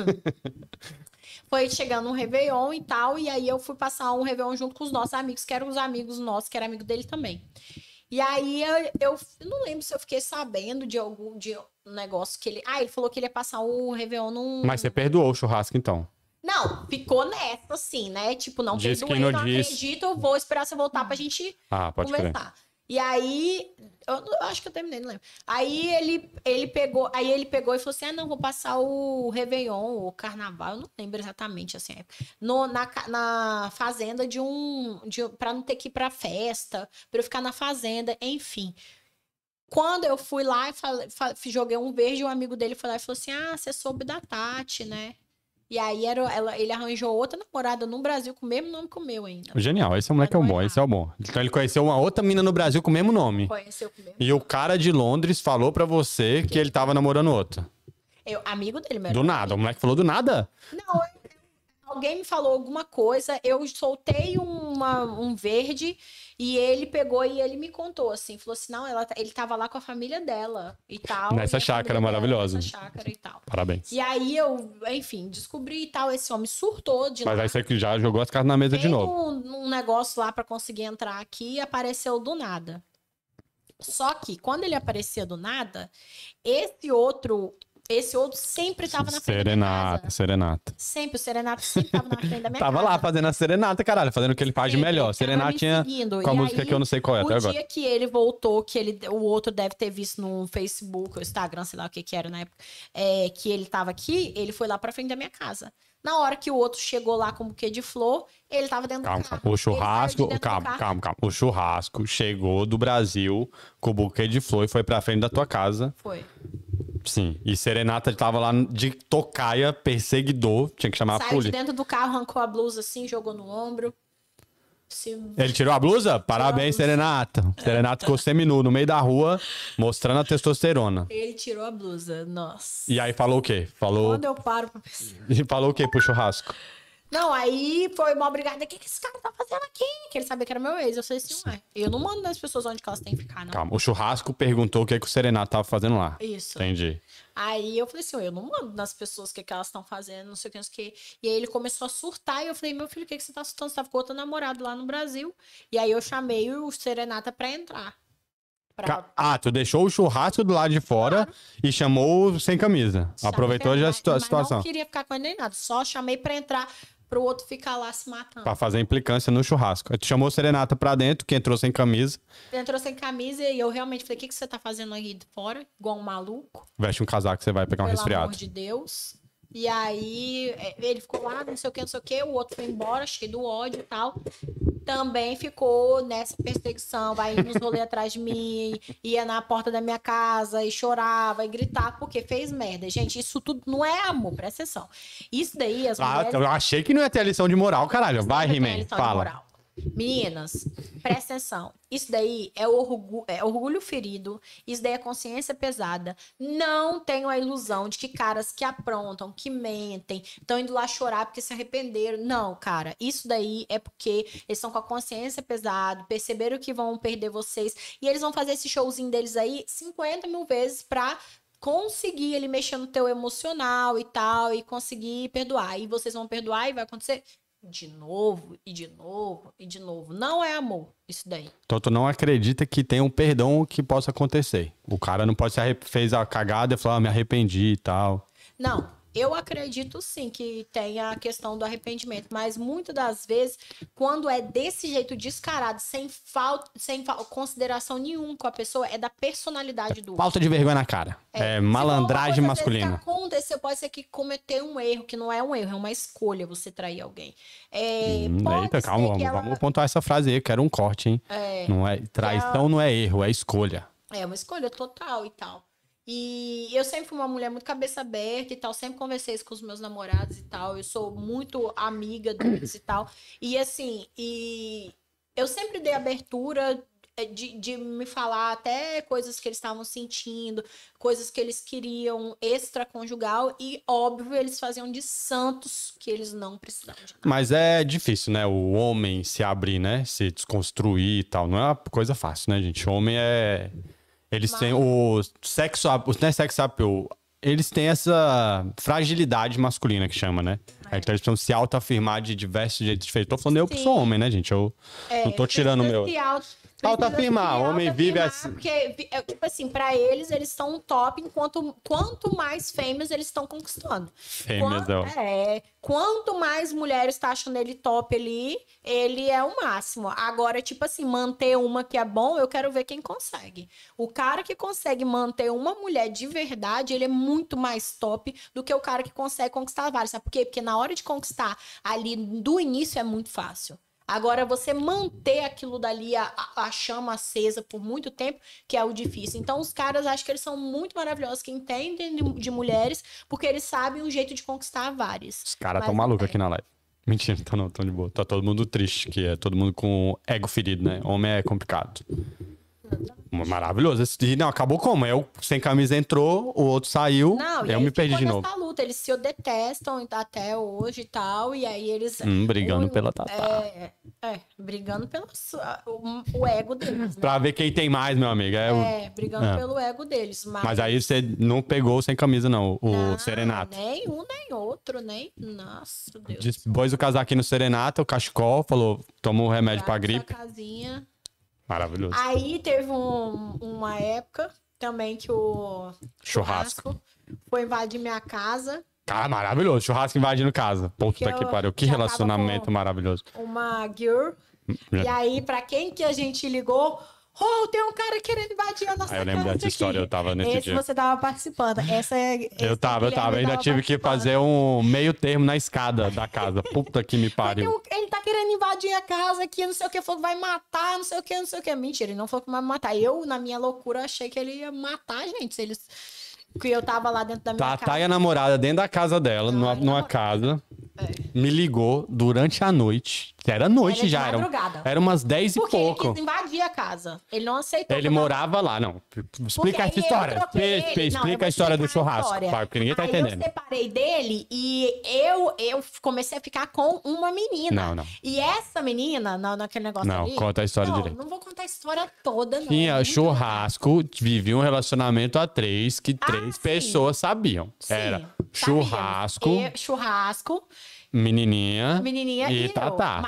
foi chegando um Réveillon e tal. E aí, eu fui passar um Réveillon junto com os nossos amigos, que eram os amigos nossos, que era amigo dele também. E aí, eu, eu, eu não lembro se eu fiquei sabendo de algum de um negócio que ele. Ah, ele falou que ele ia passar um Réveillon num. Mas você perdoou o churrasco, então. Não, ficou nessa, assim, né? Tipo, não Diz perdoei, quem não não diz. acredito, eu vou esperar você voltar pra gente Ah, pode crer. conversar. E aí, eu, eu acho que eu terminei, não lembro. Aí ele, ele pegou, aí ele pegou e falou assim: ah, não, vou passar o Réveillon, o Carnaval, eu não lembro exatamente assim, no, na, ca- na fazenda de um, de, pra não ter que ir pra festa, pra eu ficar na fazenda, enfim. Quando eu fui lá e falei, fa- joguei um verde, um amigo dele foi lá e falou assim: ah, você soube da Tati, né? E aí era, ela, ele arranjou outra namorada no Brasil com o mesmo nome que o meu ainda. Genial, esse é o moleque é o bom, esse é o bom. Então ele conheceu uma outra mina no Brasil com o mesmo nome. Conheceu com o mesmo E o cara de Londres falou pra você que ele tava namorando outra. eu, amigo dele, meu Do nada, o moleque falou do nada. Não, eu- alguém me falou alguma coisa, eu soltei uma, um verde e ele pegou e ele me contou, assim, falou assim, não, ela, tá- ele tava lá com a família dela e tal. Nessa e a chácara família dela maravilhosa. Nessa chácara e tal. Parabéns. E aí eu, enfim, descobri e tal, esse homem surtou de Mas lá. aí você que já jogou as cartas na mesa de Fez novo. um, um negócio lá pra conseguir entrar aqui e apareceu do nada. Só que quando ele aparecia do nada, esse outro, esse outro sempre tava na frente da minha Serenata, casa. serenata. Sempre, o Serenato sempre tava na frente da minha Tava casa. lá fazendo a serenata, caralho, fazendo o que ele faz de Sempre, melhor. ele tava me Serenatinha seguindo. com a E música aí, que eu não sei qual é o até agora. dia que ele voltou, que ele, o outro deve ter visto no Facebook, ou Instagram, sei lá o que que era na época, é, que ele tava aqui, ele foi lá pra frente da minha casa. Na hora que o outro chegou lá com um buquê de flor, ele tava dentro Calma, do carro. calma. O Ele saiu de churrasco, dentro do calma, carro. calma, calma. O churrasco chegou do Brasil com o buquê de flor e foi pra frente da tua casa. Foi. Sim. E Serenata tava lá de tocaia, perseguidor, tinha que chamar a Saiu de polícia. dentro do carro, arrancou a blusa assim, jogou no ombro. Se... Ele tirou a blusa? Parabéns, blusa. Serenata. Serenata ficou seminu no meio da rua, mostrando a testosterona. Ele tirou a blusa, nossa. E aí falou o quê? Falou. Quando eu paro pra pensar. E falou o quê pro churrasco? Não, aí foi uma brigada. O que, que esse cara tá fazendo aqui? Que ele sabia que era meu ex. Eu falei assim, ué, eu não mando nas pessoas onde que elas têm que ficar, não. Calma. O churrasco perguntou o que, que o Serenata tava fazendo lá. Isso. Entendi. Aí eu falei assim, ué, eu não mando nas pessoas o que, que elas estão fazendo, não sei o que, não sei o que. E aí ele começou a surtar e eu falei, meu filho, o que, que você tá surtando? Você tava com outro namorado lá no Brasil. E aí eu chamei o Serenata pra entrar. Pra... Ah, tu deixou o churrasco do lado de fora claro. E chamou sem camisa. Chamei Aproveitou já a situa mas situação. Não queria ficar com ele nem nada, só chamei pra entrar pro outro ficar lá se matando. Pra fazer implicância no churrasco. Aí tu chamou Serenata pra dentro, que entrou sem camisa. Entrou sem camisa e eu realmente falei, o que, que você tá fazendo aí de fora? Igual um maluco. Veste um casaco que você vai pegar um Pelo resfriado. Pelo amor de Deus. E aí, ele ficou lá, não sei o que, não sei o que, o outro foi embora, cheio do ódio e tal. Também ficou nessa perseguição, vai nos rolê atrás de mim, ia na porta da minha casa e chorava e gritava, porque fez merda. Gente, isso tudo não é amor, presta atenção. Isso daí, as ah, mulheres... eu achei que não ia ter lição de moral, caralho. Vai, He-Man, fala. Meninas, presta atenção. Isso daí é orgulho, é orgulho ferido. Isso daí é consciência pesada. Não tenham a ilusão de que caras que aprontam, que mentem, estão indo lá chorar porque se arrependeram. Não, cara. Isso daí é porque eles estão com a consciência pesada, perceberam que vão perder vocês. E eles vão fazer esse showzinho deles aí cinquenta mil vezes pra conseguir ele mexer no teu emocional e tal, e conseguir perdoar. E vocês vão perdoar e vai acontecer de novo, e de novo, e de novo. Não é amor, isso daí. Então tu não acredita que tem um perdão que possa acontecer. O cara não pode ser fez a cagada e falar, ah, me arrependi e tal. Não, eu acredito sim que tem a questão do arrependimento, mas muitas das vezes, quando é desse jeito descarado, sem falta, sem fa consideração nenhuma com a pessoa, é da personalidade do outro. Falta de vergonha na cara. É, é malandragem masculina. Que aconteceu, pode ser que cometeu um erro, que não é um erro, é uma escolha você trair alguém. É, hum, eita, calma, vamos, ela... vamos pontuar essa frase aí, eu quero um corte, hein? É, não é, traição ela... não é erro, é escolha. É uma escolha total e tal. E eu sempre fui uma mulher muito cabeça aberta e tal, sempre conversei isso com os meus namorados e tal, eu sou muito amiga deles e tal, e assim, e eu sempre dei abertura de, de me falar até coisas que eles estavam sentindo, coisas que eles queriam extraconjugal, e óbvio, eles faziam de santos que eles não precisavam de nada. Mas é difícil, né, o homem se abrir, né, se desconstruir e tal, não é uma coisa fácil, né, gente, o homem é... Eles Mas... têm o sexo, não é sexo appeal, eles têm essa fragilidade masculina que chama, né? É. Então eles precisam se autoafirmar de diversos jeitos diferentes. Tô falando eu que sou homem, né, gente? Eu é, não tô tirando o meu... Autoafirmar, o homem vive assim. Porque, tipo assim, pra eles, eles estão um top, enquanto quanto mais fêmeas eles estão conquistando. Fêmeas, quanto, é. Quanto mais mulheres tá achando ele top ali, ele é o máximo. Agora, tipo assim, manter uma que é bom, eu quero ver quem consegue. O cara que consegue manter uma mulher de verdade, ele é muito mais top do que o cara que consegue conquistar várias. Sabe por quê? Porque na hora de conquistar ali do início é muito fácil. Agora, você manter aquilo dali, a, a chama acesa por muito tempo, que é o difícil. Então, os caras, acho que eles são muito maravilhosos, que entendem de, de mulheres, porque eles sabem um jeito de conquistar várias. Os caras tão malucos é. aqui na live. Mentira, tá não, tão de boa. Tá todo mundo triste, que é todo mundo com ego ferido, né? Homem é complicado. Maravilhoso. E não, acabou como? Eu sem camisa entrou, o outro saiu, não, eu me perdi de novo. Luta. Eles se detestam até hoje e tal, e aí eles... Hum, brigando o, pela Tatá. É, é, brigando pelo o, o ego deles. Né? Pra ver quem tem mais, meu amigo. É, é o... brigando é. pelo ego deles. Mas... mas aí você não pegou sem camisa, não, o não, Serenata. Nem um, nem outro, nem... Nossa, Deus. Depois o casaquinho no Serenata, o cachecol, falou, toma um remédio pra gripe. Casinha. Maravilhoso. Aí teve um, uma época também que o churrasco, churrasco foi invadir minha casa. Cara, maravilhoso. Churrasco invadindo casa. Puta que, que pariu. Que relacionamento maravilhoso. Uma girl. Já... E aí, pra quem que a gente ligou... Oh, tem um cara querendo invadir a nossa casa. Eu lembro dessa história, eu tava nesse esse dia. Você tava participando. Essa é... Eu tava, eu tava. Ainda tive que fazer um meio termo na escada da casa. Puta que me pariu. Ele tá querendo invadir a casa aqui, não sei o que, falou que vai matar, não sei o que, não sei o que. Mentira, ele não falou que vai matar. Eu, na minha loucura, achei que ele ia matar a gente. Se eles... Que eu tava lá dentro da minha Tatá casa. Tá, e a namorada dentro da casa dela, não, numa, numa casa... É. Me ligou durante a noite. Era noite era já, era, era umas dez e porque pouco. Porque ele quis invadir a casa. Ele não aceitou. Ele morava lá, não. Explica essa história. Explica, explica não, a história do churrasco, a história. Porque ninguém tá aí entendendo. Eu separei dele e eu, eu comecei a ficar com uma menina. Não, não. E essa menina, não, naquele negócio não, ali... Não, conta a história não, direito. Não vou contar a história toda, não. Tinha churrasco, vivia um relacionamento a três, que ah, três sim. pessoas sabiam. Sim, Era churrasco... E, churrasco... Menininha, Menininha e e Tatá. Mas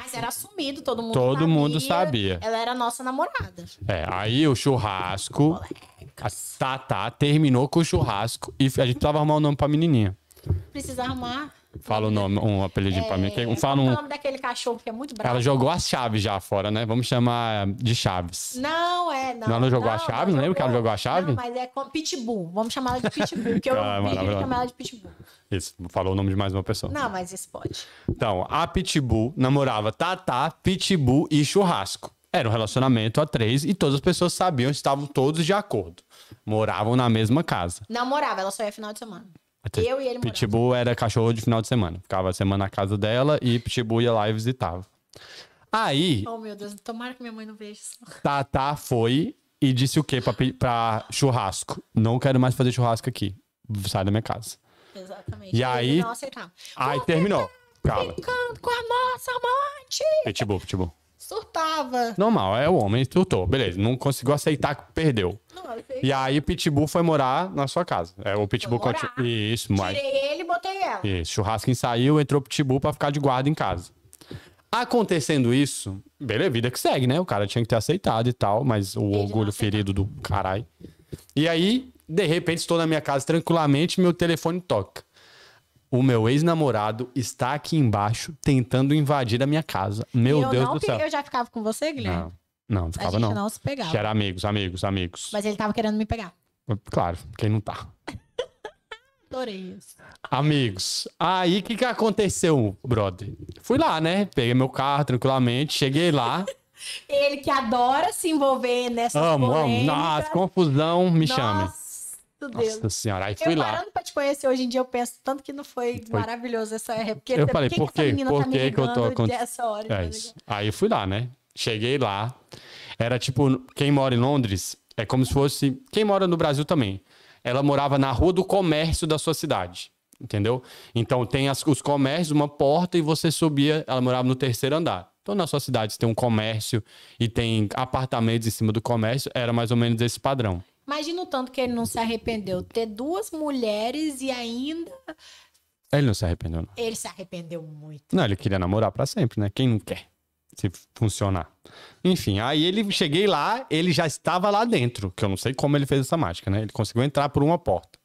Mas era assumido, todo mundo Todo sabia. mundo sabia. Ela era nossa namorada. É, aí o churrasco, a Tatá terminou com o churrasco e a gente precisava arrumar um nome pra menininha. Precisa arrumar. Fala o nome, um apelidinho pra mim. É, Fala qual é o um... nome daquele cachorro que é muito bravo? Ela jogou as chaves já fora, né? Vamos chamar de Chaves. Não, é, não. Não, ela não jogou a chave? Não lembra que ela jogou a chave? Não, mas é com Pitbull. Vamos chamar ela de Pitbull, porque eu Ah, vi que maravilhoso. chamar ela de Pitbull. Isso, falou o nome de mais uma pessoa. Não, mas isso pode. Então, a Pitbull namorava Tatá, Pitbull e Churrasco. Era um relacionamento a três e todas as pessoas sabiam, estavam todos de acordo. Moravam na mesma casa. Não morava, ela só ia final de semana. Eu e ele morávamos. Pitbull era cachorro de final de semana. Ficava a semana na casa dela e Pitbull ia lá e visitava. Aí, Oh, meu Deus, tomara que minha mãe não veja isso. Tatá foi e disse o quê pra, pi- pra churrasco? Não quero mais fazer churrasco aqui. Sai da minha casa. Exatamente. E Ele aí- não aceitava. Aí Você terminou. Calma. ficando com a nossa amante. Pitbull, Pitbull. Surtava. Normal, é o homem, tutou. Beleza, não conseguiu aceitar que perdeu. Não, eu fui- E aí o Pitbull foi morar na sua casa. É, o Pitbull Foi morar. continua. Isso, mas. Tirei ele e botei ela. Isso, churrasquinho saiu, entrou o Pitbull pra ficar de guarda em casa. Acontecendo isso, beleza, vida que segue, né? O cara tinha que ter aceitado e tal, mas o não orgulho aceitava. ferido do caralho. E aí, de repente, estou na minha casa tranquilamente, meu telefone toca. O meu ex-namorado está aqui embaixo tentando invadir a minha casa. Meu E eu Deus não, do céu. Eu já ficava com você, Guilherme? Não, não, não A ficava gente não. não se pegava. Que era amigos, amigos, amigos. Mas ele tava querendo me pegar. Claro, quem não tá. Adorei isso. Amigos, aí o que que aconteceu, brother? Fui lá, né? Peguei meu carro tranquilamente, cheguei lá. Ele que adora se envolver nessas Amo, amo. polêmicas. Nossa, confusão, me chame. Nossa, Deus. Nossa senhora, aí fui Eu lá. parando pra te conhecer hoje em dia, eu penso tanto que não foi, Foi. maravilhoso essa época. Porque Eu falei, que por que essa quê? menina Por tá me que que eu tô ligando acont- dessa hora? É isso. Aí fui lá, né? Cheguei lá. Era tipo, quem mora em Londres, é como se fosse. Quem mora no Brasil também. Ela morava na rua do comércio da sua cidade. Entendeu? Então tem as- os comércios, uma porta e você subia. Ela morava no terceiro andar. Então na sua cidade você tem um comércio e tem apartamentos em cima do comércio. Era mais ou menos esse padrão. Imagina o tanto que ele não se arrependeu. Ter duas mulheres e ainda Ele não se arrependeu, não. ele se arrependeu muito. Não, ele queria namorar pra sempre, né? Quem não quer? Se funcionar. Enfim, aí ele cheguei lá, ele já estava lá dentro, que eu não sei como ele fez essa mágica, né? Ele conseguiu entrar por uma porta.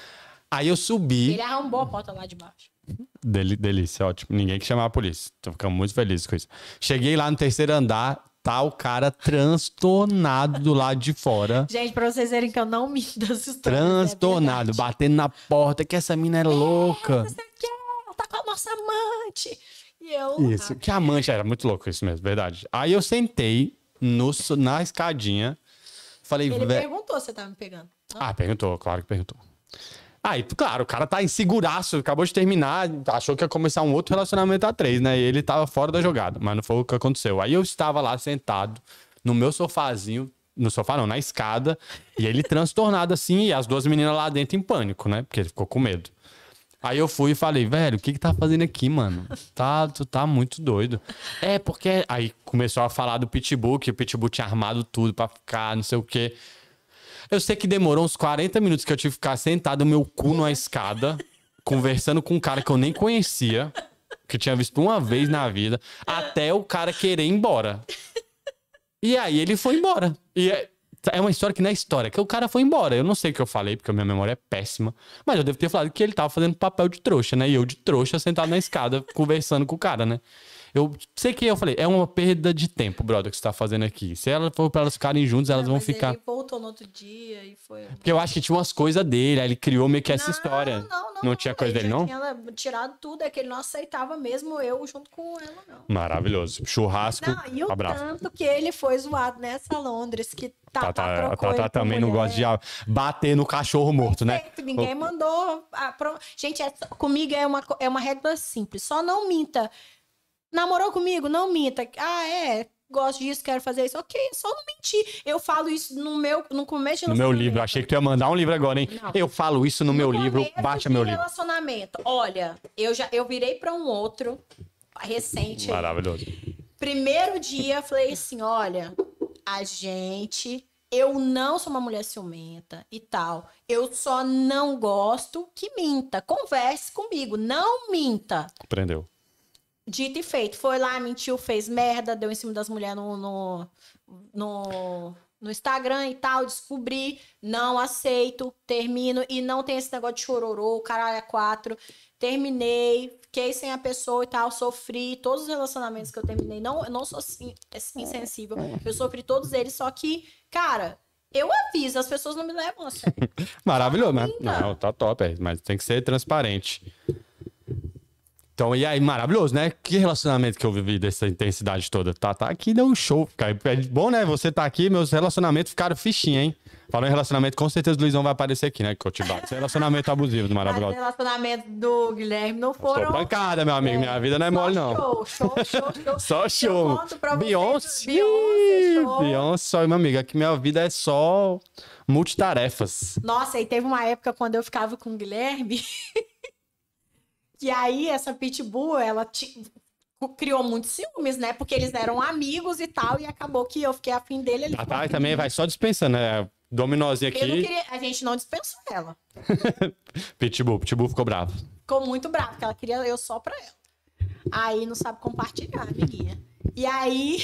Aí eu subi. Ele arrombou a porta lá de baixo. Deli- delícia, ótimo. Ninguém que chamar a polícia. Tô ficando muito feliz com isso. Cheguei lá no terceiro andar, tá o cara transtornado do lado de fora. Gente, pra vocês verem que eu não minto das histórias. Transtornado, é verdade. batendo na porta, que essa mina era louca. Não sei o que, ela tá com a nossa amante. E eu. Isso, que amante, era muito louco isso mesmo, verdade. Aí eu sentei no, na escadinha, falei, Ele "Vé-" perguntou se você tava me pegando. Não? Ah, perguntou, claro que perguntou. Aí, claro, o cara tá inseguraço, acabou de terminar, achou que ia começar um outro relacionamento a três, né? E ele tava fora da jogada, mas não foi o que aconteceu. Aí eu estava lá sentado no meu sofazinho, no sofá não, na escada, e ele transtornado assim, e as duas meninas lá dentro em pânico, né? Porque ele ficou com medo. Aí eu fui e falei, velho, o que que tá fazendo aqui, mano? Tá, tu tá muito doido. É, porque... Aí começou a falar do Pitbull, que o Pitbull tinha armado tudo pra ficar, não sei o quê. Eu sei que demorou uns quarenta minutos que eu tive que ficar sentado, meu cu numa escada, conversando com um cara que eu nem conhecia, que eu tinha visto uma vez na vida, até o cara querer ir embora. E aí ele foi embora. E é, é uma história que não é história, que o cara foi embora. Eu não sei o que eu falei, porque a minha memória é péssima, mas eu devo ter falado que ele tava fazendo papel de trouxa, né? E eu de trouxa sentado na escada, conversando com o cara, né? Eu sei que eu falei, é uma perda de tempo, brother, que você tá fazendo aqui. Se ela for pra elas ficarem juntas, elas Não, vão mas ficar... Ele voltou no outro dia e foi. Porque eu acho que tinha umas coisas dele, aí ele criou meio que essa Não, história. Não, não, Não tinha coisa ele dele, já não? Tinha tirado tudo, é que ele não aceitava mesmo eu junto com ela, não. Maravilhoso. Churrasco, Não, e o abraço. tanto que ele foi zoado nessa Londres, que tá, Tá, tá, trocou tá, ele tá, por também não mulher. gosta de ah, bater no cachorro morto, né? Perfeito, ninguém mandou. a pro- Gente, é- comigo é uma, co- é uma regra simples. Só não minta. Namorou comigo? Não minta. Ah, é. Gosto disso, quero fazer isso. Ok, só não mentir. Eu falo isso no meu no começo de No meu relacionamento. livro. Achei que tu ia mandar um livro agora, hein? Não. Eu falo isso no, meu livro. começo Baixa de meu livro. relacionamento. Olha, eu já eu virei pra um outro recente. aí. Maravilhoso. Primeiro dia, falei assim: olha, a gente. Eu não sou uma mulher ciumenta e tal. Eu só não gosto que minta. Converse comigo, não minta. Aprendeu. Dito e feito. Foi lá, mentiu, fez merda, deu em cima das mulheres no, no, no, no Instagram e tal. Descobri, não aceito, termino. E não tem esse negócio de chororô, caralho, é quatro. Terminei, fiquei sem a pessoa e tal, sofri. Todos os relacionamentos que eu terminei, não, eu não sou assim, insensível. Eu sofri todos eles, só que, cara, eu aviso, as pessoas não me levam a sério. Maravilhoso, né? Não, tá top, é, mas tem que ser transparente. Então, e aí, maravilhoso, né? Que relacionamento que eu vivi dessa intensidade toda. Tá, tá aqui, deu um show. Cara. É bom, né? Você tá aqui, meus relacionamentos ficaram fichinha, hein? Falando em relacionamento, com certeza o Luizão vai aparecer aqui, né? Cotibar. Relacionamento abusivo, do maravilhoso. Os relacionamentos do Guilherme não foram... Estou pancada, meu amigo. É, minha vida não é mole, não. Show, show, show, show. Só show. Beyoncé. Beyoncé, show. Beyoncé, só, meu amigo. Aqui minha vida é só multitarefas. Nossa, e teve uma época quando eu ficava com o Guilherme... E aí, essa Pitbull, ela t... criou muitos ciúmes, né? Porque eles eram amigos e tal, e acabou que eu fiquei afim dele. Ele ah, tá, e também vai só dispensando, né? Dominózinho aqui. Eu não queria... A gente não dispensou ela. Pitbull, Pitbull ficou bravo. Ficou muito bravo, porque ela queria eu só pra ela. Aí não sabe compartilhar, amiguinha. E aí,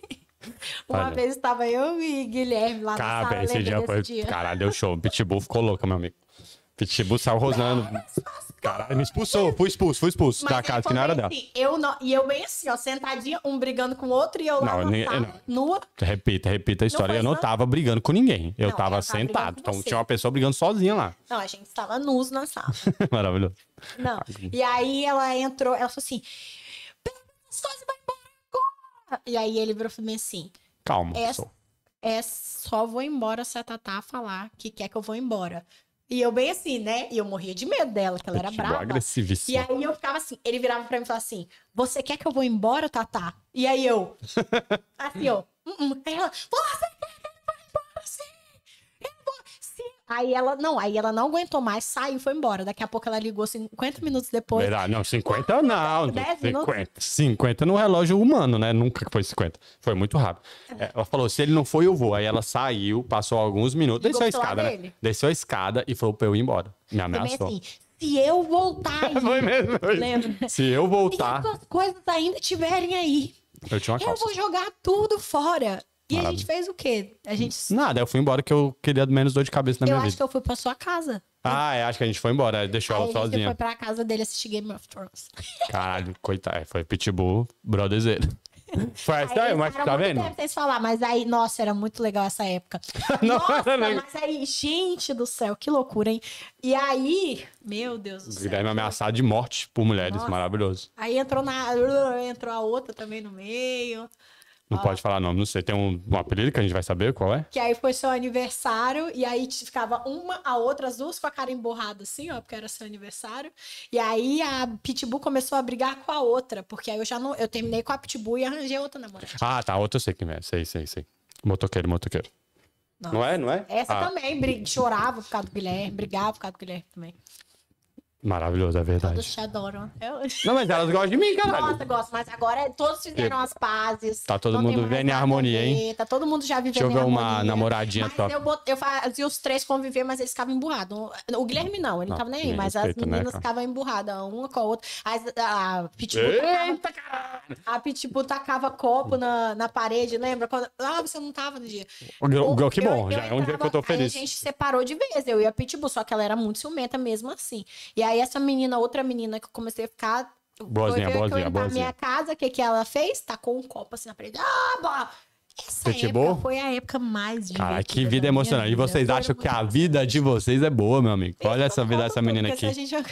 uma Olha. vez estava eu e Guilherme lá Cara, na sala, esse dia foi... dia. Caralho, deu show. Pitbull ficou louca, meu amigo. Pitbull saiu rosnando. Caralho, me expulsou. Fui expulso, fui expulso Mas da casa, que não era dela. Assim, eu não, e eu bem assim, ó, sentadinha, um brigando com o outro e eu lá Não, na nem- sala, não. nua. Repita, repita a história. foi Eu não só- tava brigando com ninguém. Eu Não, tava ela tava brigando sentado. com Então você. tinha uma pessoa brigando sozinha lá. Não, a gente estava nus na sala. Maravilhoso. Não. E aí ela entrou, ela falou assim: pega as coisas e vai embora agora. E aí ele virou pra mim assim: Calma, é, pessoal. é só vou embora se a Tatá falar que quer que eu vou embora. E eu bem assim, né? E eu morria de medo dela, que ela era Pitbull brava. agressivíssimo. E aí eu ficava assim, ele virava pra mim e falava assim: você quer que eu vou embora, Tatá? E aí eu, assim, ó. "Uh, uh." Aí ela, você quer que eu vá embora, sim? Eu vou, sim. Aí ela, não, aí ela não aguentou mais, saiu e foi embora. Daqui a pouco ela ligou cinquenta minutos depois. Verdade, não, cinquenta não. dez minutos. cinquenta. cinquenta no relógio humano, né? Nunca foi cinquenta. Foi muito rápido. É, ela falou, se ele não foi, eu vou. Aí ela saiu, passou alguns minutos, Ligou desceu a pro celular escada, né? dele. Desceu a escada e falou pra eu ir embora. Me Também ameaçou. assim, se eu voltar aí, Foi mesmo. foi. lembra? Se eu E voltar, as coisas ainda estiverem aí, eu tinha uma eu calça. vou jogar tudo fora. E a Maravilha. gente fez o quê? A gente... Nada, eu fui embora que eu queria menos dor de cabeça na Eu minha acho vida. que eu fui pra sua casa. Ah, é, acho que a gente foi embora, deixou Aí ela a gente sozinha. foi pra casa dele assistir Game of Thrones. Caralho, coitado. É, foi Pitbull, brotherzeiro. Foi essa Aí aí, eles mas ficaram tá muito vendo? tempo sem se falar, mas aí, nossa, era muito legal essa época. Não, Nossa, não. mas aí, gente do céu, que loucura, hein? E aí, meu Deus do O céu. Guilherme ameaçado de morte por mulheres, Nossa. maravilhoso. Aí entrou na, entrou a outra também no meio. Não pode falar nome, não sei. Tem um, um apelido que a gente vai saber qual é? Que aí foi seu aniversário, e aí ficava uma, a outra, as duas com a cara emborrada assim, ó, porque era seu aniversário. E aí a Pitbull começou a brigar com a outra, porque aí eu já não. Eu terminei com a Pitbull e arranjei outra namorada. Ah, tá. Outro eu sei quem é. Sei, sei, sei. Motoqueiro, motoqueiro. Nossa. Não é? Não é? Essa Ah, também, brig... chorava por causa do Guilherme, brigava por causa do Guilherme também. maravilhoso, é verdade. Todos te adoram. Eu... Não, mas elas gostam de mim, caralho. Nossa, gosto, mas agora é- todos fizeram as pazes. Tá todo não tem mundo mais vivendo em nada a harmonia, ver, hein? Tá todo mundo já vivendo Deixa eu em ver uma harmonia. namoradinha Mas top. eu, bot... eu fazia os três conviver, mas eles ficavam emburrados. O Guilherme não, ele não Não, tava nem aí, ninguém mas as respeita, né, meninas cara? ficavam emburradas, uma com a outra. As, a Pitbull tacava, Eita, caralho! a Pitbull tacava copo na, na parede, lembra? Quando... Ah, você não tava no dia. O- o- o- Que Eu- bom, eu já é um dia que eu tô entrava- feliz. Aí a gente separou de vez, eu e a Pitbull, só que ela era muito ciumenta mesmo assim. E aí essa menina, outra menina que eu comecei a ficar... Boazinha, foi ver que eu boazinha, ia pra boazinha. minha casa, o que que ela fez? Tacou um copo assim na parede. Ah, bom. Essa Pitbull? época foi a época mais divertida. Cara, que da vida minha emocionante. E vida. vocês Foi acham que a muito vida de vocês é boa, meu amigo? Olha essa vida dessa menina Porque aqui. se a gente...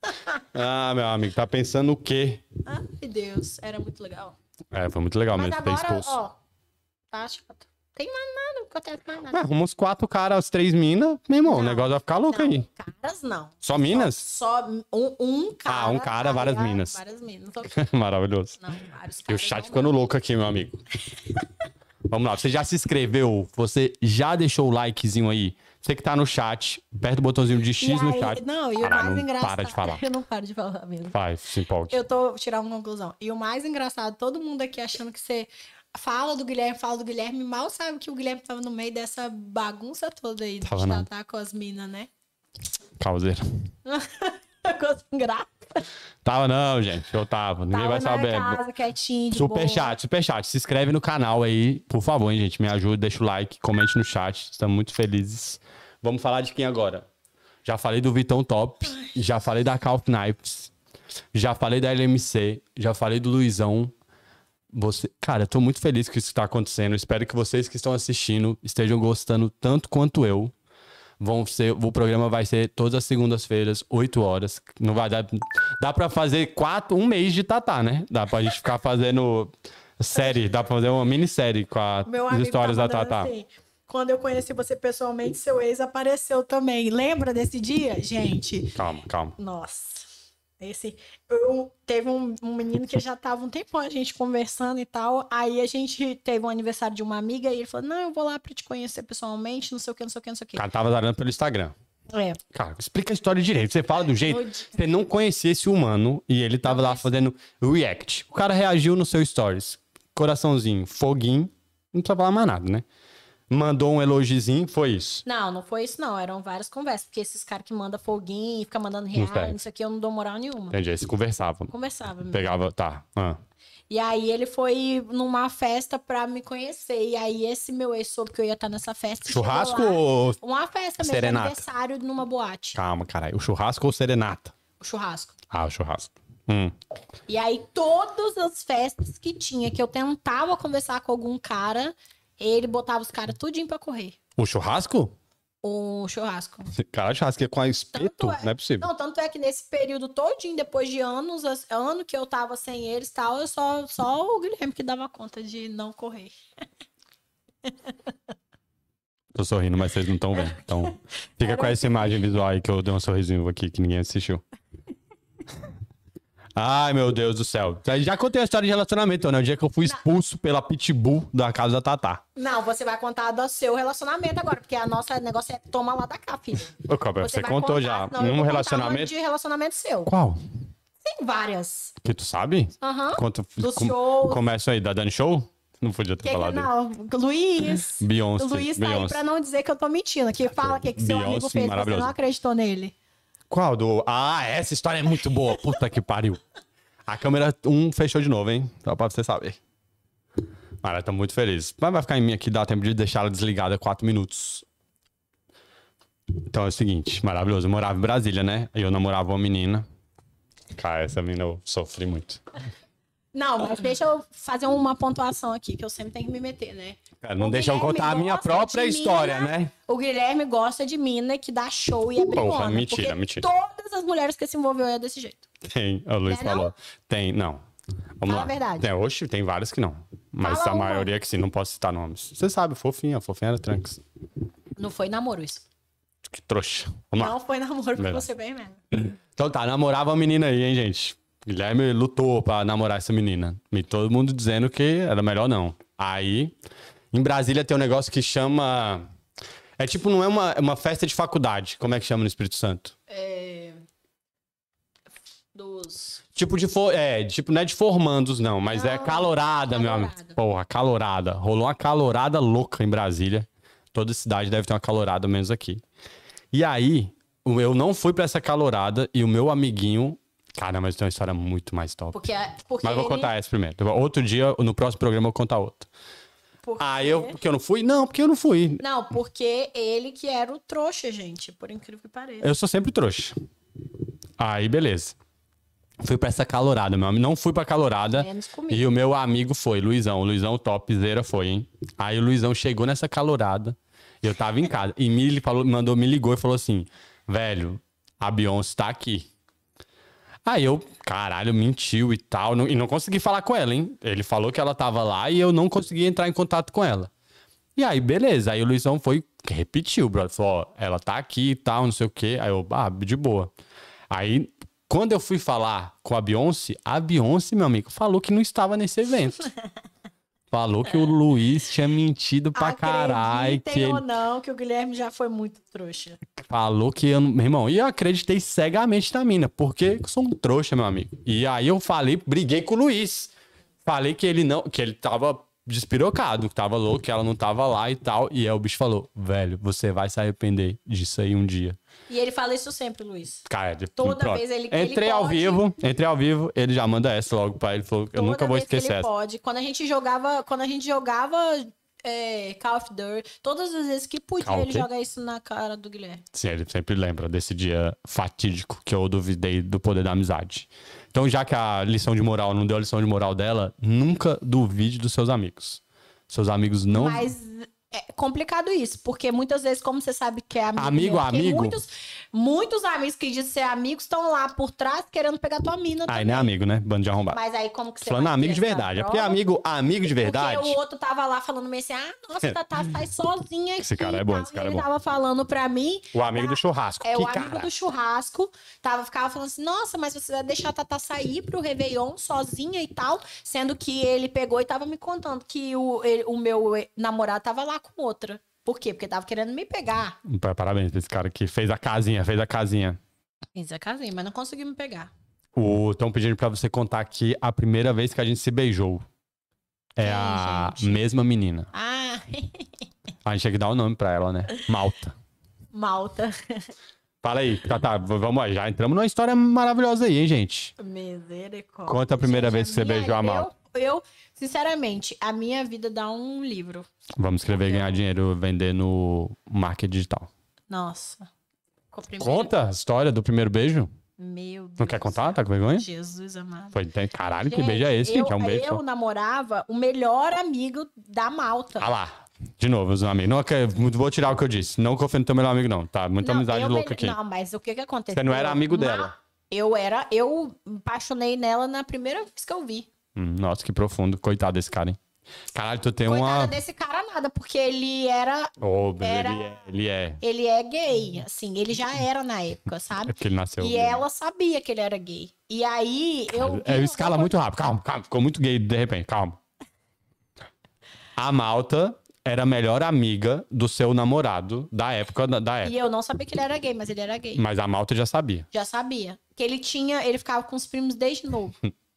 Ah, meu amigo, tá pensando o quê? Ai, Deus, era muito legal. É, foi muito legal Mas mesmo ter agora, expulso. ó, tá chato. Tem mais nada, não acontece mais nada. Ué, arruma uns quatro caras, as três minas, meu irmão, o Não, negócio vai ficar louco não, aí. caras não. Só minas? Só um, um cara. Ah, um cara, várias várias- minas. Várias minas. Não, tô- Maravilhoso. não, vários E o caras chat não ficando dá. louco aqui, meu amigo. Vamos lá, você já se inscreveu? Você já deixou o likezinho aí? Você que tá no chat, aperta o botãozinho de E X no aí- chat. Não, e o Caralho, mais não engraçado. para de falar. Eu não paro de falar mesmo. Vai, se empolgue. Eu tô tirando uma conclusão. E o mais engraçado, todo mundo aqui achando que você fala do Guilherme, fala do Guilherme, mal sabe que o Guilherme tava no meio dessa bagunça toda aí Tava de não. tratar com as minas, né? Causeira. Coisa engraçada. Tava não, gente. Eu tava. Ninguém Tava vai saber. na casa, quietinho, de Superchat, superchat. Se inscreve no canal aí, por favor, hein, gente. Me ajuda, deixa o like, comente no chat. Estamos muito felizes. Vamos falar de quem agora? Já falei do Vitão Top, já falei da Calf Knives, já falei da L M C, já falei do Luizão. Você... Cara, eu tô muito feliz que isso tá acontecendo. Espero que vocês que estão assistindo estejam gostando tanto quanto eu. Vão ser... O programa vai ser todas as segundas-feiras, oito horas. Não vai dar... Dá pra fazer quatro, um mês de Tatá, né? Dá pra gente ficar fazendo série. Dá pra fazer uma minissérie com a... as histórias tá da Tatá. Assim, quando eu conheci você pessoalmente, seu ex apareceu também. Lembra desse dia, gente? Calma, calma. Nossa. Esse, eu, teve um, um menino que já tava um tempão a gente conversando e tal. Aí a gente teve um aniversário de uma amiga e ele falou: não, eu vou lá pra te conhecer pessoalmente, não sei o que, não sei o que, não sei o que. O cara tava zarando pelo Instagram. É. Cara, explica a história direito. Você fala do jeito. Você não conhecia esse humano e ele tava lá fazendo react. O cara reagiu no seu stories. Coraçãozinho, foguinho. Não precisa falar mais nada, né? Mandou um elogizinho, foi isso. Não, não foi isso, não. Eram várias conversas. Porque esses caras que mandam foguinho, fica mandando real, serve. isso aqui, eu não dou moral nenhuma. Entendi. Aí você conversava. Conversava mesmo. Pegava, tá. Ah. E aí ele foi numa festa pra me conhecer. E aí esse meu ex soube que eu ia estar nessa festa. Churrasco chegou lá. ou Uma festa mesmo, serenata? aniversário numa boate. Calma, caralho. O churrasco ou serenata? O churrasco. Ah, o churrasco. Hum. E aí todas as festas que tinha, que eu tentava conversar com algum cara, ele botava os caras tudinho pra correr. O churrasco? O churrasco. Cara, churrasco é com a espeto? Tanto é- Não é possível. Não, tanto é que nesse período todinho, depois de anos, as- ano que eu tava sem eles e tal, eu só, só o Guilherme que dava conta de não correr. Tô sorrindo, mas vocês não estão vendo. Então, fica com essa imagem visual aí que eu dei um sorrisinho aqui que ninguém assistiu. Ai, meu Deus do céu. Já contei a história de relacionamento, né? O dia que eu fui expulso pela Pitbull da casa da Tatá. Não, você vai contar do seu relacionamento agora, porque a nossa negócio é toma lá da cá, filho. Ô, Cobra, você vai contou contar, já não, eu um vou contar uma relacionamento? de relacionamento seu. Qual? Tem várias. Que tu sabe? Aham. Conta, Dos com- shows. Começa aí, da Dani Show? Não podia ter Que, falado. não, Luiz. Beyoncé, O Luiz tá aí Beyoncé. pra não dizer que eu tô mentindo. Que fala que, que seu Beyoncé, amigo fez, você maravilhoso. não acreditou nele. Qual? Do... Ah, essa história é muito boa. Puta que pariu. A câmera um fechou de novo, hein? Só pra você saber. Cara, tá muito feliz. Mas vai ficar em mim aqui, dá tempo de deixar ela desligada quatro minutos. Então é o seguinte, maravilhoso. Eu morava em Brasília, né? Aí eu namorava uma menina. Cara, essa menina eu sofri muito. Não, mas deixa eu fazer uma pontuação aqui, que eu sempre tenho que me meter, né? Cara, não O deixa eu Guilherme contar a minha gosta própria de história, mina, né? O Guilherme gosta de mina que dá show e é brigona. Porra, mentira, porque mentira. Todas as mulheres que se envolveu é desse jeito. Tem, o Luiz É, falou. não? Tem, não. Vamos Fala lá. a verdade. Tem, oxe, tem várias que não. Mas Fala a uma. maioria que sim, não posso citar nomes. Você sabe, fofinha, fofinha era Trunks. Não foi namoro isso. Que trouxa. Vamos lá. Não foi namoro, porque Melhor. você bem mesmo. Então tá, namorava uma menina aí, hein, gente. Guilherme lutou pra namorar essa menina. E todo mundo dizendo que era melhor não. Aí, em Brasília tem um negócio que chama... É tipo, não é uma, é uma festa de faculdade. Como é que chama no Espírito Santo? É... Dos... Tipo de... For... É, tipo, não é de formandos, não. Mas é Não, calorada, meu amigo. calorada. Porra, calorada. Rolou uma calorada louca em Brasília. Toda cidade deve ter uma calorada, menos aqui. E aí, o- eu não fui pra essa calorada e o meu amiguinho... Cara, mas tem uma história muito mais top. Porque, porque Mas eu vou ele- contar essa primeiro. Outro dia, no próximo programa, eu vou contar outra. porque- Ah, eu... Porque eu não fui? Não, porque eu não fui. Não, porque ele que era o trouxa, gente. Por incrível que pareça. Eu sou sempre trouxa. Aí, beleza. Fui pra essa calorada, meu amigo. Não fui pra calorada. Menos comigo. E o meu amigo foi, Luizão. O Luizão topzera foi, hein? Aí o Luizão chegou nessa calorada. Eu tava em casa. E me falou, mandou, me ligou e falou assim: velho, a Beyoncé tá aqui. Aí eu, caralho, mentiu e tal. Não, e não consegui falar com ela, hein? Ele falou que ela tava lá e eu não consegui entrar em contato com ela. E aí, beleza. Aí o Luizão foi, repetiu, brother. Falou, ó, ela tá aqui e tal, não sei o quê. Aí eu, ah, de boa. Aí, quando eu fui falar com a Beyoncé, a Beyoncé, meu amigo, falou que não estava nesse evento. Falou que o Luiz tinha mentido pra caralho. Que Acreditem ele ou não, que o Guilherme já foi muito trouxa. falou que eu... Meu irmão, e eu acreditei cegamente na mina, porque eu sou um trouxa, meu amigo. E aí eu falei, briguei com o Luiz. Falei que ele não... Que ele tava despirocado, que tava louco, que ela não tava lá e tal. E aí o bicho falou, velho, você vai se arrepender disso aí um dia. E ele fala isso sempre, Luiz. Cara, de, Toda pronto. vez ele Entrei ele ao pode, vivo, entrei ao vivo, ele já manda essa logo pra ele. Falou, eu toda nunca vou vez que esquecer ele essa. pode. Quando a gente jogava, quando a gente jogava é, Call of Duty, todas as vezes que podia, Call ele quê? joga isso na cara do Guilherme. Sim, ele sempre lembra desse dia fatídico que eu duvidei do poder da amizade. Então, já que a lição de moral não deu a lição de moral dela, nunca duvide dos seus amigos. Seus amigos não... Mas é complicado isso, porque muitas vezes, como você sabe que é amigo... Amigo, mesmo, porque amigo? Muitos, muitos amigos que dizem ser amigos estão lá por trás querendo pegar tua mina Aí também. não é amigo, né? Bando de arrombado. Mas aí como que você Falando vai amigo de ter essa verdade. É porque prova? amigo, amigo de verdade... Porque o outro tava lá falando meio assim, ah, nossa, Tatá, sai sozinha aqui. Esse cara é bom, e tal. esse cara E é ele bom. tava falando pra mim... O amigo do churrasco. É, que o cara. amigo do churrasco tava, ficava falando assim, nossa, mas você vai deixar a Tatá sair pro Réveillon sozinha e tal, sendo que ele pegou e tava me contando que o, ele- o meu namorado tava lá com outra. Por quê? Porque tava querendo me pegar. Pa- Parabéns pra esse cara que fez a casinha, fez a casinha. Fiz a casinha, mas não conseguiu me pegar. Estão pedindo pra você contar aqui a primeira vez que a gente se beijou. É Quem, a gente? mesma menina. Ah, A gente tinha que dar o nome pra ela, né? Malta. Malta. Fala aí, tá, tá, v- vamos lá. Já entramos numa história maravilhosa aí, hein, gente? Misericórdia. Conta a primeira Gente, vez que você minha- beijou a Malta. Eu, eu, sinceramente, a minha vida dá um livro. Vamos escrever e ganhar dinheiro, vender no marketing digital. Nossa. Com a primeira- Conta a história do primeiro beijo. Meu Deus. Não quer contar? Tá com vergonha? Jesus amado. Foi, tem- caralho, que Gente, beijo é esse, gente? É um beijo Eu só. namorava o melhor amigo da Malta. Ah lá. De novo, os amigos. Não, que- vou tirar o que eu disse. Não que eu ofendo teu melhor amigo, não. Tá? Muita Não, amizade eu louca me- aqui. Não, mas o que que aconteceu? Você não era amigo Ma- dela. Eu era, eu me apaixonei nela na primeira vez que eu vi. Hum, nossa, que profundo. Coitado desse cara, hein? Caralho, tu tem Coitada uma... desse cara nada, porque ele era, Ô, era- ele é. Ele é. ele é gay, assim, ele já era na época, É sabe? porque ele nasceu. E ela sabia que ele era gay. E aí eu É, vi- escala muito rápido. Calma, calma. Ficou muito gay de repente. Calma. A Malta era a melhor amiga do seu namorado da época. Da, da época. E eu não sabia que ele era gay, mas ele era gay. Mas a Malta já sabia. Já sabia. Que ele tinha, ele ficava com os primos desde novo.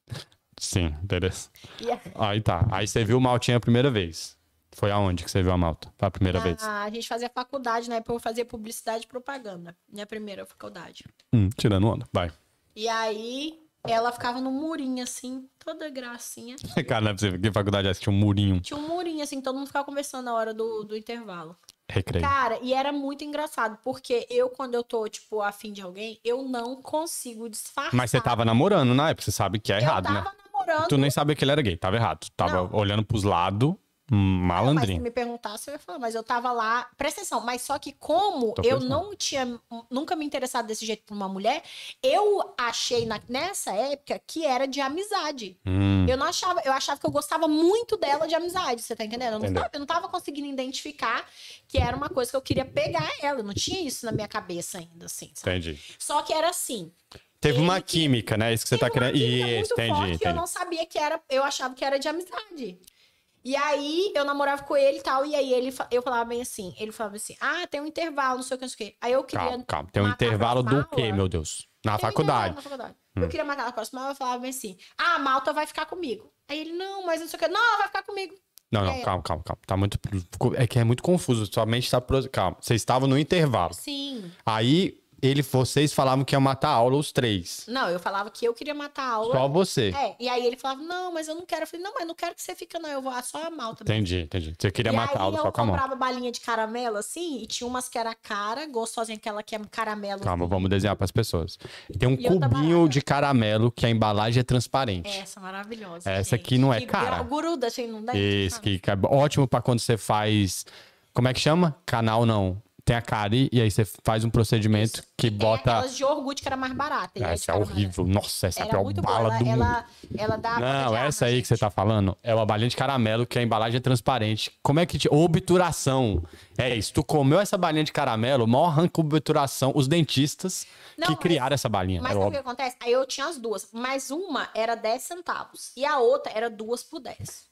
Sim, interessante. E a- Aí tá. Aí você viu o Maltinha a primeira vez. Foi aonde que você viu a Malta? Foi a primeira vez? a, a gente fazia faculdade, na época eu fazia publicidade e propaganda. Minha primeira faculdade. Hum, tirando onda. Vai. E aí ela ficava num murinho assim, toda gracinha. Cara, não é possível. Que faculdade é essa? Tinha um murinho. Tinha um murinho assim, todo mundo ficava conversando na hora do, do intervalo. Recreio. Cara, e era muito engraçado, porque eu, quando eu tô, tipo, afim de alguém, eu não consigo disfarçar. Mas você tava namorando na época. Você sabe que é errado, eu né? tava namorando. Tu nem sabia que ele era gay. Tava errado. Tu tava Não. olhando pros lados. hum, Mas se Malandrinho. me perguntasse, eu ia falar, mas eu tava lá, presta atenção, mas só que como Tô eu prestando. não tinha nunca me interessado desse jeito por uma mulher, eu achei na- nessa época que era de amizade. Hum, Eu não achava, eu achava que eu gostava muito dela de amizade, você tá entendendo? Eu não, Entendeu. tava, eu não tava conseguindo identificar que era uma coisa que eu queria pegar ela, eu não tinha isso na minha cabeça ainda, assim. sabe? entendi. Só que era assim. Teve Ele uma que- química, né? Isso que você tá Teve uma querendo. química Isso, muito entendi, forte, entendi. eu não sabia que era, eu achava que era de amizade. E aí eu namorava com ele e tal, e aí ele, fa- eu falava bem assim, ele falava assim, ah, tem um intervalo, não sei o que, não sei o que. Aí eu queria Calma, calma. Tem um matar a intervalo do próxima quê, aula. meu Deus? Na Tem um faculdade. intervalo na faculdade. Hum. Eu queria matar na próxima aula, eu falava bem assim, ah, a Malta vai ficar comigo. Aí ele, não, mas não sei o que, não, ela vai ficar comigo. Não, não, É. calma, calma, calma. Tá muito. É que é muito confuso. Sua mente tá. pro- Calma. Vocês estavam no intervalo. Sim. Aí ele, vocês falavam que ia matar a aula os três. Não, eu falava que eu queria matar a aula. Só você. É, e aí ele falava, não, mas eu não quero. Eu falei, não, mas não quero que você fique, não, eu vou ah, só a Malta mesmo. Entendi, entendi. Você queria E matar a aí aula eu só com a mão. comprava balinha de caramelo, assim, e tinha umas que era cara, gostosinha, aquela que é caramelo. Calma, vamos desenhar pras pessoas. Tem um E outra cubinho barata. de caramelo que a embalagem é transparente. Essa maravilhosa. Essa gente. aqui não é Que cara. Gruda, assim, não dá. Isso, que, que é ótimo pra quando você faz. Como é que chama? Canal não. Tem a cárie e aí você faz um procedimento que Tem bota. aquelas de iogurte que era mais barata. e Ah, aí essa é ficava mais- horrível. Nossa, essa é a Era pior muito boa. bala Ela, do mundo. ela, ela dá Não, de essa arma, aí que você gente. tá falando é uma balinha de caramelo que a embalagem é transparente. Como é que... Te... Obturação. É isso. Tu comeu essa balinha de caramelo, mal arranca obturação. Os dentistas Não, que mas- criaram essa balinha. Mas Era sabe o que óbvio. acontece? Aí eu tinha as duas. Mas uma era dez centavos. E a outra era duas por dez.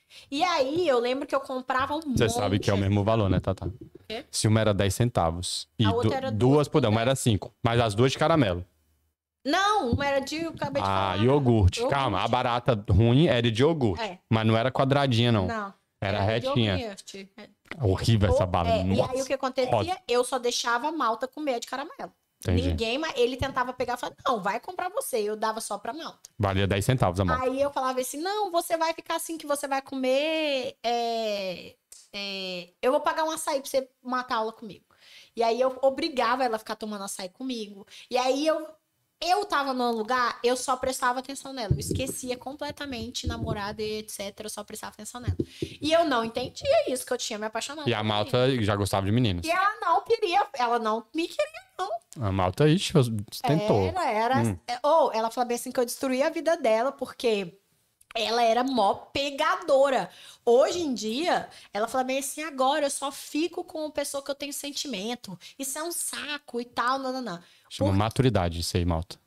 E aí eu lembro que eu comprava um Você monte. sabe que é o mesmo valor, né, Tata? Quê? Se uma era dez centavos e A outra du- era duas duas por por uma era cinco. Mas as duas de caramelo. Não, uma era de... Eu acabei de Ah, falar. iogurte. Iogurte. Calma, a barata ruim era de iogurte. É. Mas não era quadradinha, não. Não. Era Era de retinha. iogurte. Horrível essa Ou- bala. é, e Nossa. aí o que acontecia? Rosa. Eu só deixava a Malta comer de caramelo. Entendi. Ninguém, mas ele tentava pegar e falar, não, vai comprar você. Eu dava só pra Malta. Valia dez centavos a mão. Aí eu falava assim, não, você vai ficar assim que você vai comer. é, é, eu vou pagar um açaí pra você matar a aula comigo. E aí eu obrigava ela a ficar tomando açaí comigo. E aí eu, eu tava num lugar, eu só prestava atenção nela. Eu esquecia completamente namorada e etcétera. Eu só prestava atenção nela. E eu não entendia isso, que eu tinha me apaixonado. E a por Malta menino. já gostava de meninos. E ela não queria, ela não me queria, não. A Malta, ixi, tentou. Era, era. Hum. é, Ou ela falou bem assim que eu destruí a vida dela, porque ela era mó pegadora. Hoje em dia, ela fala bem assim, agora eu só fico com pessoa que eu tenho sentimento. Isso é um saco e tal, não, não, não. Chama Por- maturidade isso aí, Malta.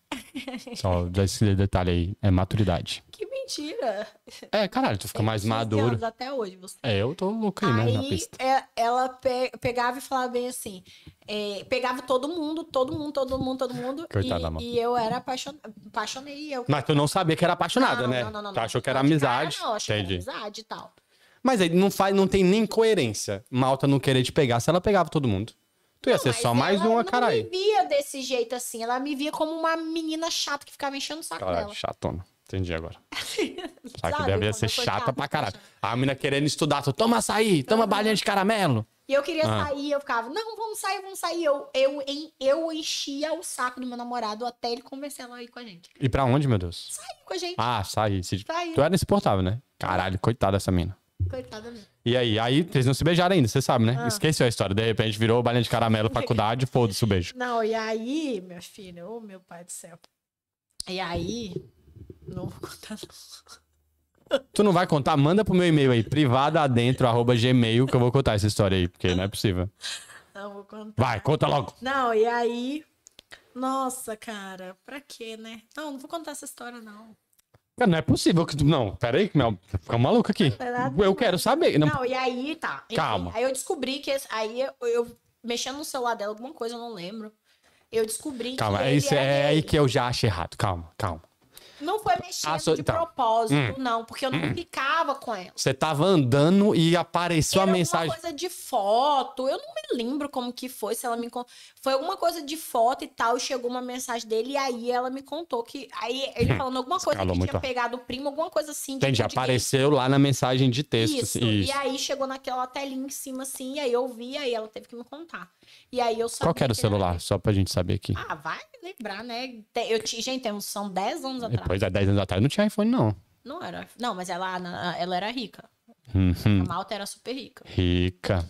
Só dá esse detalhe aí. É maturidade. Que mentira. É, caralho, tu fica Tem mais quinze maduro. anos até hoje, você. É, eu tô louco aí, né, na Aí pista. é, ela pe- pegava e falava bem assim, é, pegava todo mundo, todo mundo, todo mundo, todo mundo, Coitada da e, Malta. e eu era apaixonada, apaixonei, eu Mas tu não sabia que era apaixonada, não, né? não, não, não, Tu não. achou que era Não, de cara amizade. não, achei que Entendi. era amizade e tal. Mas aí não, faz, não tem nem coerência. Malta não querer te pegar se ela pegava todo mundo. Tu ia Não, ser mas só mais ela uma, não caralho. me via desse jeito assim, ela me via como uma menina chata que ficava enchendo o saco Caralho, dela. chatona. Entendi agora. Sabe que Sabe, devia quando ser eu sou chata chata, pra caralho. chata. A menina querendo estudar, tu toma açaí, toma balinha de caramelo. E eu queria Ah. sair, eu ficava, não, vamos sair, vamos sair. Eu, eu, em- eu enchia o saco do meu namorado até ele convencer ela a ir com a gente. E pra onde, meu Deus? Sair com a gente. Ah, saí. Se- Sair. Tu era insuportável, né? Caralho, coitada dessa mina. Coitada mesmo. E aí, aí vocês não se beijaram ainda, você sabe, né? Ah. Esqueceu a história. De repente virou balinha de caramelo, faculdade, foda-se o beijo. Não, e aí, minha filha, ô meu pai do céu. E aí, não vou contar não. Tu não vai contar? Manda pro meu e-mail aí, privadaadentro, arroba gmail, que eu vou contar essa história aí, porque não é possível. Não vou contar. Vai, conta logo. Não, e aí, nossa, cara, pra quê, né? Não, não vou contar essa história, não. Cara, não é possível que tu... Não, peraí, que meu... fica maluco aqui. é nada Eu quero saber. Não... Não, e aí, tá. Enfim, Calma. Aí eu descobri que, esse- aí eu, eu mexendo no celular dela, alguma coisa, eu não lembro. Eu descobri Calma, que é, ele isso, era é aí gay. que eu já acho errado. Calma, calma. Não foi mexendo Ah, só- de então. propósito, não, porque eu não ficava com ela. Você tava andando e apareceu Era a mensagem. alguma coisa de foto, eu não me lembro como que foi, se ela me contou. Foi alguma coisa de foto e tal, e chegou uma mensagem dele, e aí ela me contou que. Aí ele falando alguma coisa que Escalou tinha muito. pegado o primo, alguma coisa assim. Entendi, tipo de gay. apareceu lá na mensagem de texto. Isso. assim, E aí chegou naquela telinha em cima, assim, e aí eu vi, aí ela teve que me contar. E aí eu sabia. Qual que era o que ele celular? gay. Só pra gente saber aqui. Ah, vai lembrar, né? Te- Eu tinha, gente, tem uns- são dez anos atrás. Depois, há dez anos atrás, não tinha iPhone, não. Não era. Não, mas ela, ela era rica. Uhum. A Malta era super rica. Rica.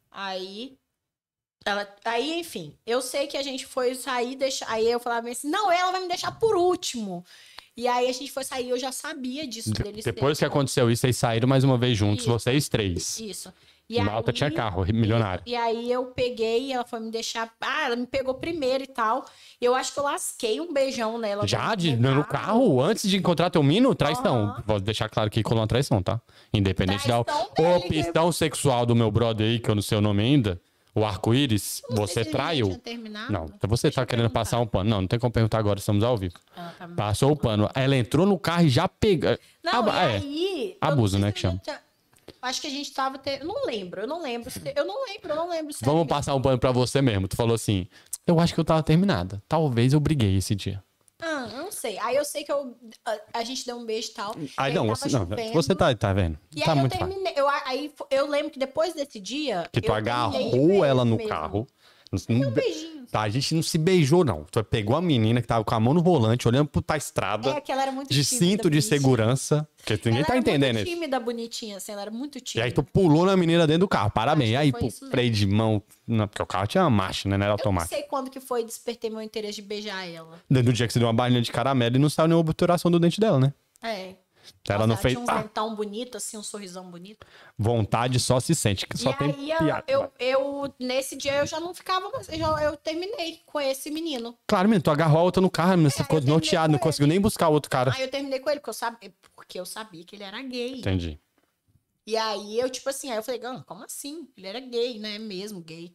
Aí, ela, aí, enfim, eu sei que a gente foi sair, deixar, aí eu falava assim, não, ela vai me deixar por último. E aí a gente foi sair, eu já sabia disso De- deles. Depois que terem- aconteceu isso, vocês saíram mais uma vez juntos, Isso. vocês três. Isso. E Malta aí- tinha carro, milionário. E aí eu peguei, ela foi me deixar. Ah, ela me pegou primeiro e tal. Eu acho que eu lasquei um beijão nela. Já dentro de, do no carro, antes de encontrar teu mino, traição. Aham. Vou deixar claro que colou uma traição, tá? Independente da Traição dele, que- opção sexual do meu brother aí, que eu não sei o nome ainda, o arco-íris, Não sei você se a gente traiu. tinha terminado. Não, então você Deixa tá eu querendo perguntar. passar um pano. Não, não tem como perguntar agora, estamos ao vivo. Ela tá me- Passou o pano. Ela entrou no carro e já pegou. Não, Ah, e é. aí. eu Abuso, não né, sei que se eu chama. já- Acho que a gente tava. Te... Eu não lembro, eu não lembro. se- Eu não lembro, eu não lembro. sério Vamos mesmo. passar um pano pra você mesmo. Tu falou assim, eu acho que eu tava terminada. Talvez eu briguei esse dia. Ah, eu não sei. Aí eu sei que eu, a, a gente deu um beijo e tal. Aí e não, tava você, não, chovendo. você tá, tá vendo? E Tá aí eu muito fácil. terminei. Eu, aí fo- eu lembro que depois desse dia. Que tu eu terminei de agarrou vez ela no mesmo. carro. Um beijinho. Tá, a gente não se beijou, não. Tu pegou a menina que tava com a mão no volante, olhando pra estrada, É, que ela era muito de tímida, cinto de bonitinha. segurança. Porque ninguém Ela tá era entendendo muito isso. tímida, bonitinha, assim, ela era muito E tímida. aí tu pulou na menina dentro do carro. Parabéns. Acho que Aí, foi pô, isso mesmo. freio de mão. Não, porque o carro tinha uma marcha, né? Não era Eu não automático. sei quando que foi despertei meu interesse de beijar ela. Dentro do dia que você deu uma balinha de caramelo e não saiu nenhuma obturação do dente dela, né? É. Ela Nossa, não fez. tinha um Ah, dentão bonito, assim, um sorrisão bonito. vontade só se sente. Que só e tem aí, eu, piada. eu, eu, nesse dia, eu já não ficava mais. Eu, já- eu terminei com esse menino. Claro, menino, tu agarrou a outra no carro, menino, você É, ficou eu terminei desnorteado, com não conseguiu nem buscar o outro cara. Aí eu terminei com ele, porque eu, sabia, porque eu sabia que ele era gay. Entendi. E aí eu, tipo assim, aí eu falei, ah, como assim? Ele era gay, né? Mesmo gay e tal.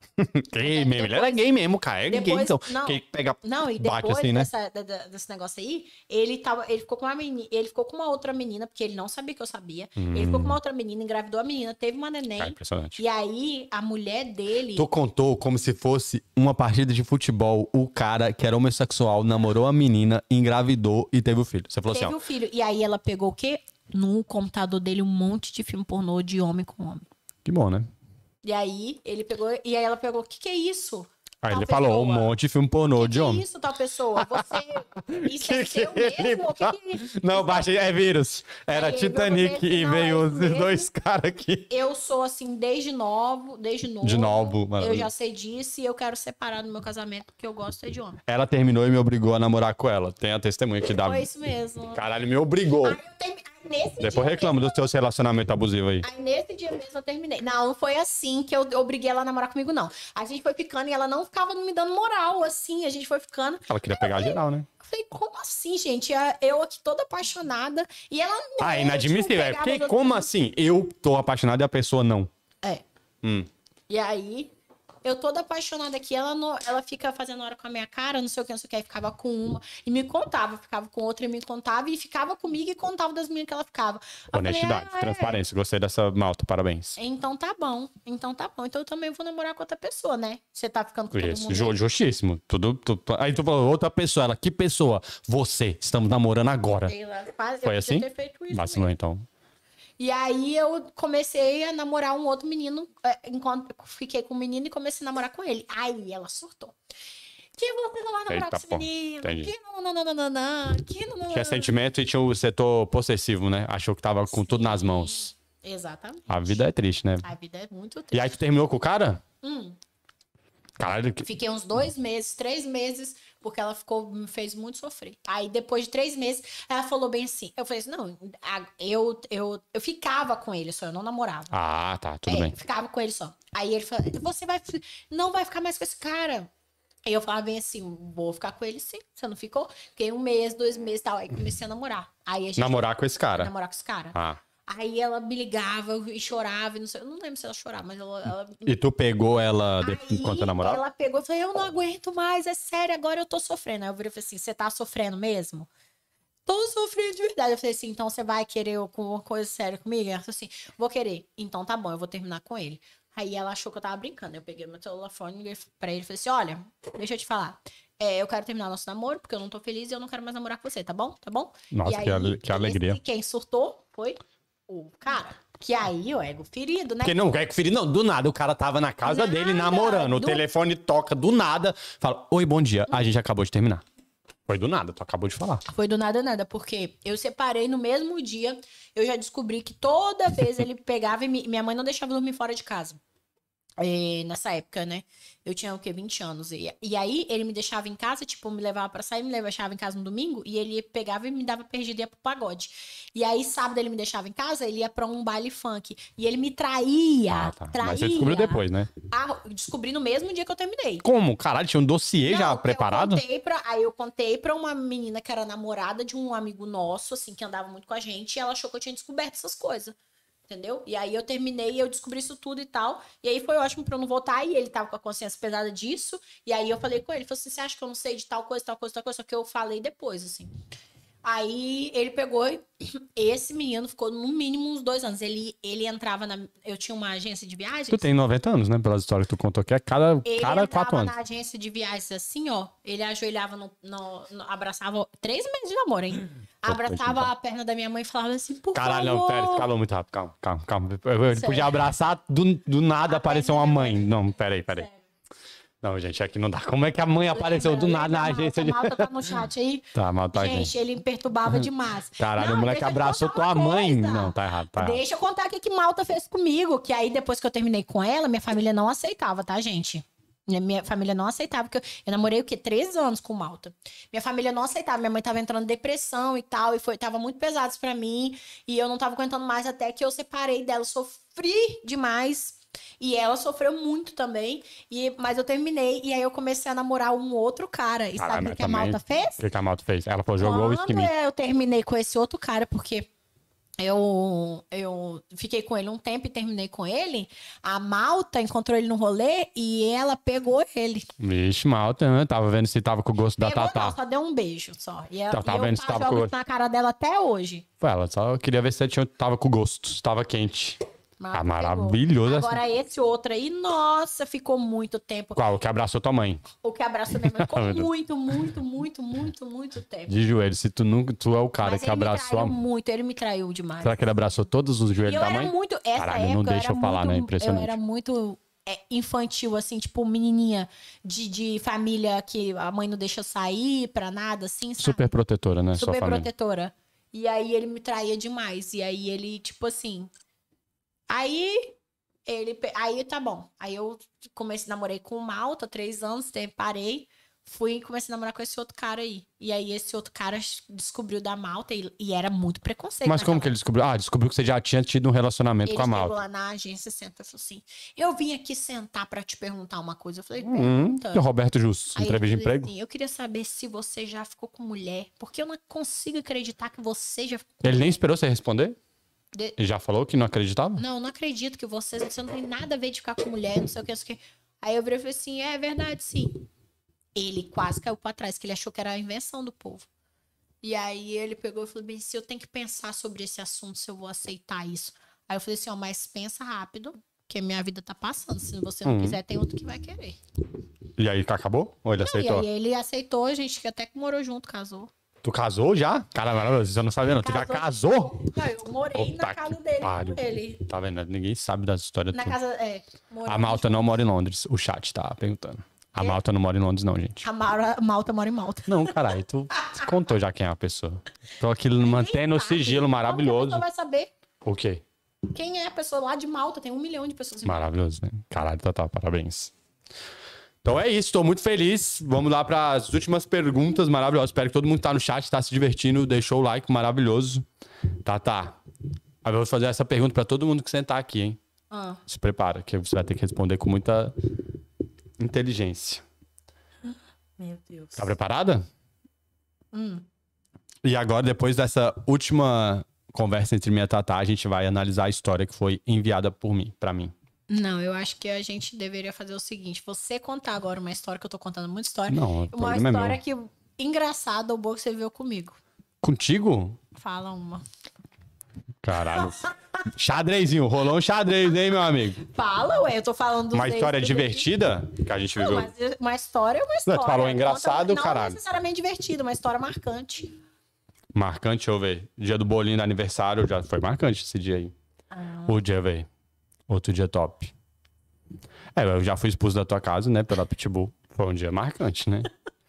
Gay mesmo, ele era gay mesmo, cara. É gay, Depois- então. não. Quem pega, Não, e bate depois assim, né? dessa- da- da- desse negócio aí, ele tava, ele ficou com uma menina, ele ficou com uma outra menina, porque ele não sabia que eu sabia. Ele ficou com uma outra menina, engravidou a menina, teve uma neném. Cara, impressionante. E aí, a mulher dele. Tu contou como se fosse uma partida de futebol. O cara que era homossexual namorou a menina, engravidou e teve o filho. Você falou Teve assim, um ó. filho. E aí ela pegou o quê? No computador dele um monte de filme pornô de homem com homem. Que bom, né? E aí ele pegou. E aí ela pegou, o que, que é isso? Aí Tal ele falou um pessoa. monte de filme pornô Que de que homem. é isso, tal pessoa? Você. Isso é Que seu que ele mesmo? O que fala? que é? Não, baixa, é vírus. Era Aí, Titanic eu e vou ver se veio não é os isso mesmo. dois caras aqui. Eu sou assim desde novo, desde novo. De novo, Eu maravilha. já sei disso e eu quero separar no meu casamento porque eu gosto é de homem. Ela terminou e me obrigou a namorar com ela. Tem a testemunha que dá. Foi isso mesmo. Caralho, me obrigou. Aí eu termi- aí nesse Depois dia reclama mesmo- dos teus relacionamentos abusivos aí. Aí nesse dia mesmo eu terminei. Não, não foi assim que eu obriguei ela a namorar comigo, não. A gente foi ficando e ela não ficava me dando moral, assim. A gente foi ficando. Ela queria pegar geral, né? Eu falei, como assim, gente? Eu aqui toda apaixonada. E ela não. Ah, inadmissível. É pegava porque, os como outros- assim? Eu tô apaixonado e a pessoa não. É. Hum. E aí, eu toda apaixonada aqui, ela, não, ela fica fazendo hora com a minha cara, não sei o que, não sei o que, aí ficava com uma e me contava, ficava com outra e me contava, e ficava comigo e contava das meninas que ela ficava. Eu falei, Honestidade, "Ah, é? transparência. Gostei dessa malta, parabéns. Então tá bom, então tá bom. Então eu também vou namorar com outra pessoa, né? Você tá ficando com todo Isso, mundo. ju- justíssimo. Tudo, tu- aí tu falou, outra pessoa. Ela, que pessoa? Você. Estamos namorando agora. Sei lá, quase- eu Foi podia assim? ter feito isso Vacilou, mesmo. então. E aí eu comecei a namorar um outro menino, é, enquanto eu fiquei com o menino e comecei a namorar com ele. Aí ela surtou. Que você não vai namorar Eita, com esse pô, menino? entendi. Que não, não, não, não, não, não. Que não, não, Tinha não. sentimento e tinha o setor possessivo, né? Achou que tava com tudo nas mãos. Exatamente. A vida é triste, né? A vida é muito E triste. aí tu terminou com o cara? Hum. Caralho, que... Fiquei uns dois meses, três meses, porque ela ficou, me fez muito sofrer. Aí, depois de três meses, ela falou bem assim. Eu falei assim, não, a- eu, eu, eu ficava com ele só, eu não namorava. Ah, tá, tudo É, bem. eu ficava com ele só. Aí ele falou, você vai, não vai ficar mais com esse cara. Aí eu falava bem assim, vou ficar com ele sim. Você não ficou? Fiquei um mês, dois meses e tal. Aí comecei a namorar. Aí a gente Namorar com esse cara. namorar com esse cara. Ah. Aí ela me ligava e chorava, e não sei, eu não lembro se ela chorava, mas ela, ela E tu pegou ela de... Aí, enquanto você namorava? ela pegou e falou, eu não aguento mais, é sério, agora eu tô sofrendo. Aí eu virei e falei assim, você tá sofrendo mesmo? Tô sofrendo de verdade. Eu falei assim, então você vai querer alguma coisa séria comigo? Ela falou assim, vou querer. Então tá bom, eu vou terminar com ele. Aí ela achou que eu tava brincando. Eu peguei meu telefone, liguei pra ele e falei assim, olha, deixa eu te falar. É, eu quero terminar nosso namoro, porque eu não tô feliz e eu não quero mais namorar com você, tá bom? Tá bom? Nossa, E que ale- que alegria. esse- quem surtou foi o cara. Que aí, o ego ferido, né? Porque não quer que filho, não, do nada, o cara tava na casa Nada, dele namorando, o do- telefone toca do nada, fala, oi, bom dia, a gente acabou de terminar. Foi do nada, tu acabou de falar. Foi do nada, nada, porque eu separei no mesmo dia, eu já descobri que toda vez ele pegava e me- minha mãe não deixava eu dormir fora de casa. É, nessa época, né? Eu tinha o quê? vinte anos. E, e aí ele me deixava em casa, tipo, me levava pra sair, me deixava em casa no domingo, e ele pegava e me dava perdida e ia pro pagode. E aí, sábado, ele me deixava em casa, ele ia pra um baile funk. E ele me traía. Ah, tá. traía. Mas você descobriu depois, né? Ah, eu descobri no mesmo dia que eu terminei. Como? Caralho, tinha um dossiê Não, já eu preparado? contei pra- aí eu contei pra uma menina que era namorada de um amigo nosso, assim, que andava muito com a gente, e ela achou que eu tinha descoberto essas coisas. Entendeu? E aí eu terminei e eu descobri isso tudo e tal. E aí foi ótimo pra eu não voltar. E ele tava com a consciência pesada disso. E aí eu falei com ele, ele falou assim, você acha que eu não sei de tal coisa, tal coisa, tal coisa? Só que eu falei depois, assim. Aí ele pegou e esse menino ficou no mínimo uns dois anos. Ele, ele entrava na... Eu tinha uma agência de viagens. Tu tem noventa anos, né? Pelas histórias que tu contou aqui, é cada, Ele cada quatro entrava anos. na agência de viagens assim, ó. Ele ajoelhava no, no- no- abraçava três meses de namoro, hein? Abraçava a perna da minha mãe e falava assim, por Caralho, favor. não, pera, você calou muito rápido, calma, calma, calma. Ele Sério. podia abraçar, do, do nada A apareceu perna uma da mãe. Não, peraí, peraí. Sério. Não, gente, aqui não dá. Como é que a mãe apareceu do nada na Lembra, agência de... Malta, Malta tá no chat aí. Tá, mal tá aqui. Gente, ele me perturbava demais. Caralho, Não, o moleque deixa eu te abraçou contar tua uma mãe. coisa. Não, tá errado, tá errado. Deixa eu contar o que que Malta fez comigo. Que aí, depois que eu terminei com ela, minha família não aceitava, tá, gente? Minha, minha família não aceitava, porque eu, eu namorei o quê? Três anos com Malta. Minha família não aceitava. Minha mãe tava entrando em depressão e tal, e foi, tava muito pesado isso pra mim. E eu não tava aguentando mais até que eu separei dela. Sofri demais. E ela sofreu muito também. E, mas eu terminei, e aí eu comecei a namorar um outro cara. E Caralho, sabe o mas que a também- Malta fez? O que que a Malta fez? Ela falou, jogou o Quando esquema. eu terminei com esse outro cara, porque eu, eu fiquei com ele um tempo e terminei com ele. A Malta encontrou ele no rolê e ela pegou ele. Vixe, Malta, né? Tava vendo se tava com o gosto da Pegou, Tatá. não, só deu um beijo só. E, ela, Tá, tá e vendo eu se tava jogo com- isso na cara dela até hoje. Foi ela, só queria ver se você tinha, tava com gosto, se tava quente. Mas Ah, pegou. maravilhoso essa- Agora esse outro aí, nossa, ficou muito tempo. Qual? O que abraçou tua mãe? O que abraçou minha mãe ficou Meu Deus. muito, muito, muito, muito, muito tempo. De joelho, se tu nunca, tu é o cara Mas que ele me abraçou traiu a... muito, ele me traiu demais. Será que ele abraçou todos os E joelhos eu da era mãe? muito, essa Caralho, época, não deixa eu eu era falar, muito, né? eu Impressionante. era muito é, infantil, assim, tipo menininha de, de família que a mãe não deixa sair pra nada, assim, sabe? Super protetora, né? Sua Super família. protetora. E aí ele me traía demais. E aí ele, tipo assim. Aí ele. pe- Aí tá bom. Aí eu comecei, namorei com o Malta, três anos, te- parei. Fui e comecei a namorar com esse outro cara aí. E aí esse outro cara descobriu da Malta e, e era muito preconceito. Mas como naquela que ele descobriu? Ah, descobriu que você já tinha tido um relacionamento ele com a chegou Malta. lá na agência, senta e falou assim: eu vim aqui sentar pra te perguntar uma coisa. Eu falei, Hum, pergunta. que o Roberto Justo, Aí eu entrevista de falei emprego. assim, eu queria saber se você já ficou com mulher, porque eu não consigo acreditar que você já ficou com Ele nem mulher. esperou você responder? De- Ele já falou que não acreditava? Não, não acredito que você, você não tem nada a ver de ficar com mulher, não sei o que, não sei o que. Aí eu virei e falei assim, é verdade, sim. Ele quase caiu pra trás, que ele achou que era a invenção do povo. E aí ele pegou e falou bem, se eu tenho que pensar sobre esse assunto, se eu vou aceitar isso. Aí eu falei assim, ó, mas pensa rápido, que minha vida tá passando. Se você não Uhum. quiser, tem outro que vai querer. E aí, acabou? Ou ele Não, e aceitou? aí ele aceitou, a gente até que morou junto, casou. Tu casou já? Cara, maravilhoso, você não sabia não. Tu já casou? Não, eu morei Puta na casa que dele pariu. com ele. Tá vendo? Ninguém sabe das histórias Na todas. casa, é. moramos A Malta não juntos. mora em Londres. O chat tá perguntando. A Quê? Malta não mora em Londres, não, gente. A Mara- Malta mora em Malta. Não, caralho, tu contou já quem é a pessoa. Tô aqui mantendo o Sabe? sigilo Como que maravilhoso. a pessoa vai saber O quê? quem é a pessoa lá de Malta? Tem um milhão de pessoas em Malta. Maravilhoso, né? Caralho, Tatá, parabéns. Então é isso, tô muito feliz. Vamos lá para as últimas perguntas maravilhosas. Espero que todo mundo que tá no chat tá se divertindo, deixou o like maravilhoso. Tatá, eu vou fazer essa pergunta para todo mundo que sentar aqui, hein? Ah, Se prepara, que você vai ter que responder com muita inteligência. meu Deus. Tá preparada? Hum. E agora, depois dessa última conversa entre mim e a Tatá, a gente vai analisar a história que foi enviada por mim, para mim. Não, eu acho que a gente deveria fazer o seguinte: você contar agora uma história, que eu tô contando muita história. Não, o uma problema é história meu. que engraçada ou boa que você viu comigo. Contigo? Fala uma. Caralho. Xadrezinho, rolou um xadrez, hein, meu amigo? Fala, ué, eu tô falando dos Uma ex história que eu divertida que a gente Não, viveu. mas uma história é uma história. tu falou Conta- engraçado, não caralho. necessariamente divertida, uma história marcante. Marcante, deixa eu ver. Dia do bolinho do aniversário, já foi marcante esse dia aí. Ah. O dia, velho. Outro dia top. É, eu já fui expulso da tua casa, né, pela Pitbull. Foi um dia marcante, né?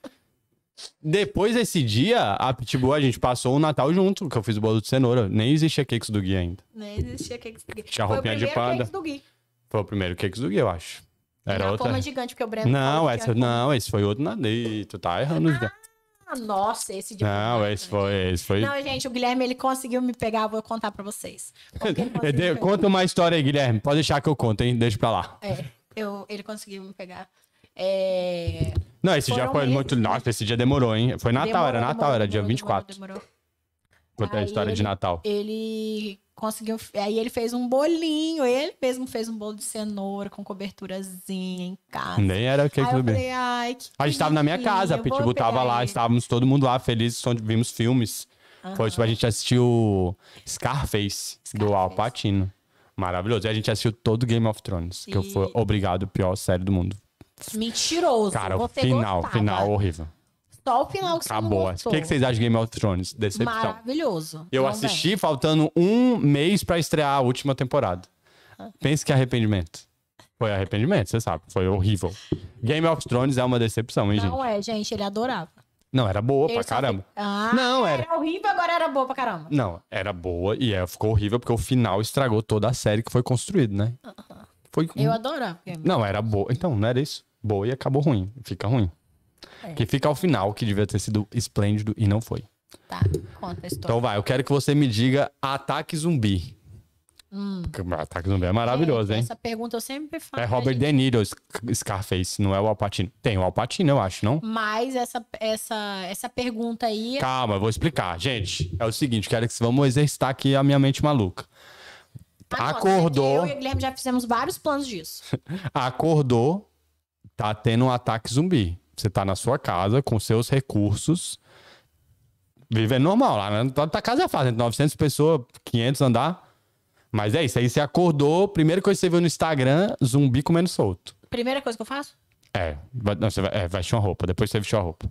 Depois desse dia, a Pitbull, a gente passou o Natal junto, que eu fiz o bolo de cenoura. Nem existia cakes do Gui ainda. Nem existia cakes do Gui. Tinha Foi o roupinha de primeiro panda. cakes do Gui. Foi o primeiro cakes do Gui, eu acho. Era na outra. forma gigante, porque o Breno Não, falou que essa, tinha forma- não, esse foi outro na Ih, tu tá errando. os- Ah, nossa, esse dia Não, foi esse marcante. foi, esse foi. Não, gente, o Guilherme, ele conseguiu me pegar, vou contar pra vocês. Porque ele conseguiu me pegar. Conta uma história aí, Guilherme. Pode deixar que eu conto, hein? Deixa pra lá. É, eu, ele conseguiu me pegar. É... Não, esse dia Foram foi meses, muito. né? Nossa, esse dia demorou, hein? Foi Natal, demorou, era Natal, demorou, era dia demorou, vinte e quatro. Demorou, demorou. Conta a Aí história de ele- Natal. Ele conseguiu. Aí ele fez um bolinho, ele mesmo fez um bolo de cenoura com coberturazinha em casa. Nem era o que Aí eu que falei, ai, que A gente tava na minha casa, a bonitinho, Pitbull vou tava pegar lá, ele. estávamos todo mundo lá, felizes, só vimos filmes. Foi tipo, a gente assistiu Scarface, do Al Scarface. Pacino. Maravilhoso. E a gente assistiu todo Game of Thrones, que eu E- fui obrigado, pior série do mundo. Mentiroso. Cara, o você final, gostava. final horrível. Só o final que você Acabou. não O gostou. que, que vocês acham de Game of Thrones? Decepção. Maravilhoso. Eu Não assisti faltando um mês pra estrear a última temporada. Pense que arrependimento. Foi arrependimento, você sabe. Foi horrível. Game of Thrones é uma decepção, hein, vem. Não gente? é, gente, ele adorava. Não, era boa Ele pra só caramba. fi- Ah, Não, era- era horrível, agora era boa pra caramba. Não, era boa e é, ficou horrível porque o final estragou toda a série que foi construída, né? Foi... Eu adorava. Game of Não, era boa. Então, não era isso. Boa e acabou ruim. Fica ruim. É. Que fica ao final, que devia ter sido esplêndido e não foi. Tá, conta a história. Então vai, eu quero que você me diga ataque zumbi. Hum. Ataque Zumbi é maravilhoso, é, hein? Essa pergunta eu sempre faço. É Robert De Niro, Scarface, não é o Al Pacino. Tem o Al Pacino, eu acho, não? Mas essa, essa, essa pergunta aí... Calma, eu vou explicar. Gente, é o seguinte, quero que vamos exercitar aqui a minha mente maluca. Ah, Acordou... Eu e o Guilherme já fizemos vários planos disso. Acordou, tá tendo um ataque zumbi. Você tá na sua casa, com seus recursos, vivendo normal. Lá na tua casa é fácil, novecentas pessoas, quinhentos andar... Mas é isso, aí você acordou, primeira coisa que você viu no Instagram, zumbi comendo solto. Primeira coisa que eu faço? É, vai, não, você vai, é, vestir uma roupa, depois você vestiu a roupa.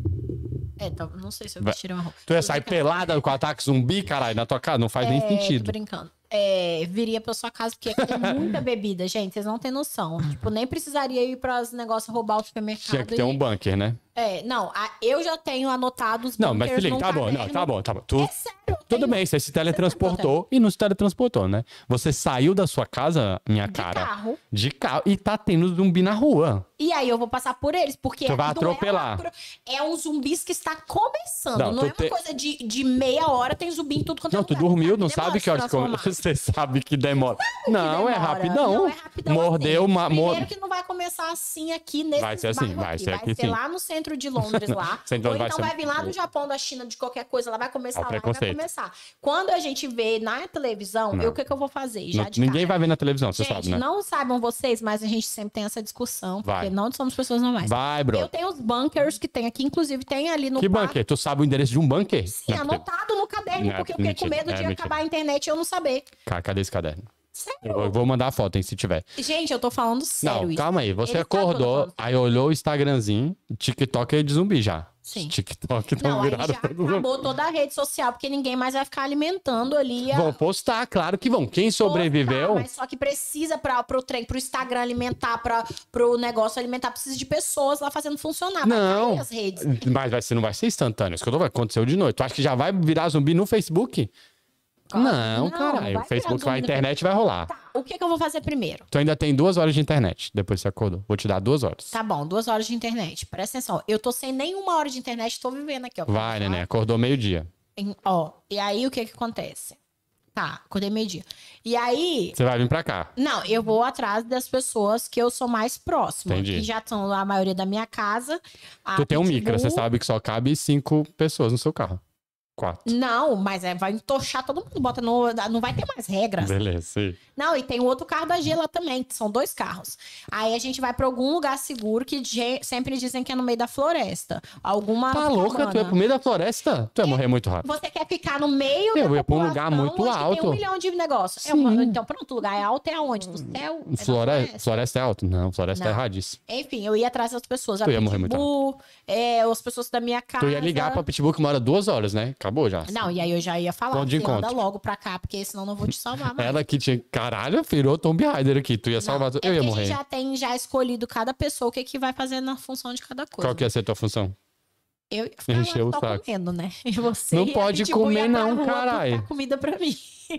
É, tá, não sei se eu vestir uma roupa. Tu ia sair pelada com ataque zumbi, caralho, na tua casa? Não faz é, nem sentido. Tô brincando. É, viria pra sua casa, porque aqui tem muita bebida, gente, vocês não têm noção. Tipo, nem precisaria ir pros negócios roubar o supermercado. Tinha que ter e... um bunker, né? É, não, a, eu já tenho anotado os Não, mas Felipe, tá bom, não, tá bom, tá bom. Tu, é sério, tudo tenho... bem, você se teletransportou e não se teletransportou, né? Você saiu da sua casa, minha de cara. Carro. De carro. E tá tendo zumbi na rua. E aí eu vou passar por eles, porque... Tu vai atropelar. É, uma, é um zumbis que está começando, não, não é uma te... coisa de, de meia hora, tem zumbi em tudo quanto é lugar. Não, tu dormiu, não sabe que horas que você sabe que demora. Não, é rapidão. Não é rapidão. Mordeu assim. uma... Primeiro que não vai começar assim aqui nesse Vai ser assim, vai ser aqui, vai ser sim. lá no centro de Londres, lá. Então ou vai então ser... vai vir lá do Japão, da China, de qualquer coisa, ela vai começar lá, vai começar. Quando a gente vê na televisão, eu, o que, que eu vou fazer? Já não, ninguém cara. vai ver na televisão, você gente, sabe, né? Não saibam vocês, mas a gente sempre tem essa discussão, vai. porque não somos pessoas normais. Vai, bro. Eu tenho os bunkers que tem aqui, inclusive tem ali no Que quarto. Bunker? Tu sabe o endereço de um bunker? Sim, não, anotado no caderno, não, porque eu fiquei com medo é, de é, acabar a internet e eu não saber. Cara, cadê esse caderno? Sério? Eu vou mandar a foto, hein, se tiver. Gente, eu tô falando sério. Não, isso. calma aí. Você Ele acordou, aí olhou o Instagramzinho, TikTok é de zumbi já. Sim. TikTok não, aí já acabou toda a rede social, porque ninguém mais vai ficar alimentando ali. A... Vão postar, claro que vão. Quem sobreviveu... Postar, mas só que precisa para pro trem, pro Instagram alimentar, para pro negócio alimentar, precisa de pessoas lá fazendo funcionar. Não, as redes. Mas vai ser, não vai ser instantâneo. Isso que eu tô falando, aconteceu de noite. Tu acha que já vai virar zumbi no Facebook? Não, não caralho. O Facebook vai, a internet vai rolar. Tá, o que, que eu vou fazer primeiro? Tu ainda tem duas horas de internet, depois você acordou. Vou te dar duas horas. Tá bom, duas horas de internet. Presta atenção. Eu tô sem nenhuma hora de internet, tô vivendo aqui, ó. Vai, neném. Acordou meio-dia. Ó, e aí o que que acontece? Tá, acordei meio-dia. E aí... Você vai vir pra cá. Não, eu vou atrás das pessoas que eu sou mais próxima. Entendi. Que já estão a maioria da minha casa. Tu tem um micro, você sabe que só cabe cinco pessoas no seu carro. Quatro. Não, mas é, vai entochar todo mundo, bota no, não vai ter mais regras. Beleza, sim. Não, e tem o outro carro da G lá também, são dois carros. Aí a gente vai pra algum lugar seguro que sempre dizem que é no meio da floresta. Alguma Tá louca? Tu ia pro meio da floresta? Tu ia morrer muito rápido. Você quer ficar no meio Eu da ia pra um lugar muito alto. Tem um milhão de negócios. É uma, então pronto, o lugar é alto, é aonde? No céu? É floresta, floresta. floresta é alto? Não, floresta não. é erradíssimo. Enfim, eu ia atrás das pessoas. Tu ia morrer muito rápido. É, as pessoas da minha casa. Tu ia ligar pra Pitbull que mora duas horas, né? Acabou já. Não, e aí eu já ia falar, Ponto de você encontro. anda logo pra cá, porque senão eu não vou te salvar mais. Ela que tinha... Caralho, virou Tomb Raider aqui. Tu ia salvar... Não, eu é ia morrer. A gente já tem já escolhido cada pessoa o que, que vai fazer na função de cada coisa. Qual que ia ser a tua função? Eu ia ficar Encher lá o só saco. comendo, né? E você não pode comer não, caralho. comida pra mim.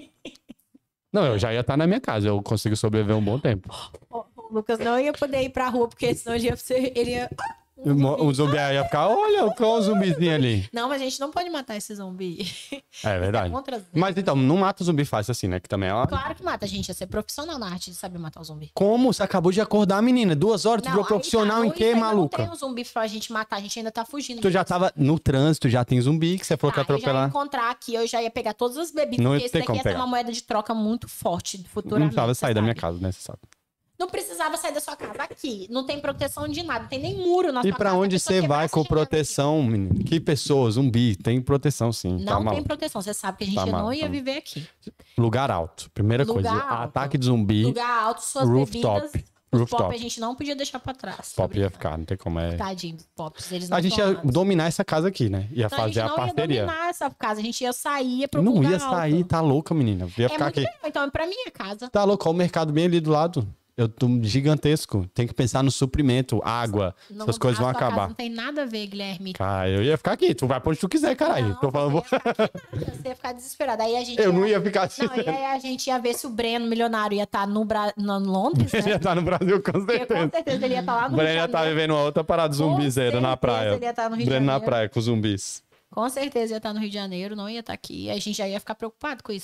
Não, eu já ia estar na minha casa. Eu consigo sobreviver um bom tempo. O, o Lucas não ia poder ir pra rua, porque senão ele ia ser... Ele ia... Um zumbi. O zumbi aí ia ficar, olha o zumbizinho ali. Não, mas a gente não pode matar esse zumbi. É verdade. É contra... Mas então, não mata o zumbi fácil assim, né? Que também é uma... Claro que mata, a gente ia ser profissional na arte de saber matar o zumbi. Como? Você acabou de acordar, menina. Duas horas, tu virou profissional tá, em quê, maluca? Não tem um zumbi pra gente matar, a gente ainda tá fugindo. Tu já tava no trânsito, já tem zumbi que você falou tá, que ia atropelar. Eu já ia encontrar aqui, eu já ia pegar todas as bebidas, não porque esse daqui como ia ser pegar. uma moeda de troca muito forte futuramente. Não precisava sair sabe? da minha casa, né? Você sabe. Não precisava sair da sua casa aqui. Não tem proteção de nada, não tem nem muro na e sua pra casa. onde você vai com proteção, menino? Que pessoa, zumbi, tem proteção sim. Não tá tem maluco. proteção, você sabe que a gente Tá não maluco, ia tá viver aqui. Lugar alto. Primeira Lugar coisa, alto. ataque de zumbi. Lugar alto, suas rooftop. bebidas. Rooftop. Pop a gente não podia deixar pra trás. Pop ia ficar, não tem como. É... Tadinho dos pops, eles não A gente ia amados. dominar essa casa aqui, né? Ia Não, fazer a, a, gente não parceria. Ia dominar essa casa, a gente ia sair ia pro Não lugar ia sair, alto. tá louca, menina. Ia É ficar muito aqui. legal, então é pra minha casa. Tá louco, olha o mercado bem ali do lado. Eu tô gigantesco. Tem que pensar no suprimento, água. Não, essas coisas a vão sua casa acabar. Não tem nada a ver, Guilherme. Cara, eu ia ficar aqui. Tu vai pra onde tu quiser, caralho. Não, Tô falando. você, ia ficar aqui, nada, você ia ficar desesperado. Aí a gente Eu ia... não ia ficar assim. Não, e aí a gente ia ver se o Breno, milionário, ia estar no, Bra... no Londres, né? Ele ia estar no Brasil, com Porque, certeza. com certeza ele ia estar lá no O Breno Rio ia de estar Janeiro. vivendo uma outra parada Com zumbizeira na certeza praia. ele ia estar no Rio de Breno na Janeiro. praia com zumbis. Com certeza ia estar no Rio de Janeiro, não ia estar aqui. E a gente já ia ficar preocupado com isso, né?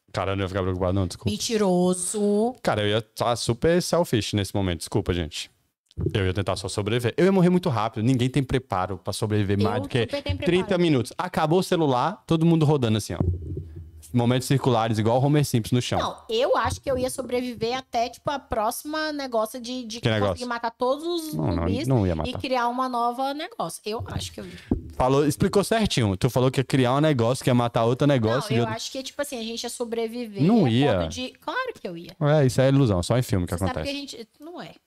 Cara, eu não ia ficar preocupado, não, desculpa. Mentiroso. Cara, eu ia estar super selfish nesse momento, desculpa, gente. Eu ia tentar só sobreviver. Eu ia morrer muito rápido. Ninguém tem preparo pra sobreviver Eu mais do que super tenho trinta preparo. minutos. Acabou o celular, todo mundo rodando assim, ó. Momentos circulares, igual o Homer Simpson no chão. Não, eu acho que eu ia sobreviver até, tipo, a próxima negócio de, de Que negócio? conseguir matar todos os Não, não, zumbis não ia e matar. criar uma nova negócio. Eu acho que eu ia. Falou, explicou certinho. Tu falou que ia criar um negócio, que ia matar outro Não, negócio. eu de- acho que, tipo assim, a gente ia sobreviver. Não a ia. ponto de... Claro que eu ia. É, isso é ilusão, só em filme que Você sabe acontece. que a gente... Não é.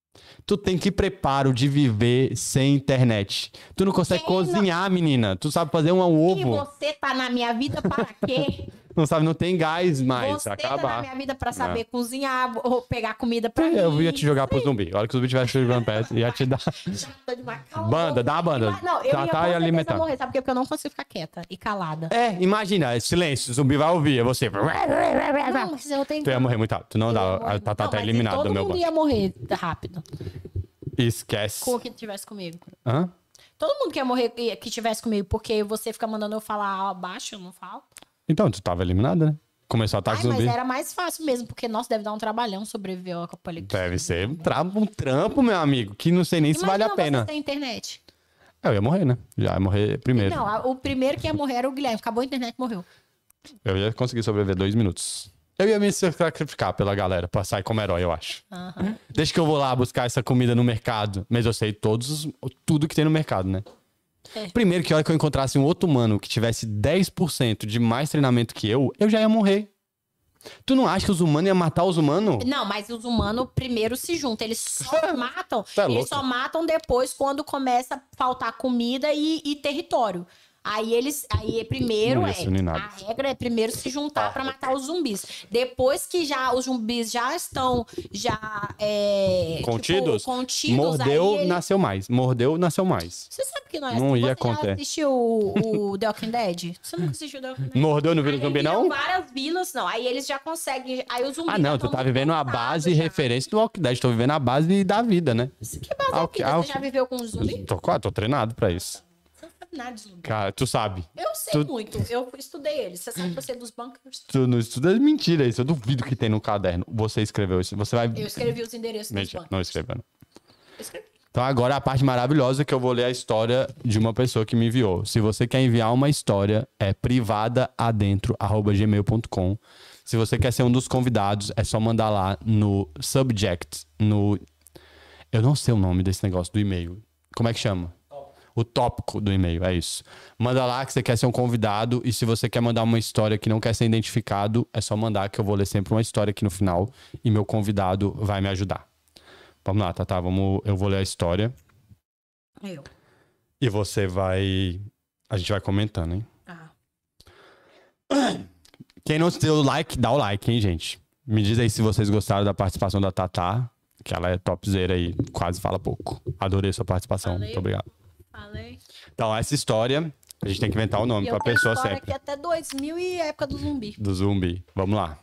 Tu tem que preparo de viver sem internet. Tu não consegue Quem não- cozinhar, menina. Tu sabe fazer um E ovo. você tá na minha vida para quê? Não sabe, não tem gás mais. Você tá acabar. na minha vida pra saber cozinhar ou pegar comida pra mim. Eu ia te jogar pro zumbi. A hora que o zumbi tivesse chegando perto, ia te dar. Já tô de macau. Banda, dá a banda. Não, eu Tá, ia tá com e certeza alimentar. morrer, sabe por quê? Porque eu não consigo ficar quieta e calada. É, imagina, silêncio, o zumbi vai ouvir, é você. Não, mas eu tenho Tu ia morrer muito rápido. Tu não Eu dá. ia A morrer. Tatá Não, tá mas eliminada todo do meu mundo banco. ia morrer rápido. Esquece. Com o que tivesse comigo. Hã? Todo mundo que ia morrer que que tivesse comigo, porque você fica mandando eu falar abaixo, eu não falo. Então, tu tava eliminada, né? Começou o ataque Ai, mas zumbi. era mais fácil mesmo, porque, nossa, deve dar um trabalhão sobreviver ao apocalipse. Deve ser um trampo, um trampo, meu amigo, que não sei nem se vale a Imagina pena. você sem internet. Eu ia morrer, né? Já ia morrer primeiro. Não, a- o primeiro que ia morrer era o Guilherme. Acabou a internet, morreu. Eu ia conseguir sobreviver dois minutos. Eu ia me sacrificar pela galera pra sair como herói, eu acho. Aham. Deixa que eu vou lá buscar essa comida no mercado. Mas eu sei todos, os- tudo que tem no mercado, né? É. Primeiro que a hora que eu encontrasse um outro humano que tivesse dez por cento de mais treinamento que eu, eu já ia morrer. Tu não acha que os humanos iam matar os humanos? Não, mas os humanos primeiro se juntam. Eles só matam. Tá eles louco. só matam depois quando começa a faltar comida e, e território. Aí eles. Aí é primeiro Não ia é. se unir nada. A regra é primeiro se juntar pra matar os zumbis. Depois que já os zumbis já estão já é, Contidos? Tipo, contidos Mordeu, aí ele- nasceu mais. Mordeu, nasceu mais. Você sabe que não é Não assim. ia Você acontecer. já assistiu o, o The Walking Dead? Você nunca assistiu o The Walking Dead? Mordeu no vírus Aí zumbi, viram não? várias vilas, não. Aí eles já conseguem. Aí os zumbis. Ah, não, já tu tão tá muito vivendo a cansados base e já. referência do Walking Dead. Tô vivendo a base da vida, né? Que base Ah, é ok, vida? ah, Você já viveu com um zumbi? Tô, quase- tô treinado pra isso. Você não sabe nada de zumbi. Cara, tu sabe. Eu sei Tu- muito. Eu estudei ele. Você sabe que eu sei dos bunkers? Tu não estuda é mentira isso. Eu duvido que tem no caderno. Você escreveu isso. Você vai. Eu escrevi os endereços dos Mentira, bunkers. não escreveu. Não. Eu escrevi. Então agora a parte maravilhosa que eu vou ler a história de uma pessoa que me enviou. Se você quer enviar uma história, é privadaadentro arroba gmail ponto com. Se você quer ser um dos convidados, é só mandar lá no subject, no... Eu não sei o nome desse negócio do e-mail. Como é que chama? O tópico do e-mail, é isso. Manda lá que você quer ser um convidado e se você quer mandar uma história que não quer ser identificado, é só mandar que eu vou ler sempre uma história aqui no final e meu convidado vai me ajudar. Vamos lá, Tatá, vamos... eu vou ler a história Eu. e você vai... A gente vai comentando, hein? Ah. Quem não deu o like, dá o like, hein, gente? Me diz aí se vocês gostaram da participação da Tatá, que ela é topzera aí, quase fala pouco. Adorei sua participação, Valeu. muito obrigado. Falei. Então, essa história, a gente tem que inventar o nome E pra eu tenho pessoa história sempre. aqui até dois mil e época do zumbi. Do zumbi. Vamos lá.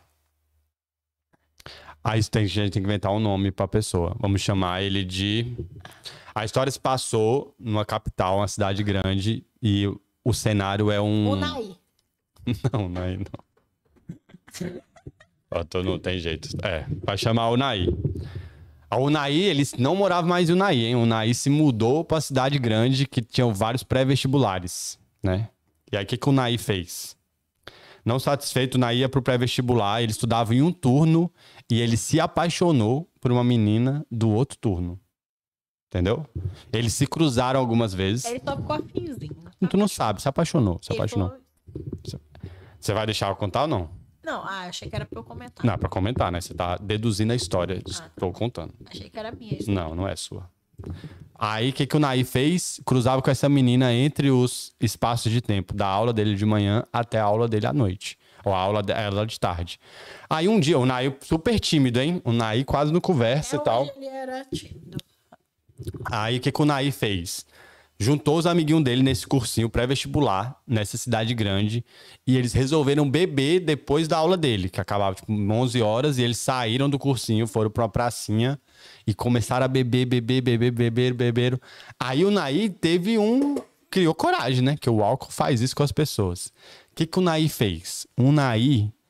Aí tem, a gente tem que inventar um nome pra pessoa. Vamos chamar ele de... A história se passou numa capital, uma cidade grande, e o cenário é um... O Naí. Não, Naí não. Ó, tô, não tem jeito. É, vai chamar o Naí. O Naí, eles não moravam mais em Unaí, hein? O Naí se mudou pra cidade grande que tinham vários pré-vestibulares, né? E aí, o que, que o Naí fez? Não satisfeito, o Naí ia pro pré-vestibular, ele estudava em um turno e ele se apaixonou por uma menina do outro turno. Entendeu? Eles se cruzaram algumas vezes. Ele só ficou afinzinho. Tu não sabe, se apaixonou, se Ele apaixonou. falou- Você vai deixar eu contar ou não? Não, ah, achei que era pra eu comentar. Não, é pra comentar, né? Você tá deduzindo a história. Estou contando. Achei que era minha. Não, não é sua. Aí, o que, que o Naí fez? Cruzava com essa menina entre os espaços de tempo, da aula dele de manhã até a aula dele à noite. Ou a aula dela de tarde. Aí, um dia, o Naí super tímido, hein? O Naí quase não conversa Até e tal. hoje Ele era tímido. Aí, o que, que o Naí fez? Juntou os amiguinhos dele nesse cursinho pré-vestibular, nessa cidade grande, e eles resolveram beber depois da aula dele, que acabava tipo onze horas, e eles saíram do cursinho, foram pra uma pracinha e começaram a beber, beber, beber, beber, beber. Aí o Naí teve um... criou coragem, né? Que o álcool faz isso com as pessoas. O que, que o Naí fez? O Naí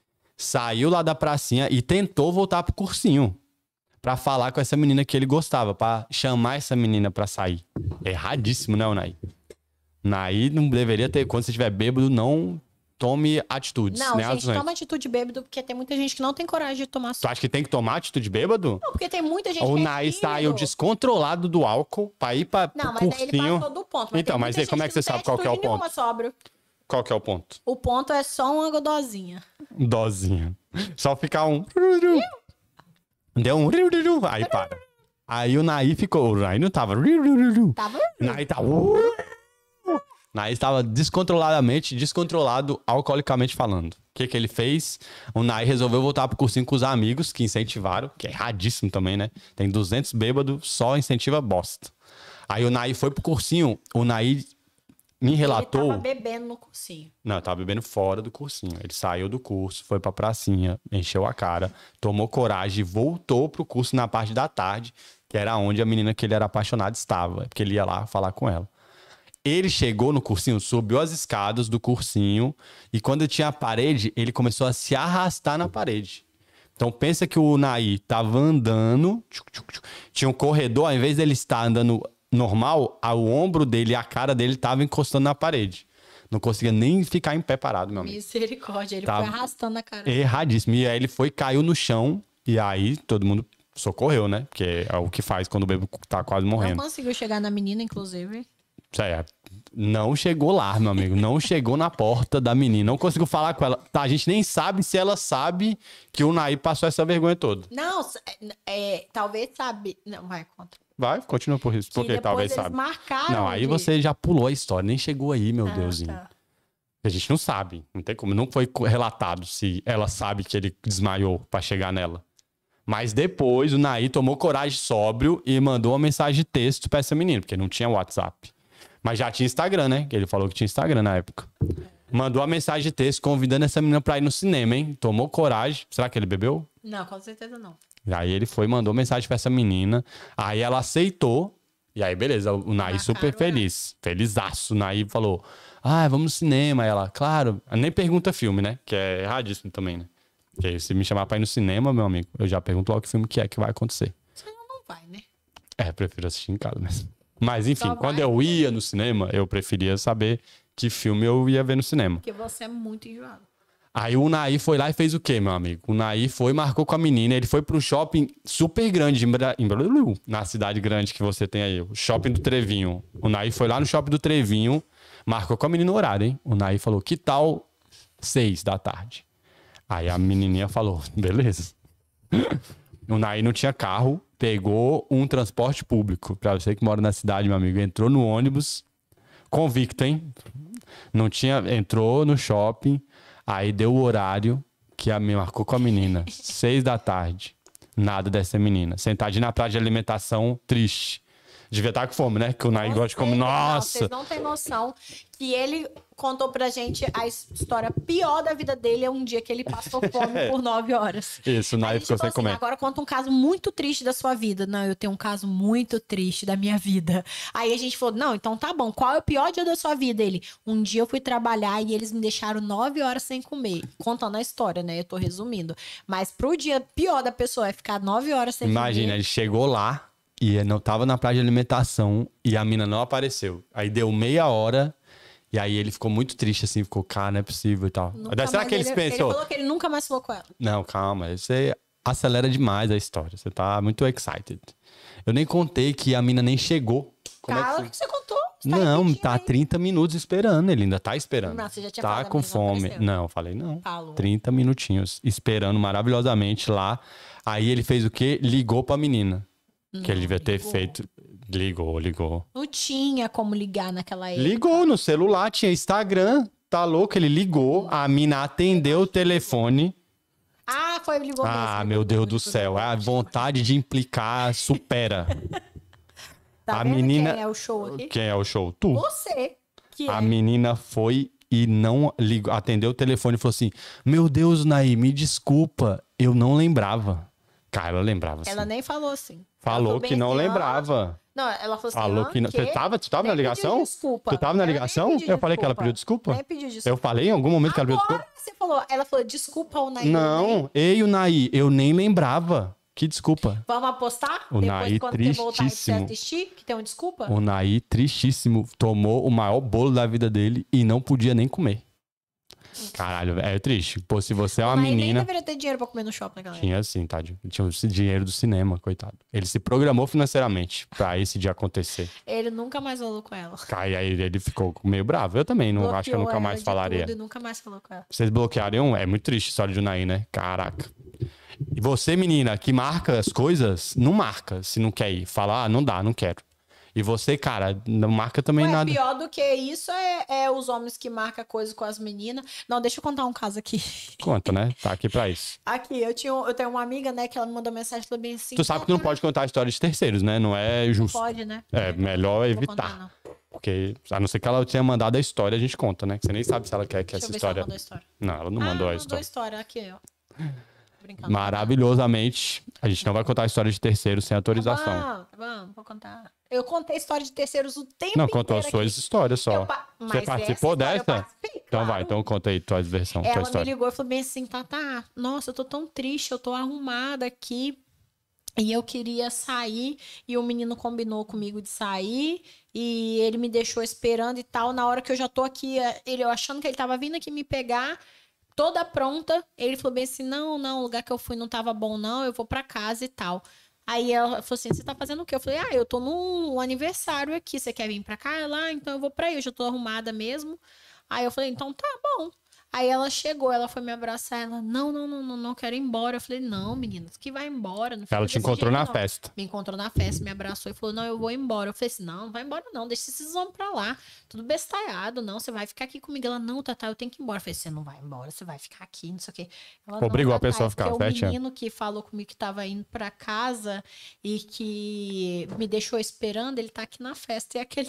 saiu lá da pracinha e tentou voltar pro cursinho. Pra falar com essa menina que ele gostava, pra chamar essa menina pra sair. Erradíssimo, né, Unai? Unai não deveria ter... Quando você estiver bêbado, não tome atitudes. Não, né, gente, ações. toma atitude bêbado, porque tem muita gente que não tem coragem de tomar Tu suco. acha que tem que tomar atitude bêbado? Não, porque tem muita gente O que é Unai tímido. saiu descontrolado do álcool pra ir pra, Não, pro mas aí ele cursinho. passou do ponto. Mas Então, tem mas muita aí como é gente que você não sabe tem qual que é o atitude nenhuma ponto? sóbrio. Qual que é o ponto? O ponto é só uma godosinha. Dozinha. Só ficar um... Deu um... Aí para. Aí o Nai ficou... O Nai não tava... Tava? O Nai tava... Nai estava descontroladamente, descontrolado, alcoolicamente falando. O que que ele fez? O Nai resolveu voltar pro cursinho com os amigos que incentivaram, que é erradíssimo também, né? Tem duzentos bêbados, só incentiva bosta. Aí o Nai foi pro cursinho, o Nai me relatou... Ele tava bebendo no cursinho. Não, tava bebendo fora do cursinho. Ele saiu do curso, foi pra pracinha, encheu a cara, tomou coragem e voltou pro curso na parte da tarde, que era onde a menina que ele era apaixonado estava, porque ele ia lá falar com ela. Ele chegou no cursinho, subiu as escadas do cursinho e quando tinha a parede, ele começou a se arrastar na parede. Então pensa que o Nai tava andando, tinha um corredor, ao invés dele estar andando normal, o ombro dele e a cara dele tava encostando na parede. Não conseguia nem ficar em pé parado, meu amigo. Misericórdia, ele Tava foi arrastando a cara. Erradíssimo. E aí ele foi, caiu no chão e aí todo mundo socorreu, né? Porque é o que faz quando o bebê tá quase Não morrendo. conseguiu chegar na menina, inclusive. Isso aí, é. Não chegou lá, meu amigo. Não chegou na porta da menina. Não conseguiu falar com ela. Tá, a gente nem sabe se ela sabe que o Nai passou essa vergonha toda. Não, é, é, talvez sabe. Não, vai, conta. Vai, continua por isso. Porque depois talvez eles sabe. marcaram Não, aí de- você já pulou a história. Nem chegou aí, meu Ah, Deusinho. tá. A gente não sabe. Não tem como. Não foi relatado se ela sabe que ele desmaiou pra chegar nela. Mas depois o Nai tomou coragem sóbrio e mandou uma mensagem de texto pra essa menina, porque não tinha WhatsApp. Mas já tinha Instagram, né? Que ele falou que tinha Instagram na época. Mandou a mensagem de texto convidando essa menina pra ir no cinema, hein? Tomou coragem. Será que ele bebeu? Não, com certeza não. Aí ele foi, mandou mensagem pra essa menina. Aí ela aceitou. E aí, beleza, o Nai Marcaram super ela. feliz. Felizaço. O Nai falou, ah, vamos no cinema. Aí ela, claro. Nem pergunta filme, né? Que é erradíssimo também, né? Porque se me chamar pra ir no cinema, meu amigo, eu já pergunto logo que filme que é que vai acontecer. Você não vai, né? É, prefiro assistir em casa mesmo. Mas enfim, Só quando vai. eu ia no cinema, eu preferia saber que filme eu ia ver no cinema. Porque você é muito enjoado. Aí o Nai foi lá e fez o quê, meu amigo? O Nai foi, marcou com a menina, ele foi para um shopping super grande em Bra... em Bra... na cidade grande que você tem aí, o shopping do Trevinho. O Nai foi lá no shopping do Trevinho, marcou com a menina o horário, hein? O Nai falou, que tal seis da tarde? Aí a menininha falou, beleza. O Nai não tinha carro, pegou um transporte público. Pra você que mora na cidade, meu amigo, entrou no ônibus, convicto, hein? Não tinha, entrou no shopping, aí deu o horário que a me marcou com a menina, seis da tarde. Nada dessa menina. Sentadinha na praia de alimentação, triste. Devia estar com fome, né? Que o Nai gosta de comer. Não, Nossa! vocês não têm noção que ele contou pra gente a história pior da vida dele é um dia que ele passou fome por nove horas. Isso, o Nai Aí, ficou tipo sem assim, comer. agora conta um caso muito triste da sua vida. Não, eu tenho um caso muito triste da minha vida. Aí a gente falou, não, então tá bom. Qual é o pior dia da sua vida? Ele, um dia eu fui trabalhar e eles me deixaram nove horas sem comer. Contando a história, né? Eu tô resumindo. Mas pro dia pior da pessoa é ficar nove horas sem Imagina, comer. ele chegou lá e não tava na praia de alimentação e a mina não apareceu. Aí deu meia hora e aí ele ficou muito triste, assim, ficou, cara, não é possível e tal. Nunca Daí, será mais que eles ele, pensou? Ele falou que ele nunca mais falou com ela. Não, calma, você acelera demais a história. Você tá muito excited. Eu nem contei que a mina nem chegou. Como Cala é que que você contou. Você tá Não, repetindo tá aí. trinta minutos esperando, ele ainda tá esperando. Não, você já tinha tá falado, a com menina não fome. apareceu. Não, eu falei não. Falou. trinta minutinhos esperando maravilhosamente lá. Aí ele fez o quê? Ligou pra menina. que ele devia ter ligou. feito. Ligou, ligou. Não tinha como ligar naquela época. Ligou no celular, tinha Instagram. Tá louco? Ele ligou, a mina atendeu o telefone. Ah, foi, ligou mesmo. Ah, ligou meu Deus mesmo, do ligou céu. mesmo. A vontade de implicar supera. Tá a vendo menina- quem é o show aqui? Quem é o show? Tu. Você, que A é. menina foi e não ligou, atendeu o telefone e falou assim: Meu Deus, Naí, me desculpa, eu não lembrava. Cara, ela lembrava assim. Ela nem falou assim. Falou Ela foi que bem não assim, ó, lembrava. Não, ela falou assim, Falou ah, que não. quê? Você tava, tu tava Nem na ligação? pediu desculpa. Tu tava na Ela nem ligação? pediu Eu falei que ela desculpa. pediu desculpa? Nem pediu desculpa. Eu falei em algum momento que ela pediu Agora desculpa? você falou, ela falou, desculpa o Naí. Não, ei, o Naí, eu nem lembrava. Que desculpa. Vamos apostar? O Depois, Naí quando você voltar e tristíssimo. você assistir, que tem uma desculpa? O Naí, tristíssimo, tomou o maior bolo da vida dele e não podia nem comer. Caralho, é triste. Pô, se você é uma O Naí nem menina... deveria ter dinheiro pra comer no shopping naquela época. Tinha sim, tadinho. Tinha esse dinheiro do cinema, coitado. Ele se programou financeiramente pra esse dia acontecer. Ele nunca mais falou com ela. Aí aí ele ficou meio bravo. Eu também, não acho que eu Bloqueou nunca ela mais de falaria. tudo e nunca mais falou com ela. Vocês bloqueariam? É muito triste a história de Naí, né? Caraca. E você, menina, que marca as coisas, não marca se não quer ir. Fala, ah, não dá, não quero. E você, cara, não marca também Ué, nada. pior do que isso é, é os homens que marcam coisa com as meninas. Não, deixa eu contar um caso aqui. Conta, né? Tá aqui pra isso. Aqui, eu, tinha, eu tenho uma amiga, né, que ela me mandou mensagem, falou bem assim... Tu sabe que não pode contar a história de terceiros, né? Não é justo. Pode, né? É, melhor Não vou contar, evitar. não. Porque, a não ser que ela tenha mandado a história, a gente conta, né? Que você nem sabe se ela quer que Deixa essa eu ver se ela história... mandou a história. Não, ela não ah, mandou a mandou história. a história. Aqui, ó. Brincando. Maravilhosamente, a gente não vai contar a história de terceiros sem autorização. Tá bom, tá bom, vou contar. Eu contei história de terceiros o tempo Não, inteiro contou as suas aqui. histórias só. Eu pa- Você mas participou essa história eu dessa? participei, Então claro. vai, então conta aí tua versão, tua Ela me história. ligou e falou bem assim, Tatá, nossa, eu tô tão triste, eu tô arrumada aqui. E eu queria sair, e o menino combinou comigo de sair, e ele me deixou esperando e tal. Na hora que eu já tô aqui, ele, eu achando que ele tava vindo aqui me pegar, toda pronta, ele falou bem assim, não, não, o lugar que eu fui não tava bom não, eu vou pra casa e tal. Aí ela falou assim, você tá fazendo o quê? Eu falei, ah, eu tô num aniversário aqui, você quer vir pra cá? Lá, então eu vou pra aí, eu já tô arrumada mesmo. Aí eu falei, então tá bom. Aí ela chegou, ela foi me abraçar, ela, não, não, não, não, não quero ir embora. Eu falei, não, meninas, que vai embora. Não fica Ela te desse encontrou jeito, na não. festa. Me encontrou na festa, me abraçou e falou, não, eu vou embora. Eu falei assim, não, não vai embora não, deixa esses homens pra lá. Tudo bestalhado, não, você vai ficar aqui comigo. Ela, não, Tatá, eu tenho que ir embora. Eu falei, você não vai embora, você vai ficar aqui, não sei o quê. Ela, não, Obrigou a Tatá, pessoa a é ficar, porque o sete anos. menino que falou comigo que tava indo pra casa e que me deixou esperando, ele tá aqui na festa. E aquele...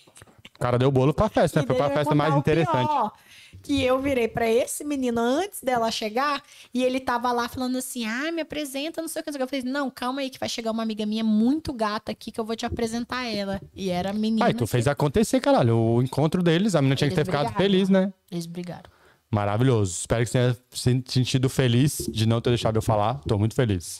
O cara deu bolo pra festa, né? E Foi daí pra eu ia festa mais contar o interessante. pior, que eu virei pra esse menino antes dela chegar e ele tava lá falando assim, ah, me apresenta, não sei o que. Eu falei, não, calma aí que vai chegar uma amiga minha muito gata aqui que eu vou te apresentar ela. E era a menina. Aí tu que- fez acontecer, caralho. O encontro deles, a menina tinha que ter Eles ficado brigaram, feliz, né? Eles brigaram. Maravilhoso. Espero que você tenha se sentido feliz de não ter deixado eu falar. Tô muito feliz.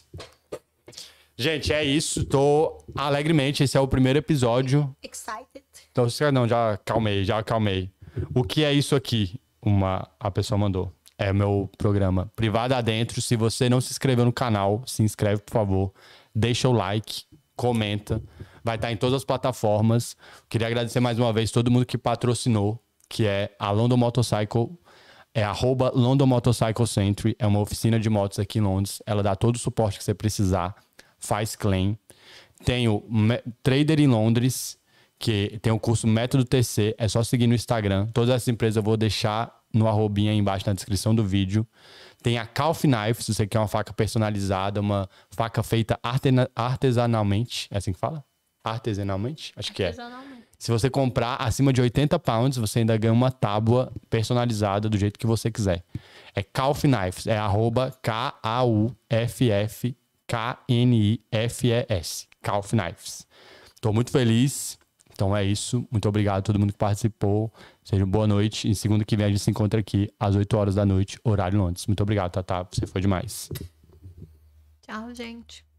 Gente, é isso. Tô alegremente. Esse é o primeiro episódio. Excited. Então, não, já acalmei, já acalmei. O que é isso aqui? Uma, a pessoa mandou. É meu programa Privado Adentro. Se você não se inscreveu no canal, se inscreve, por favor. Deixa o like, comenta. Vai estar em todas as plataformas. Queria agradecer mais uma vez todo mundo que patrocinou, que é a London Motorcycle. É arroba London Motorcycle Century. É uma oficina de motos aqui em Londres. Ela dá todo o suporte que você precisar. Faz claim. Tem o Me- Trader em Londres, que tem o curso Método T C. É só seguir no Instagram. Todas essas empresas eu vou deixar no arrobinha aí embaixo na descrição do vídeo. Tem a Calf Knife, se você quer uma faca personalizada, uma faca feita artena- artesanalmente. É assim que fala? Artesanalmente? Acho que é. Artesanalmente. Se você comprar acima de oitenta pounds, você ainda ganha uma tábua personalizada do jeito que você quiser. É Calf Knives, é arroba K A U F F K N I F E S. Calf Knives. Tô muito feliz. Então é isso. Muito obrigado a todo mundo que participou. Seja boa noite. E segunda que vem a gente se encontra aqui às oito horas da noite, horário Londres. Muito obrigado, Tatá. Você foi demais. Tchau, gente.